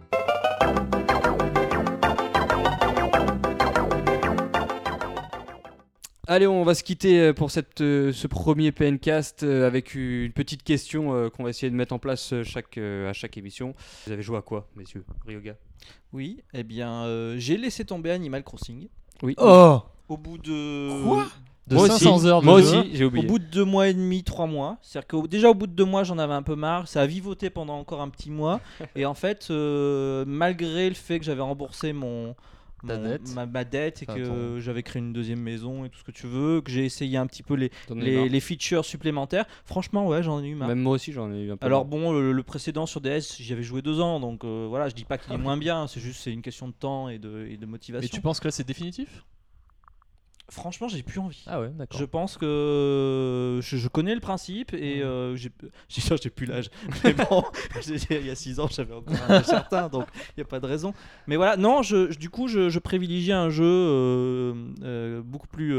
Speaker 2: Allez, on va se quitter pour ce premier PNcast avec une petite question qu'on va essayer de mettre en place à chaque émission. Vous avez joué à quoi, messieurs? Ryoga?
Speaker 3: Oui, eh bien j'ai laissé tomber Animal Crossing.
Speaker 2: Oui.
Speaker 5: Oh.
Speaker 3: Au bout de.
Speaker 4: Quoi
Speaker 5: De
Speaker 2: Moi
Speaker 5: 500
Speaker 2: aussi.
Speaker 5: heures de
Speaker 2: Moi
Speaker 5: jeu.
Speaker 2: aussi, j'ai
Speaker 3: Au
Speaker 2: oublié.
Speaker 3: bout de 2 mois et demi, 3 mois. C'est-à-dire que déjà au bout de 2 mois, j'en avais un peu marre. Ça a vivoté pendant encore un petit mois. Et en fait, malgré le fait que j'avais remboursé
Speaker 5: Ta dette.
Speaker 3: ma dette et
Speaker 5: Enfin,
Speaker 3: que j'avais créé une deuxième maison et tout ce que tu veux, que j'ai essayé un petit peu
Speaker 2: T'en as eu marre.
Speaker 3: les features supplémentaires, franchement, ouais, j'en ai eu marre.
Speaker 2: Même moi aussi, j'en ai eu un peu.
Speaker 3: Alors
Speaker 2: marre.
Speaker 3: bon, le précédent sur DS, j'y avais joué 2 ans, donc voilà, je dis pas qu'il est moins bien, c'est une question de temps et de motivation.
Speaker 5: Et tu penses que là c'est définitif?
Speaker 3: Franchement, j'ai plus envie.
Speaker 5: Ah ouais, d'accord.
Speaker 3: Je pense que je connais le principe et j'ai plus l'âge. Mais bon, il y a 6 ans, j'avais encore un âge certain, donc il n'y a pas de raison. Mais voilà, non, du coup, je privilégie un jeu beaucoup plus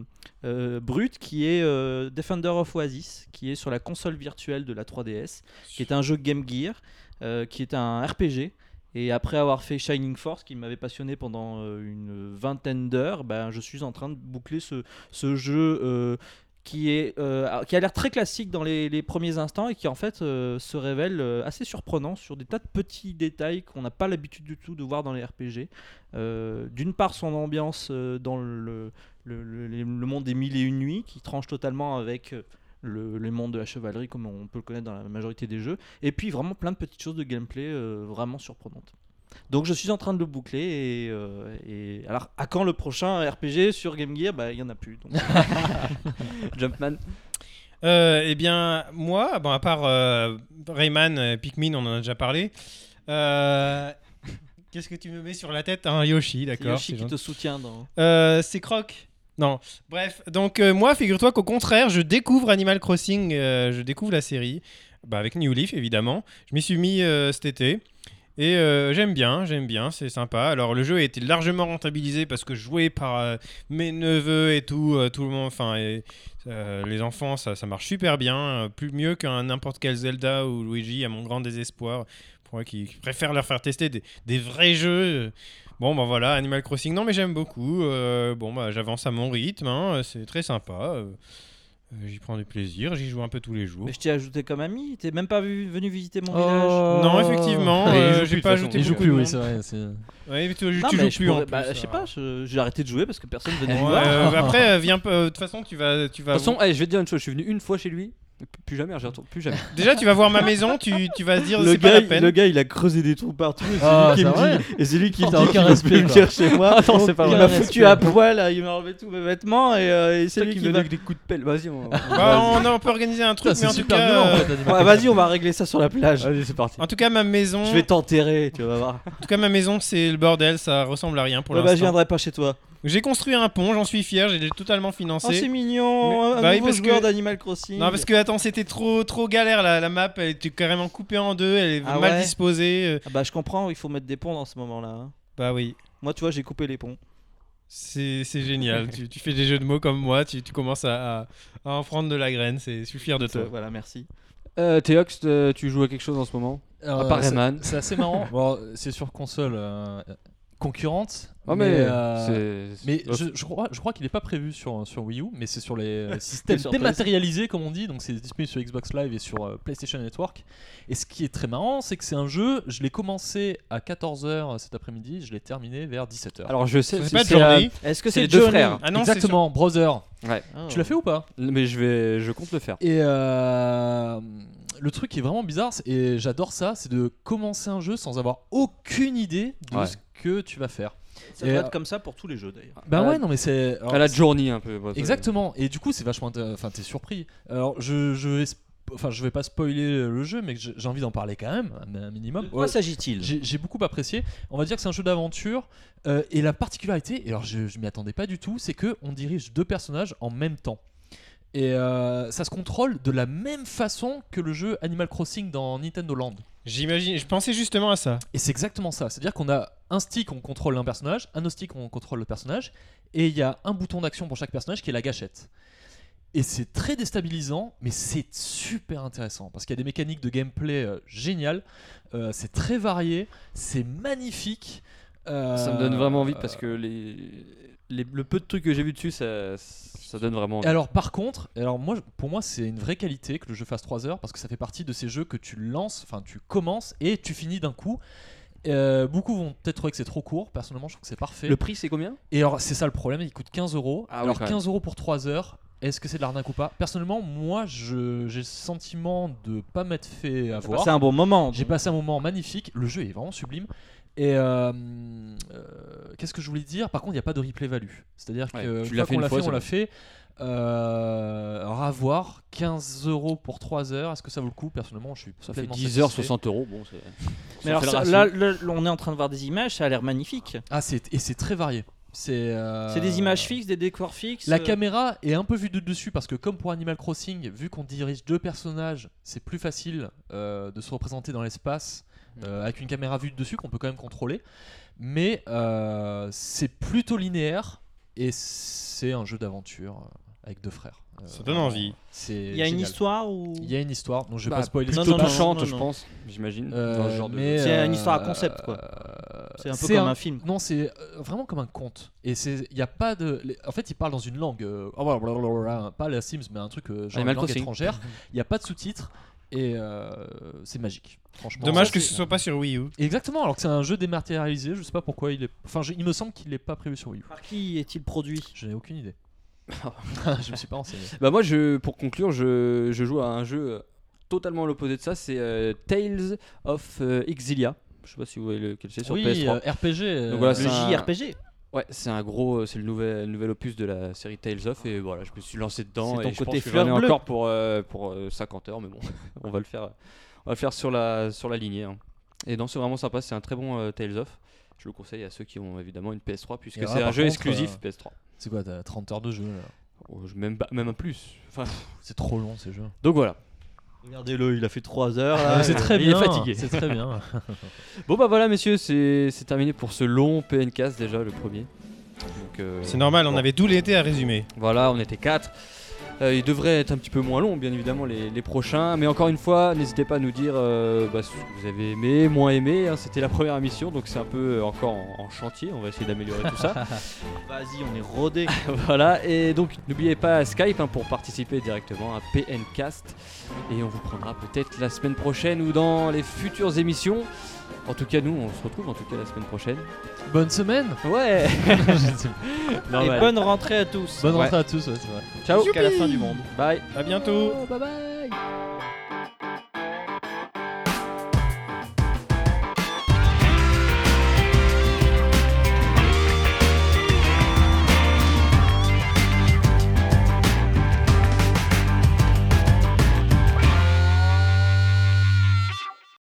Speaker 3: brut qui est Defender of Oasis, qui est sur la console virtuelle de la 3DS, qui est un jeu Game Gear, qui est un RPG. Et après avoir fait Shining Force, qui m'avait passionné pendant une vingtaine d'heures, ben, je suis en train de boucler ce jeu qui a l'air très classique dans les premiers instants et qui en fait se révèle assez surprenant sur des tas de petits détails qu'on n'a pas l'habitude du tout de voir dans les RPG. D'une part, son ambiance dans le monde des mille et une nuits qui tranche totalement avec le monde de la chevalerie comme on peut le connaître dans la majorité des jeux, et puis vraiment plein de petites choses de gameplay vraiment surprenantes. Donc je suis en train de le boucler et alors à quand le prochain RPG sur Game Gear? Bah il y en a plus. Donc.
Speaker 2: Jumpman.
Speaker 4: Eh bien, moi, bon, à part Rayman, Pikmin, on en a déjà parlé. Qu'est-ce que tu me mets sur la tête? Un Yoshi,
Speaker 3: C'est
Speaker 4: d'accord.
Speaker 3: Yoshi
Speaker 4: c'est
Speaker 3: qui
Speaker 4: gentil.
Speaker 3: te soutient dans.
Speaker 4: C'est Croc. Non. Bref, donc moi, figure-toi qu'au contraire, je découvre Animal Crossing, je découvre la série, bah, avec New Leaf évidemment. Je m'y suis mis cet été. Et j'aime bien, c'est sympa. Alors le jeu a été largement rentabilisé parce que joué par mes neveux et tout le monde, enfin les enfants, ça marche super bien, plus mieux qu'un n'importe quel Zelda ou Luigi, à mon grand désespoir, pour moi qui préfère leur faire tester des vrais jeux. Bon bah voilà, Animal Crossing, non mais j'aime beaucoup. Bon bah j'avance à mon rythme, hein, c'est très sympa. J'y prends du plaisir, j'y joue un peu tous les jours.
Speaker 3: Mais je t'ai ajouté comme ami, t'es même pas venu visiter mon
Speaker 5: Oh.
Speaker 3: village.
Speaker 4: Non, effectivement,
Speaker 2: Mais il joue
Speaker 4: j'ai
Speaker 2: plus,
Speaker 4: pas
Speaker 2: de toute
Speaker 4: ajouté
Speaker 5: Il joue
Speaker 4: beaucoup
Speaker 5: plus,
Speaker 4: de
Speaker 5: oui,
Speaker 4: monde.
Speaker 5: c'est vrai. c'est-
Speaker 4: Ouais, mais tu
Speaker 3: Non,
Speaker 4: joues
Speaker 3: mais
Speaker 4: plus en
Speaker 3: bah,
Speaker 4: plus.
Speaker 3: je sais pas, j'ai arrêté de jouer parce que personne venait me
Speaker 4: Ouais,
Speaker 3: voir.
Speaker 4: après, viens, de toute façon, tu vas.
Speaker 2: De toute façon, je vais te dire une chose, je suis venu une fois chez lui, plus jamais, j'y retourne plus jamais.
Speaker 4: Déjà, tu vas voir ma maison, tu vas se dire
Speaker 3: Le
Speaker 4: c'est pas la
Speaker 3: gars,
Speaker 4: peine.
Speaker 3: il a creusé des trous partout. Et c'est
Speaker 5: Ah,
Speaker 3: lui qui
Speaker 5: c'est
Speaker 3: me
Speaker 5: vrai
Speaker 3: dit, et c'est lui qui me
Speaker 5: T'as
Speaker 3: dit
Speaker 5: aucun
Speaker 3: qu'il veut
Speaker 5: respect,
Speaker 3: plus me
Speaker 5: quoi.
Speaker 3: dire chez moi.
Speaker 2: Attends, c'est pas
Speaker 3: Il
Speaker 2: vrai.
Speaker 3: m'a
Speaker 5: Aucun
Speaker 3: foutu
Speaker 5: respect.
Speaker 3: à poil, il m'a enlevé tous mes vêtements et c'est
Speaker 2: C'est
Speaker 3: lui
Speaker 2: qui
Speaker 3: qui
Speaker 2: me
Speaker 3: va.
Speaker 2: donne des coups de pelle, vas-y.
Speaker 4: Bah, on peut organiser un truc,
Speaker 5: Putain,
Speaker 4: mais
Speaker 5: c'est
Speaker 4: en tout
Speaker 5: super violent, en
Speaker 4: cas.
Speaker 5: fait, Animal
Speaker 3: Ouais,
Speaker 5: Crossing.
Speaker 3: vas-y, on va régler ça sur la plage.
Speaker 2: Vas-y, c'est parti.
Speaker 4: En tout cas, ma maison.
Speaker 3: Je vais t'enterrer, tu vas voir.
Speaker 4: En tout cas, ma maison, c'est le bordel, ça ressemble à rien pour
Speaker 3: Ouais, bah, je
Speaker 4: l'instant.
Speaker 3: viendrai pas chez toi.
Speaker 4: J'ai construit un pont, j'en suis fier, j'ai totalement
Speaker 3: Oh, c'est
Speaker 4: financé.
Speaker 3: mignon,
Speaker 4: Mais-
Speaker 3: un
Speaker 4: bah oui,
Speaker 3: nouveau
Speaker 4: parce
Speaker 3: joueur
Speaker 4: que-
Speaker 3: d'Animal Crossing.
Speaker 4: Non, parce que attends, c'était trop galère la map, elle était carrément coupée en deux, elle est
Speaker 3: Ah
Speaker 4: mal
Speaker 3: ouais
Speaker 4: disposée.
Speaker 3: Ah bah je comprends, il faut mettre des ponts dans ce moment-là. hein.
Speaker 4: Bah oui,
Speaker 3: Moi, tu vois, j'ai coupé les ponts.
Speaker 4: c'est génial. tu fais des jeux de mots comme moi, tu commences à en prendre de la graine, je suis fier de toi.
Speaker 3: Voilà, merci.
Speaker 2: Théox, tu joues à quelque chose en ce moment
Speaker 5: Alors,
Speaker 2: À part
Speaker 5: c'est-
Speaker 2: Rayman.
Speaker 5: C'est assez marrant. Bon, c'est sur console concurrente.
Speaker 2: Ah, mais
Speaker 5: je crois qu'il n'est pas prévu sur Wii U, mais c'est sur les systèmes
Speaker 3: Sur
Speaker 5: dématérialisés, comme on dit. Donc c'est disponible sur Xbox Live et sur PlayStation Network. Et ce qui est très marrant, c'est que c'est un jeu, je l'ai commencé à 14h cet après-midi, je l'ai terminé vers 17h.
Speaker 2: Alors je sais,
Speaker 4: C'est pas de
Speaker 2: c'est
Speaker 4: journée.
Speaker 3: Est-ce que
Speaker 2: c'est
Speaker 3: c'est
Speaker 2: les deux
Speaker 3: Johnny
Speaker 2: frères.
Speaker 4: Ah non, c'est
Speaker 5: Exactement, Brother.
Speaker 2: Ouais.
Speaker 3: Oh.
Speaker 5: Tu l'as fait ou pas?
Speaker 2: Mais je compte le faire.
Speaker 5: Et le truc qui est vraiment bizarre, et j'adore ça, c'est de commencer un jeu sans avoir aucune idée de
Speaker 2: Ouais.
Speaker 5: ce que tu vas faire.
Speaker 3: Ça
Speaker 5: Et,
Speaker 3: doit être comme ça pour tous les jeux d'ailleurs.
Speaker 5: Bah
Speaker 2: Ah,
Speaker 5: ouais, non mais c'est... alors,
Speaker 2: À la journey un peu. ouais, c'est-
Speaker 5: Exactement, et du coup c'est vachement... Enfin t'es surpris. Alors je vais pas spoiler le jeu, mais j'ai envie d'en parler quand même, un minimum.
Speaker 3: De quoi
Speaker 5: Ouais,
Speaker 3: s'agit-il
Speaker 5: j'ai beaucoup apprécié. On va dire que c'est un jeu d'aventure, et la particularité, et alors je m'y attendais pas du tout, c'est que on dirige deux personnages en même temps. Et ça se contrôle de la même façon que le jeu Animal Crossing dans Nintendo Land.
Speaker 4: J'imagine, je pensais justement à ça.
Speaker 5: Et c'est exactement ça, c'est-à-dire qu'on a un stick, on contrôle un personnage, un autre stick, on contrôle le personnage, et il y a un bouton d'action pour chaque personnage qui est la gâchette. Et c'est très déstabilisant, mais c'est super intéressant, parce qu'il y a des mécaniques de gameplay géniales, c'est très varié, c'est magnifique.
Speaker 2: Ça me donne vraiment envie parce que le peu de trucs que j'ai vu dessus, ça donne vraiment envie.
Speaker 5: Alors par contre, pour moi c'est une vraie qualité que le jeu fasse 3 heures, parce que ça fait partie de ces jeux que tu lances, enfin tu commences et tu finis d'un coup. Beaucoup vont peut-être trouver que c'est trop court, personnellement je trouve que c'est parfait.
Speaker 2: Le prix, c'est combien?
Speaker 5: Et alors c'est ça le problème, il coûte 15 euros.
Speaker 2: Ah oui,
Speaker 5: Alors
Speaker 2: quand
Speaker 5: 15 euros pour 3 heures, est-ce que c'est de l'arnaque ou pas? Personnellement, moi j'ai le sentiment de pas m'être fait avoir.
Speaker 3: C'est un bon moment.
Speaker 5: J'ai passé un moment magnifique, le jeu est vraiment sublime. Et qu'est-ce que je voulais dire? Par contre, il n'y a pas de replay value. C'est-à-dire
Speaker 2: Ouais,
Speaker 5: que
Speaker 2: tu
Speaker 5: une
Speaker 2: l'as
Speaker 5: fois
Speaker 2: fait
Speaker 5: qu'on
Speaker 2: une
Speaker 5: l'a
Speaker 2: fois,
Speaker 5: fait,
Speaker 2: c'est
Speaker 5: on l'a
Speaker 2: bon.
Speaker 5: fait. Alors à voir, 15 euros pour 3 heures, est-ce que ça vaut le coup? Personnellement, je suis
Speaker 2: Ça fait
Speaker 5: pleinement
Speaker 2: 10 heures,
Speaker 5: satisfait.
Speaker 2: 60 euros. Bon, c'est.
Speaker 3: Mais alors,
Speaker 2: fait le
Speaker 3: ça-
Speaker 2: ratio.
Speaker 3: là, on est en train de voir des images, ça a l'air magnifique.
Speaker 5: Ah, c'est très varié. C'est
Speaker 3: des images fixes, des décors fixes.
Speaker 5: La caméra est un peu vue de dessus parce que comme pour Animal Crossing, vu qu'on dirige deux personnages, c'est plus facile de se représenter dans l'espace avec une caméra vue de dessus qu'on peut quand même contrôler. Mais c'est plutôt linéaire et c'est un jeu d'aventure avec deux frères.
Speaker 4: Ça donne envie.
Speaker 3: Il y a une histoire ou
Speaker 5: Il y a une histoire, donc je vais
Speaker 2: Bah,
Speaker 5: pas spoiler.
Speaker 2: plutôt
Speaker 3: Non, non,
Speaker 2: touchante,
Speaker 3: non,
Speaker 2: je
Speaker 3: non.
Speaker 2: pense, j'imagine. dans ce genre de
Speaker 5: mais,
Speaker 2: jeu.
Speaker 3: C'est une histoire à concept, quoi. C'est un peu comme un film.
Speaker 5: Non, c'est vraiment comme un conte. Et il y a pas de. En fait, il parle dans une langue, pas la Sims, mais un truc genre une
Speaker 2: Animal
Speaker 5: langue
Speaker 2: Crossing.
Speaker 5: étrangère. Il y a pas de sous-titres et c'est magique. Franchement.
Speaker 4: Dommage
Speaker 5: Ça,
Speaker 4: que
Speaker 5: c'est-
Speaker 4: ce soit pas sur Wii U.
Speaker 5: Exactement. Alors que c'est un jeu dématérialisé, je sais pas pourquoi il est. Enfin, il me semble qu'il est pas prévu sur Wii U.
Speaker 3: Par qui est-il produit
Speaker 5: Je n'ai aucune idée. Je me suis pas renseigné.
Speaker 2: Bah moi, pour conclure, je joue à un jeu totalement à l'opposé de ça. C'est Tales of Exilia. Je sais pas si vous voyez lequel c'est sur
Speaker 5: Oui,
Speaker 2: PS3.
Speaker 5: RPG.
Speaker 2: Donc voilà,
Speaker 3: Le
Speaker 2: c'est un-
Speaker 3: JRPG.
Speaker 2: Ouais, c'est un gros, c'est le nouvel opus de la série Tales of et voilà, je me suis lancé dedans
Speaker 3: C'est ton
Speaker 2: et je
Speaker 3: côté
Speaker 2: pense que
Speaker 3: fleur
Speaker 2: j'en ai
Speaker 3: bleue.
Speaker 2: encore pour 50 heures, mais bon, on va le faire sur la lignée. hein. Et non, c'est vraiment sympa, c'est un très bon Tales of. Je le conseille à ceux qui ont évidemment une PS3 puisque
Speaker 5: Et là,
Speaker 2: c'est un
Speaker 5: par
Speaker 2: jeu
Speaker 5: contre,
Speaker 2: exclusif PS3.
Speaker 5: C'est quoi, t'as 30 heures de jeu là.
Speaker 2: Même un plus. Enfin,
Speaker 5: C'est trop long ces jeux.
Speaker 2: donc voilà.
Speaker 3: Regardez-le, il a fait 3 heures.
Speaker 5: Ah, c'est très
Speaker 2: il est
Speaker 5: bien.
Speaker 2: fatigué.
Speaker 5: C'est très bien.
Speaker 2: Bon bah voilà messieurs, c'est terminé pour ce long PNcast déjà le premier. Donc,
Speaker 4: C'est normal, on
Speaker 2: bon.
Speaker 4: avait tout l'été à résumer.
Speaker 2: Voilà, on était 4. Il devrait être un petit peu moins long, bien évidemment, les prochains. Mais encore une fois, n'hésitez pas à nous dire ce que vous avez aimé, moins aimé. Hein. C'était la première émission, donc c'est un peu encore en chantier. On va essayer d'améliorer tout ça.
Speaker 3: Vas-y, on est rodé.
Speaker 2: Voilà, et donc n'oubliez pas Skype pour participer directement à PNcast. Et on vous prendra peut-être la semaine prochaine ou dans les futures émissions. En tout cas, nous, on se retrouve la semaine prochaine.
Speaker 5: Bonne semaine.
Speaker 2: Ouais.
Speaker 3: Et bonne rentrée à tous.
Speaker 5: Bonne rentrée à tous, ouais, c'est vrai.
Speaker 2: Ciao.
Speaker 3: Jusqu'à la fin du monde.
Speaker 2: Bye.
Speaker 4: À bientôt.
Speaker 5: Bye bye.